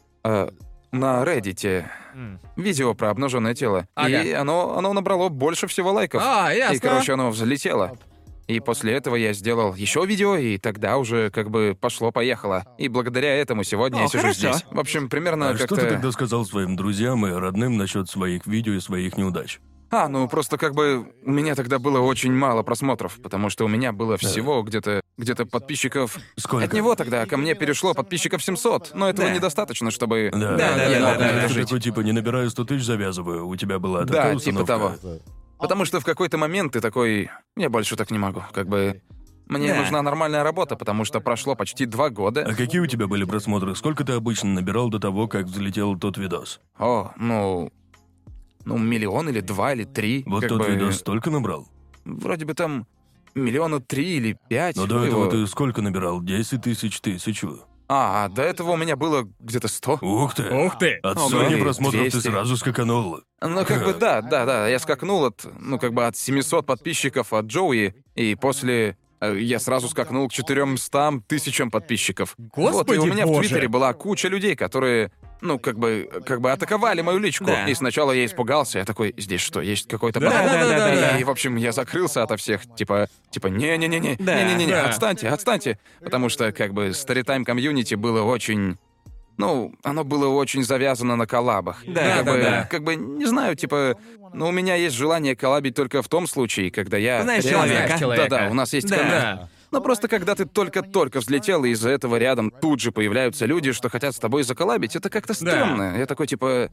на Reddit. Видео про обнаженное тело. Ага. И оно набрало больше всего лайков. Ясно. И, короче, оно взлетело. И после этого я сделал еще видео, и тогда уже как бы пошло-поехало. И благодаря этому сегодня я сижу хорошо. здесь. В общем, примерно А что как-то... ты тогда сказал своим друзьям и родным насчет своих видео и своих неудач? Ну просто как бы у меня тогда было очень мало просмотров, потому что у меня было всего где-то подписчиков... Сколько? От него тогда ко мне перешло подписчиков 700, но этого Да. недостаточно, чтобы... Да, Да, я да, мог да, на это Ты жить. такой типа не набираю 100 тысяч, завязываю. У тебя была Да, такая типа установка. того. Потому что в какой-то момент ты такой... Я больше так не могу. Как бы... Мне Да. нужна нормальная работа, потому что прошло почти 2 года. А какие у тебя были просмотры? Сколько ты обычно набирал до того, как взлетел тот видос? Ну, 1 миллион или 2 или 3. Вот как тот бы... видос столько набрал? Вроде бы там 3 миллиона или 5. Но до этого ты сколько набирал? 10 тысяч, 1000? До этого у меня было где-то 100. Ух ты! Ух ты. От Ого. сотни просмотров 200. ты сразу скаканул. Ну, как бы, да, я скакнул от 700 подписчиков от Джоуи, и после я сразу скакнул к 400 тысячам подписчиков. Вот, и у Господи меня в боже. Твиттере была куча людей, которые, как бы атаковали мою личку. Да. И сначала я испугался, я такой: здесь что, есть какой-то Да, бот? да. И, в общем, я закрылся ото всех, типа, не-не-не-не, Да, не-не-не, да. отстаньте. Потому что, как бы, Storytime комьюнити было очень... оно было очень завязано на коллабах. Да, Как бы, не знаю, типа... у меня есть желание коллабить только в том случае, когда я... Знаешь реально- человека. Человека. Да-да, у нас есть Да. коннект. Но просто когда ты только-только взлетел, и из-за этого рядом тут же появляются люди, что хотят с тобой заколлабить, это как-то стрёмно. Я такой, типа...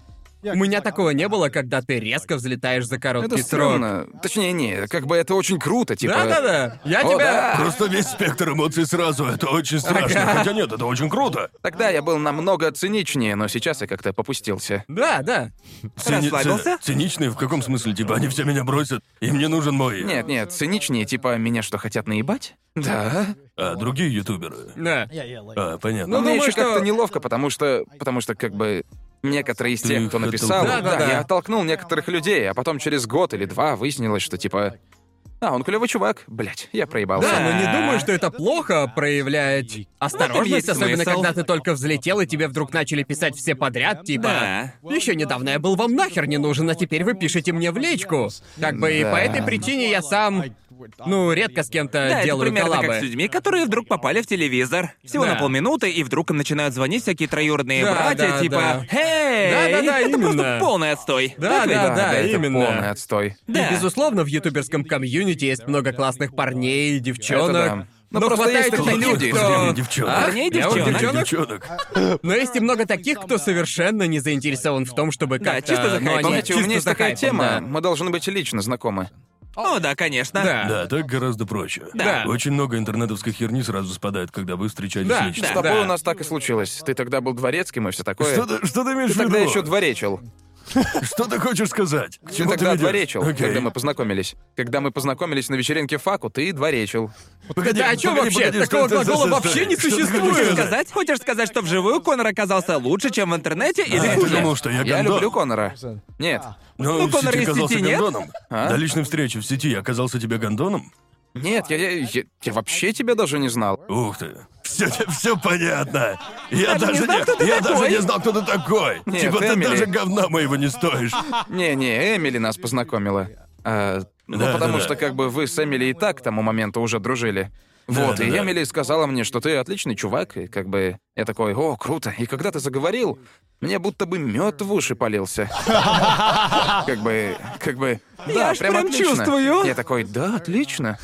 У меня такого не было, когда ты резко взлетаешь за Это короткий срок. стрёмно. Точнее, не, как бы это очень круто, типа... Да-да-да. Я О, тебя... да. Просто весь спектр эмоций сразу. Это очень страшно. Ага. Хотя нет, это очень круто. Тогда я был намного циничнее, но сейчас я как-то попустился. Да. Расслабился? Циничный в каком смысле? Типа они все меня бросят, и мне нужен мой. Нет, циничнее, типа, меня что, хотят наебать? Да. А другие ютуберы? Да. Понятно. Но мне думаю, еще что- как-то неловко, потому что как бы некоторые из Ты тех, их кто написал, оттолкнул? Да-да-да. я оттолкнул некоторых людей, а потом через год или 2 выяснилось, что типа... он клевый чувак. Блять, я проебался. Да, но не думаю, что это плохо проявлять осторожность, есть особенно смысл. когда ты только взлетел и тебе вдруг начали писать все подряд, типа. Да. Еще недавно я был вам нахер не нужен, а теперь вы пишете мне в личку. Как бы и Да. по этой причине я сам. Редко с кем-то Да, это делаю примерно коллабы. как с людьми, которые вдруг попали в телевизор. Всего Да. на полминуты, и вдруг им начинают звонить всякие троюродные Да, братья, да, типа да. «Эй!» Да-да-да, Это просто именно. полный отстой. Да, Так ведь? да, это именно. полный отстой. Да. И, безусловно, в ютуберском комьюнити есть много классных парней, девчонок. Это да. Но Но просто хватает есть и такие таких, люди. кто... Девчонок. Парней и Я вот девчонок. Девчонок. Но есть и много таких, кто совершенно не заинтересован в том, чтобы Да, как-то... чисто за хайпом. они Помните, у чисто меня есть за такая хайпом, тема, да. мы должны быть лично знакомы. О, да, конечно. Да. Да, так гораздо проще. Да. Очень много интернетовской херни сразу спадает, когда вы встречались Да, лично. С да. тобой у нас так и случилось. Ты тогда был дворецким и все такое. Что ты имеешь Ты в тогда виду? еще дворечил. Что ты хочешь сказать? К Ты чему тогда ведёшь? дворечил, Окей. когда мы познакомились. Когда мы познакомились на вечеринке Факу, ты дворечил. Погоди, Да, а чё погоди, вообще? погоди, Такого что это за глагола состав? вообще не Что ты существует. хочешь Хочешь сказать, что вживую Конор оказался лучше, чем в интернете, или Ты хуже? думал, что я Я гондон? люблю Конора. Нет. Ну, в Конора сети из оказался сети нет? гондоном. А? До личной встречи в сети я оказался тебе гондоном? Нет, я вообще тебя даже не знал. Ух ты. Все понятно. Я Даже не даже знал, кто ты я такой. даже не знал, кто ты такой. Нет, Типа ты Эмили. даже говна моего не стоишь. Не, Эмили нас познакомила. Ну, Да, потому да, что да. как бы вы с Эмили и так к тому моменту уже дружили. Вот, да, и да. Эмили сказала мне, что ты отличный чувак, и как бы я такой, о, круто. И когда ты заговорил, мне будто бы мед в уши полился. Как бы, да, Я аж прям отлично. чувствую. Я такой, да, отлично.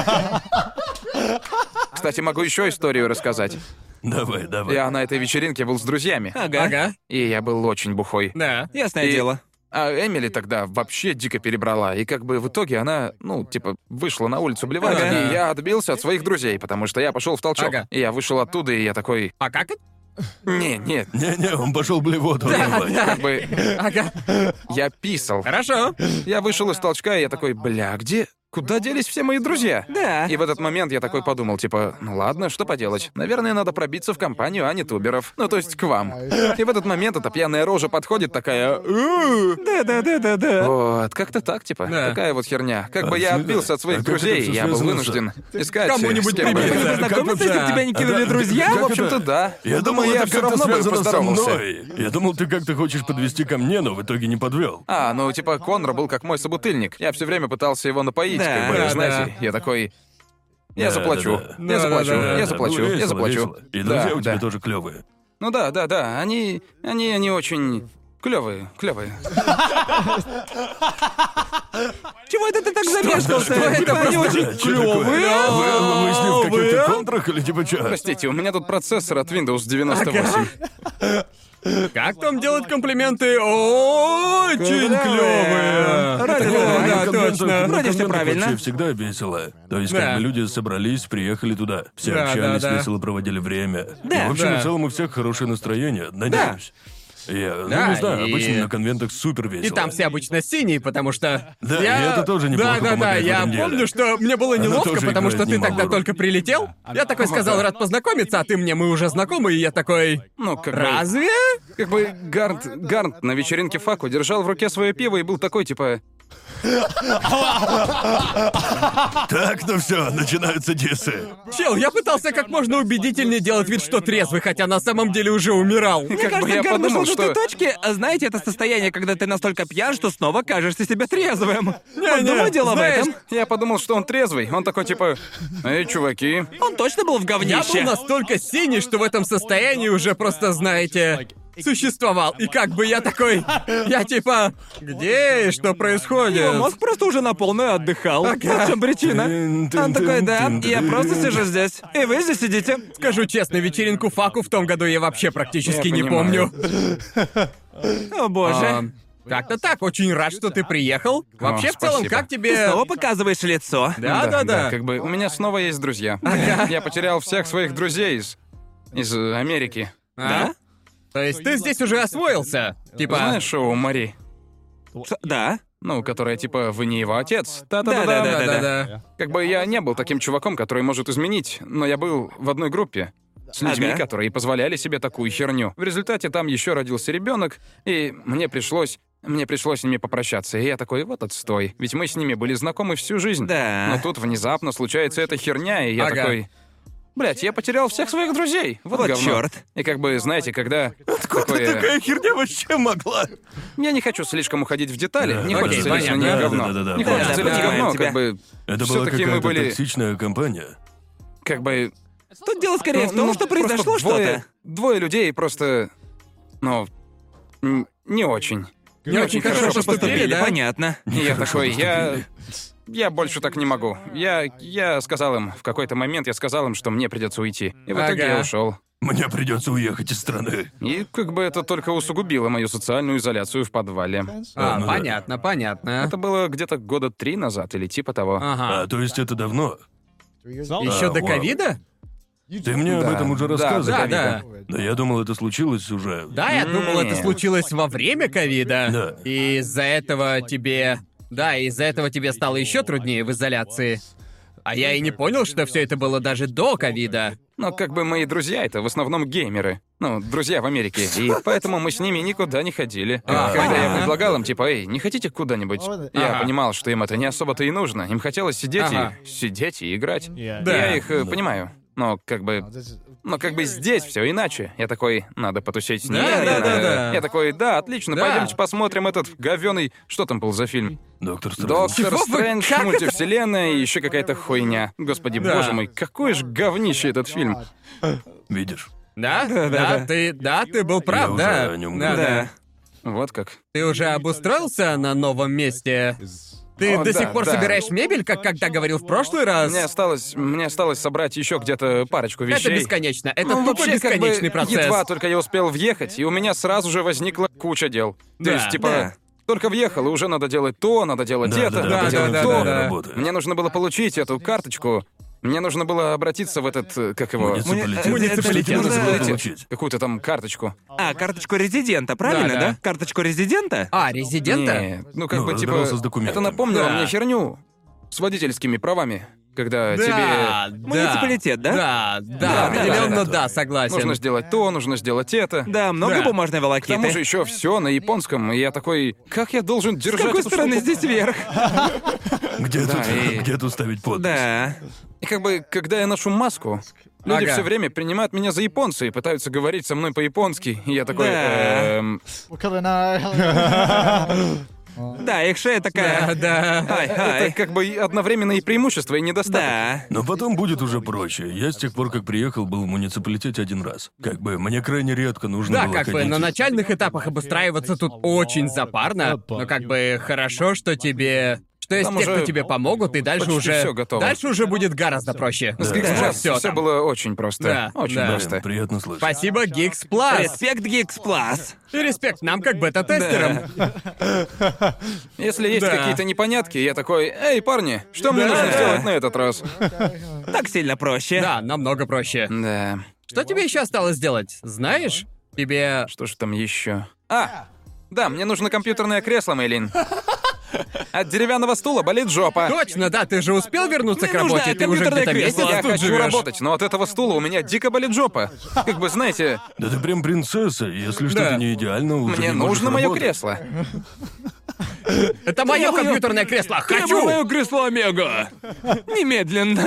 Кстати, могу еще историю рассказать. Давай, давай. Я на этой вечеринке был с друзьями, Ага. и я был очень бухой. Да. Ясное И- дело. А Эмили тогда вообще дико перебрала, и как бы в итоге она, ну, типа, вышла на улицу блевать, Ага. и я отбился от своих друзей, потому что я пошел в толчок. Ага. И я вышел оттуда, и я такой, А как это? нет, Не-не, он пошел блевоту отдавать. как бы Ага. я писал. Хорошо. Я вышел из толчка, и я такой, бля, где? Куда делись все мои друзья? Да. И в этот момент я такой подумал, типа, ну ладно, что поделать. Наверное, надо пробиться в компанию, а не туберов. Ну, то есть к вам. И в этот момент эта пьяная рожа подходит такая... Да. Вот, как-то так, типа. Да. Такая вот херня. Как бы я Отсюда. отбился от своих А как это друзей, всё я был связано вынужден искать Кому-нибудь с кем бы- прибиться. Как Познакомиться, это- если тебя не кинули Да, друзья? как В общем-то, это? да. Я думал, я это все как-то равно бы связано со поздоровался. мной. Я думал, ты как-то хочешь подвести ко мне, но в итоге не подвел. Ну, типа, Конор был как мой собутыльник. Я все время пытался его напоить, Да, как бы, да, знаете. Я такой... Я Да, заплачу. да, да. Я заплачу. Да-да-да. Я заплачу. Было Я весело, заплачу. весело. И друзья Да, у тебя да. тоже клевые. Ну да. Они очень клевые. Чего это ты так замешкался? Что это? Типа, они очень Да, чё такое? клёвые. Вы с ним в каких-то Клёвые. контрах или типа чё? Простите, у меня тут процессор от Windows 98. Как там делать комплименты? Очень клевые. Ради Не, бога, на да, конвентах- точно. на Вроде всё конвентах правильно. вообще всегда весело. То есть, Да. как бы люди собрались, приехали туда. Все Да, общались, да, да. весело проводили время. Да, И, в общем, да. в целом у всех хорошее настроение, надеюсь. Я, Да, не знаю, и- обычно на конвентах супер весело. И там все обычно синие, потому что... Да, и это тоже неплохо Да, помогает в я этом деле. помню, что мне было неловко, тоже потому что играет ты тогда немалую роль. только прилетел. Я такой сказал, рад познакомиться, а ты мне, мы уже знакомы, и я такой... Ну, как бы... Разве? Как бы Гарнт на вечеринке Факу держал в руке свое пиво и был такой, типа... Так, ну все, начинаются дисы. Чел, я пытался как можно убедительнее делать вид, что трезвый, хотя на самом деле уже умирал. Мне Как бы кажется, я Гарн подумал, дошел до той что... точки, знаете, это состояние, когда ты настолько пьян, что снова кажешься себе трезвым. Вот думаю, дело в знаешь, этом. Я подумал, что он трезвый. Он такой, типа... Эй, чуваки. Он точно был в Я говнище. был настолько синий, что в этом состоянии уже просто, знаете, существовал. И как бы я такой... Я типа... Где и что происходит? Его мозг просто уже на полную отдыхал. Вот в чем причина. Он такой, да, я просто сижу здесь. И вы здесь сидите. Скажу честно, вечеринку Факу в том году я вообще практически Я не понимаю. помню. О боже. Как-то так, очень рад, что ты приехал. Вообще, в целом, спасибо. как Ты тебе... снова показываешь лицо. Да. Как бы у меня снова есть друзья. Я потерял всех своих друзей из Америки. Да? То есть ты здесь уже освоился? Типа... Знаешь шоу Мари? Да. Ну, которая типа «Вы не его отец». Да-да-да. Да-да-да. Как бы я не был таким чуваком, который может изменить, но я был в одной группе с людьми, Ага. которые позволяли себе такую херню. В результате там еще родился ребенок, и мне пришлось с ними попрощаться. И я такой, вот отстой. Ведь мы с ними были знакомы всю жизнь. Да. Но тут внезапно случается эта херня, и я Ага. такой... Блять, я потерял всех своих друзей. Вот, Вот говно. чёрт. И как бы, знаете, когда такое... Такая херня вообще могла. Я не хочу слишком уходить в детали. Не Окей, хочется лично понятно. не говно. Да-да-да. Не Да, хочется лить понимаю говно, тебя. как бы... Это была Всё-таки мы какая-то были... токсичная компания. Как бы... Тут дело скорее в том, что просто произошло что-то. Двое людей просто... Ну... Не очень. Не очень хорошо поступили, да? Понятно. И я такой, я больше так не могу. Я сказал им, в какой-то момент я сказал им, что мне придется уйти. И в итоге Ага. я ушел. Мне придется уехать из страны. И как бы это только усугубило мою социальную изоляцию в подвале. Ну да. Понятно. Это было где-то года 3 назад или типа того. Ага. То есть это давно? Еще до вау. ковида? Ты мне об Да, этом уже да, рассказывал. Да. Да я думал, это случилось уже. Да, я думал, это Не. случилось во время ковида. Да. И из-за этого тебе... Да, из-за этого тебе стало еще труднее в изоляции. А я и не понял, что все это было даже до ковида. Но как бы мои друзья — это в основном геймеры. Ну, друзья в Америке. И поэтому мы с ними никуда не ходили. Когда я предлагал им, типа, эй, не хотите куда-нибудь? Я Ага. понимал, что им это не особо-то и нужно. Им хотелось сидеть Ага. и играть. Да. Я их понимаю. Но как бы здесь все иначе. Я такой, надо потусить с ней. Да. Я такой, да, отлично, Да. пойдемте посмотрим этот говёный... Что там был за фильм? Доктор Стрэндж. Доктор Чего вы- Стрэндж, как это? мультивселенная и еще какая-то хуйня. Господи, Да. боже мой, какой же говнище этот фильм. Видишь? Да, ты был Я прав, уже да. о нём Да, говорил. да. Вот как. Ты уже обустроился на новом месте? Ты О, до да, сих пор да. собираешь мебель, как когда говорил в прошлый раз? Мне осталось собрать еще где-то парочку вещей. Это бесконечно. Это Ну, тупо вообще, как бы, бесконечный процесс. едва только я успел въехать, и у меня сразу же возникла куча дел. То Да, есть, типа, да. только въехал, и уже надо делать то, надо делать это, Да, надо да, делать да, то. да. работает. Мне нужно было получить эту карточку. Мне нужно было обратиться в этот, как его... Муниципалитет. Муниципалитет. Что тебе нужно было Да. получить? Какую-то там карточку. Карточку резидента, правильно, Да, да? да. Kарточку резидента? Резидента? Нет, ну как Ну, бы, типа... разбирался с документами. Это напомнило Да. мне херню с водительскими правами. Когда тебе... Да, Муниципалитет, да? Да, Да, определенно да. да, согласен. Нужно сделать то, нужно сделать это. Да, много Да. бумажной К тому волокиты. же еще все на японском, и я такой, как я должен С держать какой эту стороны штуку? здесь вверх? Где Да, тут, и- где тут ставить подпись? Да. И как бы, когда я ношу маску, люди Ага. все время принимают меня за японца и пытаются говорить со мной по-японски. И я такой, Да. Да, их шея такая. Да. Ай, это ай. как бы одновременно и преимущество, и недостаток. Да. Но потом будет уже проще. Я с тех пор, как приехал, был в муниципалитете один раз. Как бы мне крайне редко нужно Да, было как бы ходить. на начальных этапах обустраиваться тут очень запарно, но как бы хорошо, что тебе... Что есть Там те, кто уже тебе помогут, и дальше почти уже... всё готово. Дальше уже будет гораздо проще. С Да. Geeks Plus Всё все там. было очень просто. Да, Очень да. просто. Блин, приятно слышать. Спасибо, Geeks Plus. Респект Geeks Plus. И респект нам, как бета-тестерам. Если есть Да. какие-то непонятки, я такой, эй, парни, что мне Да. нужно сделать на этот раз? Так сильно проще. Да, намного проще. Да. Что тебе еще осталось сделать? Знаешь? Тебе... Что же там еще? Да, мне нужно компьютерное кресло, Мэйлин. От деревянного стула болит жопа. Точно, да, ты же успел вернуться Мне к работе, нужно ты уже компьютерное где-то кресло. месяц Я тут хочу живёшь. работать, но от этого стула у меня дико болит жопа. Как бы, знаете, Да ты прям принцесса. Если что-то не идеально, уже мне не можешь нужно мое работать. кресло. Это мое Требую- компьютерное кресло, Требую хочу! моё кресло Омега. Немедленно.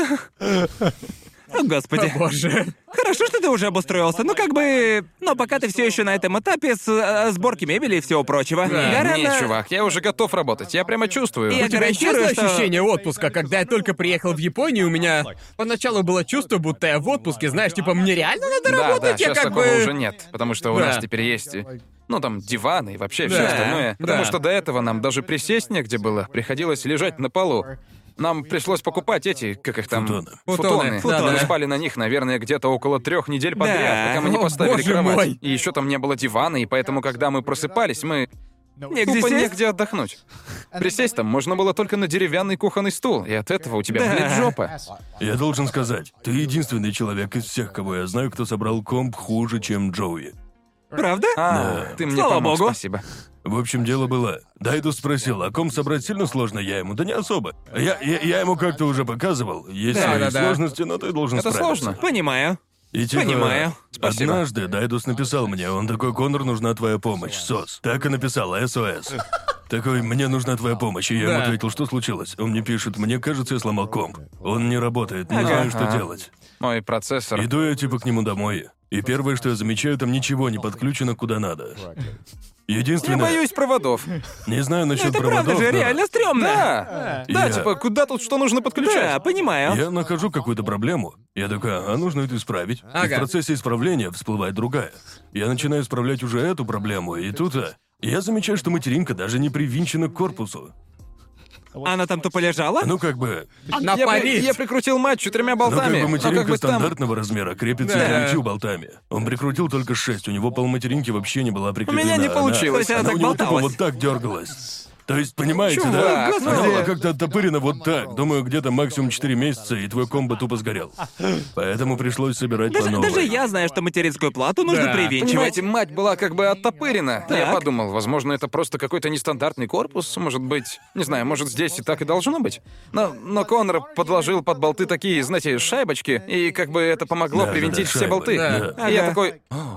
О, господи. Боже. Хорошо, что ты уже обустроился. Ну, как бы... Но пока ты все еще на этом этапе с сборки мебели и всего прочего. Гарант, Нет, чувак, я уже готов работать, я прямо чувствую. Я У тебя исчезло гарантирую, что- ощущение отпуска? Когда я только приехал в Японию, у меня поначалу было чувство, будто я в отпуске, знаешь, типа, мне реально надо Да, работать, я сейчас как такого бы... уже нет, потому что у Да. нас теперь есть, ну там, диваны и вообще все Да, остальное. Потому да. что до этого нам даже присесть негде было, приходилось лежать на полу. Нам пришлось покупать эти, как их там... Футоны. Футоны, да, Мы да. спали на них, наверное, где-то около 3 недель подряд, Да. пока мы не О, поставили боже кровать. мой. И еще там не было дивана, и поэтому, когда мы просыпались, мы Негде тупо сесть? негде отдохнуть. Присесть там можно было только на деревянный кухонный стул, и от этого у тебя Да. болит жопа. Я должен сказать, ты единственный человек из всех, кого я знаю, кто собрал комп хуже, чем Джоуи. Правда? Ты мне Слава помог, богу. спасибо. В общем, дело было. Дайдус спросил, а комп собрать сильно сложно? Я ему, да не особо. Я ему как-то уже показывал. Есть Да, свои да, да. сложности, но ты должен Это справиться. сложно. Понимаю. И типа, Понимаю. Спасибо. однажды Дайдус написал мне, он такой, Конор, нужна твоя помощь, СОС. Так и написал, СОС. Такой, мне нужна твоя помощь. И я ему Да. ответил, что случилось. Он мне пишет, мне кажется, я сломал комп. Он не работает, не Ага. знаю, что делать. Мой процессор. Иду я типа к нему домой. И первое, что я замечаю, там ничего не подключено куда надо. Я Единственное, боюсь проводов. не знаю насчет Это проводов, правда же но реально стрёмно. Да. Да, Я- типа, куда тут что нужно Да, подключать? понимаю. я нахожу какую-то проблему. Я такой, а нужно это исправить. И Ага. в процессе исправления всплывает другая. Я начинаю исправлять уже эту проблему, и тут я замечаю, что материнка даже не привинчена к корпусу. Она там тупо лежала? Ну, как бы... Она Я, парит. я прикрутил мать 4 Ну, как болтами. бы но материнка как бы там... стандартного размера крепится Да. к 9 болтами. Он прикрутил только 6, у него полматеринки вообще не была прикреплена. меня не она- получилось. То есть она Она так у него тупо болталась? вот так дергалась. То есть, понимаете, Чувак, да? господи. Она была как-то оттопырена вот так. Думаю, где-то максимум 4 месяца, и твой комбо тупо сгорел. Поэтому пришлось собирать по новой. Даже я знаю, что материнскую плату нужно Да. привинчивать. Понимаете, мать была как бы оттопырена. Я Так. подумал, возможно, это просто какой-то нестандартный корпус, может быть... Не знаю, может, здесь и так и должно быть. Но Конор подложил под болты такие, знаете, шайбочки, и как бы это помогло Да, привинтить да, все шайбы, болты. да. И я Ага. такой... «О,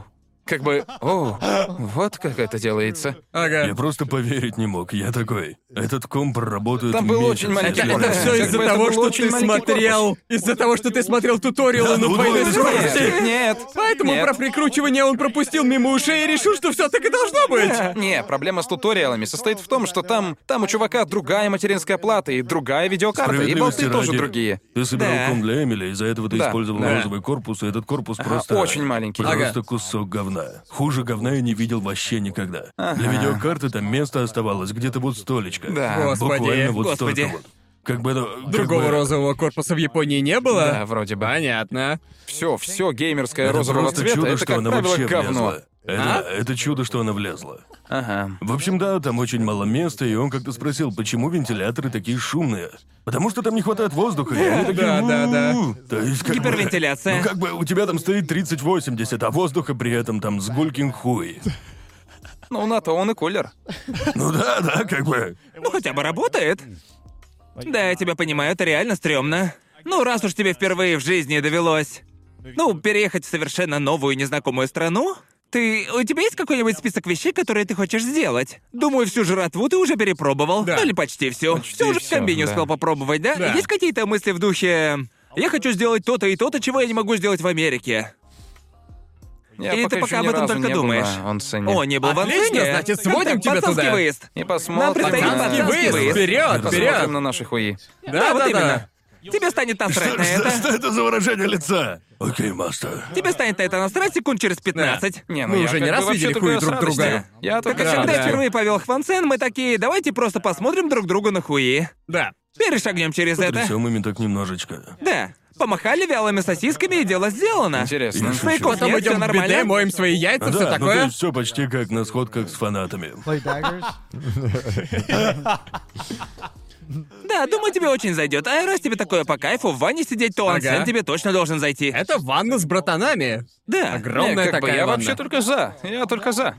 Как бы, вот как это делается. Ага. Я просто поверить не мог. Я такой, этот комп работает Там был месяц, очень маленький если Это корпус. можно. все Как из-за бы это того, был что очень ты маленький смотрел. Из-за того, что ты смотрел туториалы на ну, двойной двойной скорости. Нет. Поэтому Нет. про прикручивание он пропустил мимо ушей и решил, что все так и должно быть. Не, проблема с туториалами состоит в том, что там у чувака другая материнская плата и другая видеокарта, и Справедливости болты тоже ради, другие. Ты собирал Да. комп для Эмили, из-за этого ты Да. использовал Да. розовый корпус, и этот корпус просто... очень маленький. Просто кусок говна. Хуже говна я не видел вообще никогда. Для видеокарты там место оставалось, где-то вот столечко. Да. Господи. Буквально вот Господи. столько вот. Как бы, как Другого бы- розового корпуса в Японии не было? Да, вроде бы. Понятно. Все геймерское Это розового просто цвета, чудо, это, что как она правило, вообще говно. влезла. Это чудо, что она влезла. Ага. В общем, да, там очень мало места, и он как-то спросил, почему вентиляторы такие шумные. Потому что там не хватает воздуха, и они такие... Да. «У-у-у». То есть, как бы- Гипервентиляция. Ну, как бы у тебя там стоит 3080, а воздуха при этом там с гулькин хуй. Ну, на то он и кулер. Ну да, как бы... Ну, хотя бы работает. Да, я тебя понимаю, это реально стрёмно. Ну, раз уж тебе впервые в жизни довелось, переехать в совершенно новую незнакомую страну, у тебя есть какой-нибудь список вещей, которые ты хочешь сделать? Думаю, всю жратву ты уже перепробовал. Да. Ну или почти всю. Почти Все уже в всё, комбине да. успел попробовать, да? Да. Есть какие-то мысли в духе: я хочу сделать то-то и то-то, чего я не могу сделать в Америке? Я Или ты ещё пока ни об этом разу только не был думаешь? на онсене. О, не был в Отлично, Ансене? значит, сводим тебя Пацанский туда. выезд. И Нам посмотрим предстоит на... пацанский выезд, выезд. вперед, Посмотрим вперед. на наши хуи. Да, вот Да-да-да. именно. Тебе станет насрать на это. Что это за выражение лица? Окей, мастер. Тебе станет на это насрать секунд через 15. Не, Мы я уже как не бы раз вообще видели только хуи с друг радостью. друга. Я только Да, Когда я да. впервые повел их в Ансен, мы такие: давайте просто посмотрим друг другу на хуи. Да. Перешагнем через это. Трясем ими так немножечко. Да. Помахали вялыми сосисками, и дело сделано. Интересно. Фейков Потом нет, идем всё в нормально. биде, моем свои яйца, А, все да, ну то такое. есть все почти как на сходках с фанатами. Play daggers? Да, думаю, тебе очень зайдет. А раз тебе такое по кайфу, в ване сидеть, то Ансен Ага. тебе точно должен зайти. Это ванна с братанами. Да. Огромная Не, как бы такая я ванна. вообще только за. Я только за.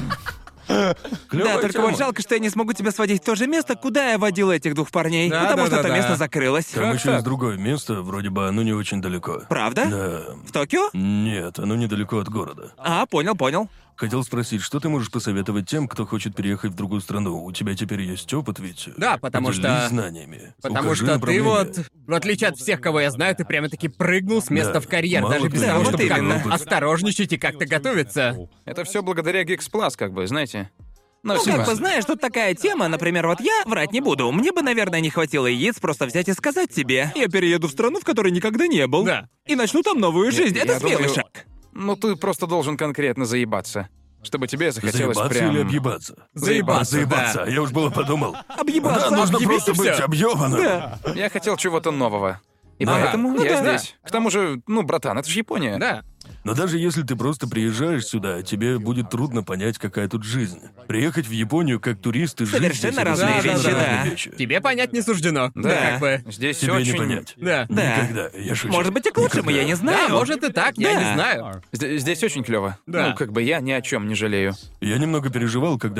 Да, Клёвая только тема. вот жалко, что я не смогу тебя сводить в то же место, куда я водил этих двух парней. Да, потому да, что да, то да. место закрылось. Там Как еще так? есть другое место, вроде бы оно не очень далеко. Правда? Да. В Токио? Нет, оно недалеко от города. А, понял. Хотел спросить, что ты можешь посоветовать тем, кто хочет переехать в другую страну? У тебя теперь есть опыт ведь? Да, потому Поделись что- знаниями. Потому Укажи что ты направление. вот, в отличие от всех, кого я знаю, ты прямо-таки прыгнул с места Да. в карьер, Мало даже без кто того, вот чтобы именно. как-то осторожничать и как-то готовиться. Это все благодаря Geeks Plus, как бы, знаете. Ну, типа, как бы, знаешь, тут такая тема, например, вот я врать не буду. Мне бы, наверное, не хватило яиц просто взять и сказать тебе: я перееду в страну, в которой никогда не был. Да. И начну там новую жизнь. Это я смелый думаю, шаг. Ну, ты просто должен конкретно заебаться. Чтобы тебе захотелось Заебаться прям... или объебаться? Заебаться, Заебаться. да. Я уж было подумал. Объебаться. Да, нужно объебите просто быть всё. объебанным. Я хотел чего-то нового. И Ага. поэтому Ну я да. здесь. К тому же, братан, это же Япония. Да. Но даже если ты просто приезжаешь сюда, тебе будет трудно понять, какая тут жизнь. Приехать в Японию как турист и жить Совершенно здесь — это разные совершенно вещи, разные да. вещи. Тебе понять не суждено. Да. Как бы. Здесь Тебе очень... не понять. Да. Да. Никогда, я шучу. Может быть, и к лучшему, я не знаю. Да, может и так, я Да. не знаю. Здесь очень клево. Да. Ну, как бы я ни о чем не жалею. Я немного переживал, когда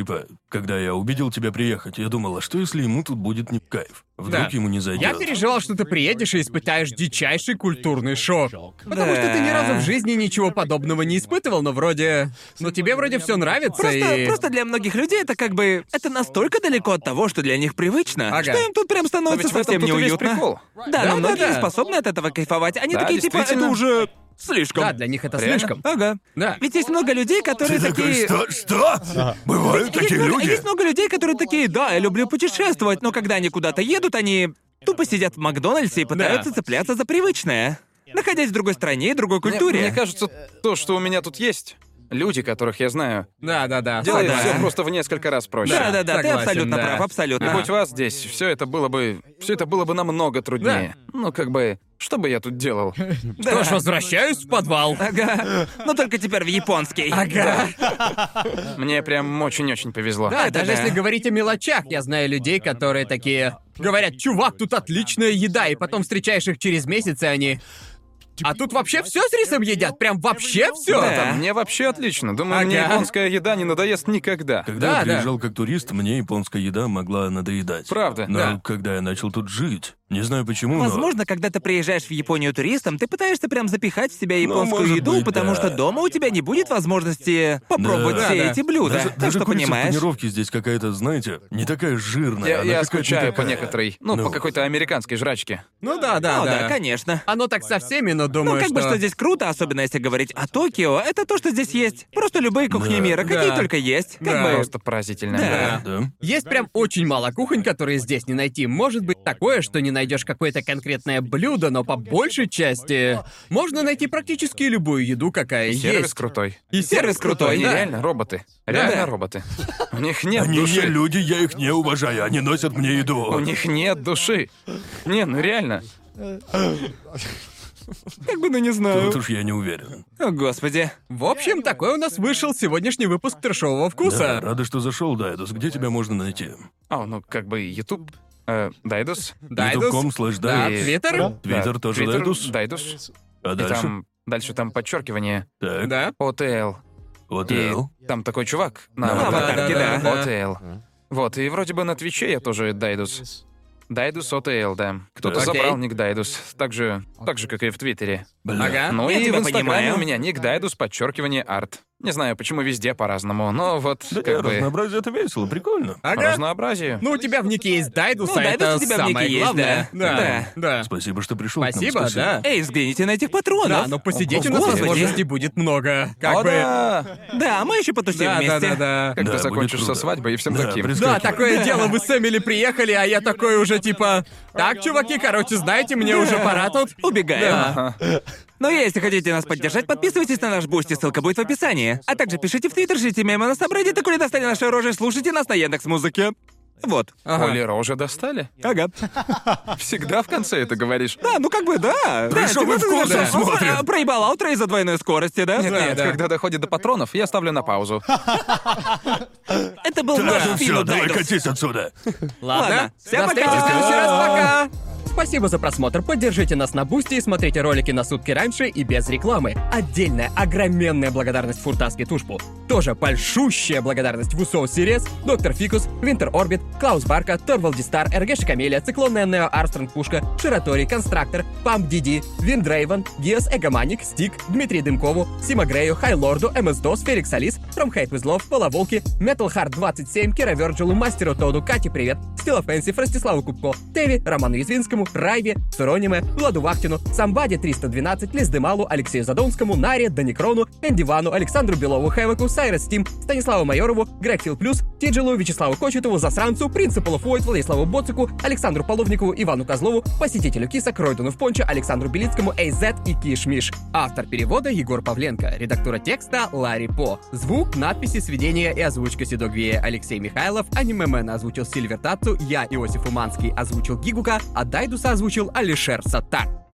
когда я убедил тебя приехать, я думал, а что если ему тут будет не в кайф? Вдруг Да. ему не зайдет. Я переживал, что ты приедешь и испытаешь дичайший культурный шок. Потому что ты ни разу в жизни ничего подобного не испытывал, но вроде... Но тебе вроде все нравится и... Просто для многих людей это как бы... Это настолько далеко от того, что для них привычно, Ага. что им тут прям Но становится ведь в этом совсем тут и весь неуютно. прикол. Да, но многие да. не способны от этого кайфовать. Они Да, такие, типа, это действительно. уже слишком. Да, для них это Реально? слишком. Ага. Да. Ведь есть много людей, которые Ты такой, такие... что? Бывают такие люди? Есть много людей, которые такие: да, я люблю путешествовать, но когда они куда-то едут, они тупо сидят в Макдональдсе и пытаются цепляться за привычное, находясь в другой стране и другой культуре. Мне кажется, то, что у меня тут есть, люди, которых я знаю, Да. делает да. все просто в несколько раз проще. Да, ты Согласен, абсолютно да. прав, абсолютно. И будь вас здесь, все это было бы намного труднее. Ну, как бы, что бы я тут делал? Что ж, возвращаюсь в подвал. Ага. Но только теперь в японский. Ага. Мне прям очень-очень повезло. Да, Это даже да. если говорить о мелочах, я знаю людей, которые такие... Говорят, чувак, тут отличная еда, и потом встречаешь их через месяц, и они... А тут вообще все с рисом едят? Прям вообще все? Да. Мне вообще отлично. Думаю, мне Ага. японская еда не надоест никогда. Когда Да, я приезжал как турист, мне японская еда могла надоедать. Правда? Но Да. когда я начал тут жить, Не знаю почему, но... Возможно, когда ты приезжаешь в Японию туристом, ты пытаешься прям запихать в себя японскую может еду, быть, потому да. что дома у тебя не будет возможности попробовать Да. все Да. эти блюда. Даже, Так даже что курица в понимаешь. панировке здесь какая-то, знаете, не такая жирная. Я она какая-то скучаю не по такая. некоторой, по какой-то американской жрачке. Ну да, Ну да, конечно. Оно так со всеми, но Ну, думаю, как бы что здесь круто, особенно если говорить о Токио, это то, что здесь есть. Просто любые кухни Да. мира, какие Да. только есть. Как Да. бы. Просто поразительно. Да. Да. Есть прям очень мало кухонь, которые здесь не найти. Может быть такое, что не найдешь какое-то конкретное блюдо, но по большей части можно найти практически любую еду, какая Сервис есть. крутой. И сервис крутой, Они да. реально роботы. Реально Да. роботы. У них нет Они души. не люди, я их не уважаю, они носят мне еду. У них нет души. Не, ну реально. Как бы, ну не знаю. Тут уж я не уверен. О, господи. В общем, такой у нас вышел сегодняшний выпуск трэшового Да, вкуса. рада, что зашел, Дайдус. Где тебя можно найти? Ну как бы YouTube, Дайдус. Дайдус. youtube.com/Dайдус. Да, И- Твиттер. Твиттер тоже Твиттер, Дайдус. Дайдус. А И дальше? дальше там подчеркивание. Так, Да. ОТЛ. вот И Эл. там такой чувак на Да, аватарке, да, да. ОТЛ. Вот, и вроде бы на Твиче я тоже Дайдус. Дайдус ОТЛ, да. Кто-то Так. забрал Окей. ник Дайдус. Так же, как и в Твиттере. Бля. Ага. Ну Я и тебя в Инстаграме понимаю. у меня ник Дайдус, подчеркивание, арт. Не знаю, почему везде по-разному, но вот Да как не, бы разнообразие это весело, прикольно. Ага. разнообразие. Ну, у тебя в нике есть Дайдус, Ну, а Дайдус это у тебя в нике самое есть, главное. да. Да, да. Спасибо, что пришел. Спасибо, да. Эй, взгляните на этих патронов. Да, но посидеть у нас Господи. возможностей будет много. Как О, бы... да! Да, мы еще потусим Да, да, вместе. да, да. Когда будет закончишь со круто. свадьбой и всем Да, таким. Да, прискакивай. такое дело, вы с Эмили приехали, а я такой уже типа... Так, чуваки, короче, знаете, мне уже пора тут. Убегаем. Ну и если хотите нас поддержать, подписывайтесь на наш Бусти, ссылка будет в описании. А также пишите в Твиттер, ждите мемы на Сабреддит, куда достали наши рожи, слушайте нас на Яндекс.Музыке. Вот. Оли рожи достали? Ага. Всегда в конце это говоришь. Да, ну как бы да. Трэшовый вкус да, смотрим. проебал аутро из-за двойной скорости, да? Нет, да. когда доходит до патронов, я ставлю на паузу. Это был Да, наш все, Фину давай Дайдус. катись отсюда. Ладно, всем до встречи пока. в следующий раз, пока! Спасибо за просмотр, поддержите нас на Бусти и смотрите ролики на сутки раньше и без рекламы. Отдельная, огроменная благодарность Фуртаске Тушпу. Тоже большущая благодарность Вусоу Сириес, Доктор Фикус, Винтер Орбит, Клаус Барка, Торвалди Стар, РГ Шикамелия, Циклонная Нео Армстронг Пушка, Ширатори, Констрактор, Памп Диди, Виндрейвен, Гиас Эгоманик, Стик, Дмитрий Дымкову, Сима Грею, Хайлорду, МС-ДОС, Феликс Алис, From Hate With Love, Половолки, Metal Hard 27, Кира Верджилу, Мастеру Тоду, Кате Привет, Стила Фэнси, Ростиславу Кубко, Теви, Роману Язвинскому, Райве, Сурониме, Владу Вахтину, Самбаде 312, Лиздемалу, Алексею Задонскому, Наре, Даникрону, Эндивану, Александру Белову, Хэваку, Сайрес Стим, Станиславу Майорову, Грег Фил Плюс, Тиджилу, Вячеславу Кочетову, Засранцу, Принципу Лофуэйт, Владиславу Боцику, Александру Половникову, Ивану Козлову, Посетителю Киса, Кройдуну в Понче, Александру Белицкому, Эйзет и Киш-Миш. Автор перевода Егор Павленко, редактура текста Ларри По. Звук, надписи, сведения и озвучка Седогвея Алексей Михайлов, аниме-мена озвучил Сильвер Тацу, я, Иосиф Уманский, озвучил Гигука, а Дайдуса озвучил Алишер Саттар.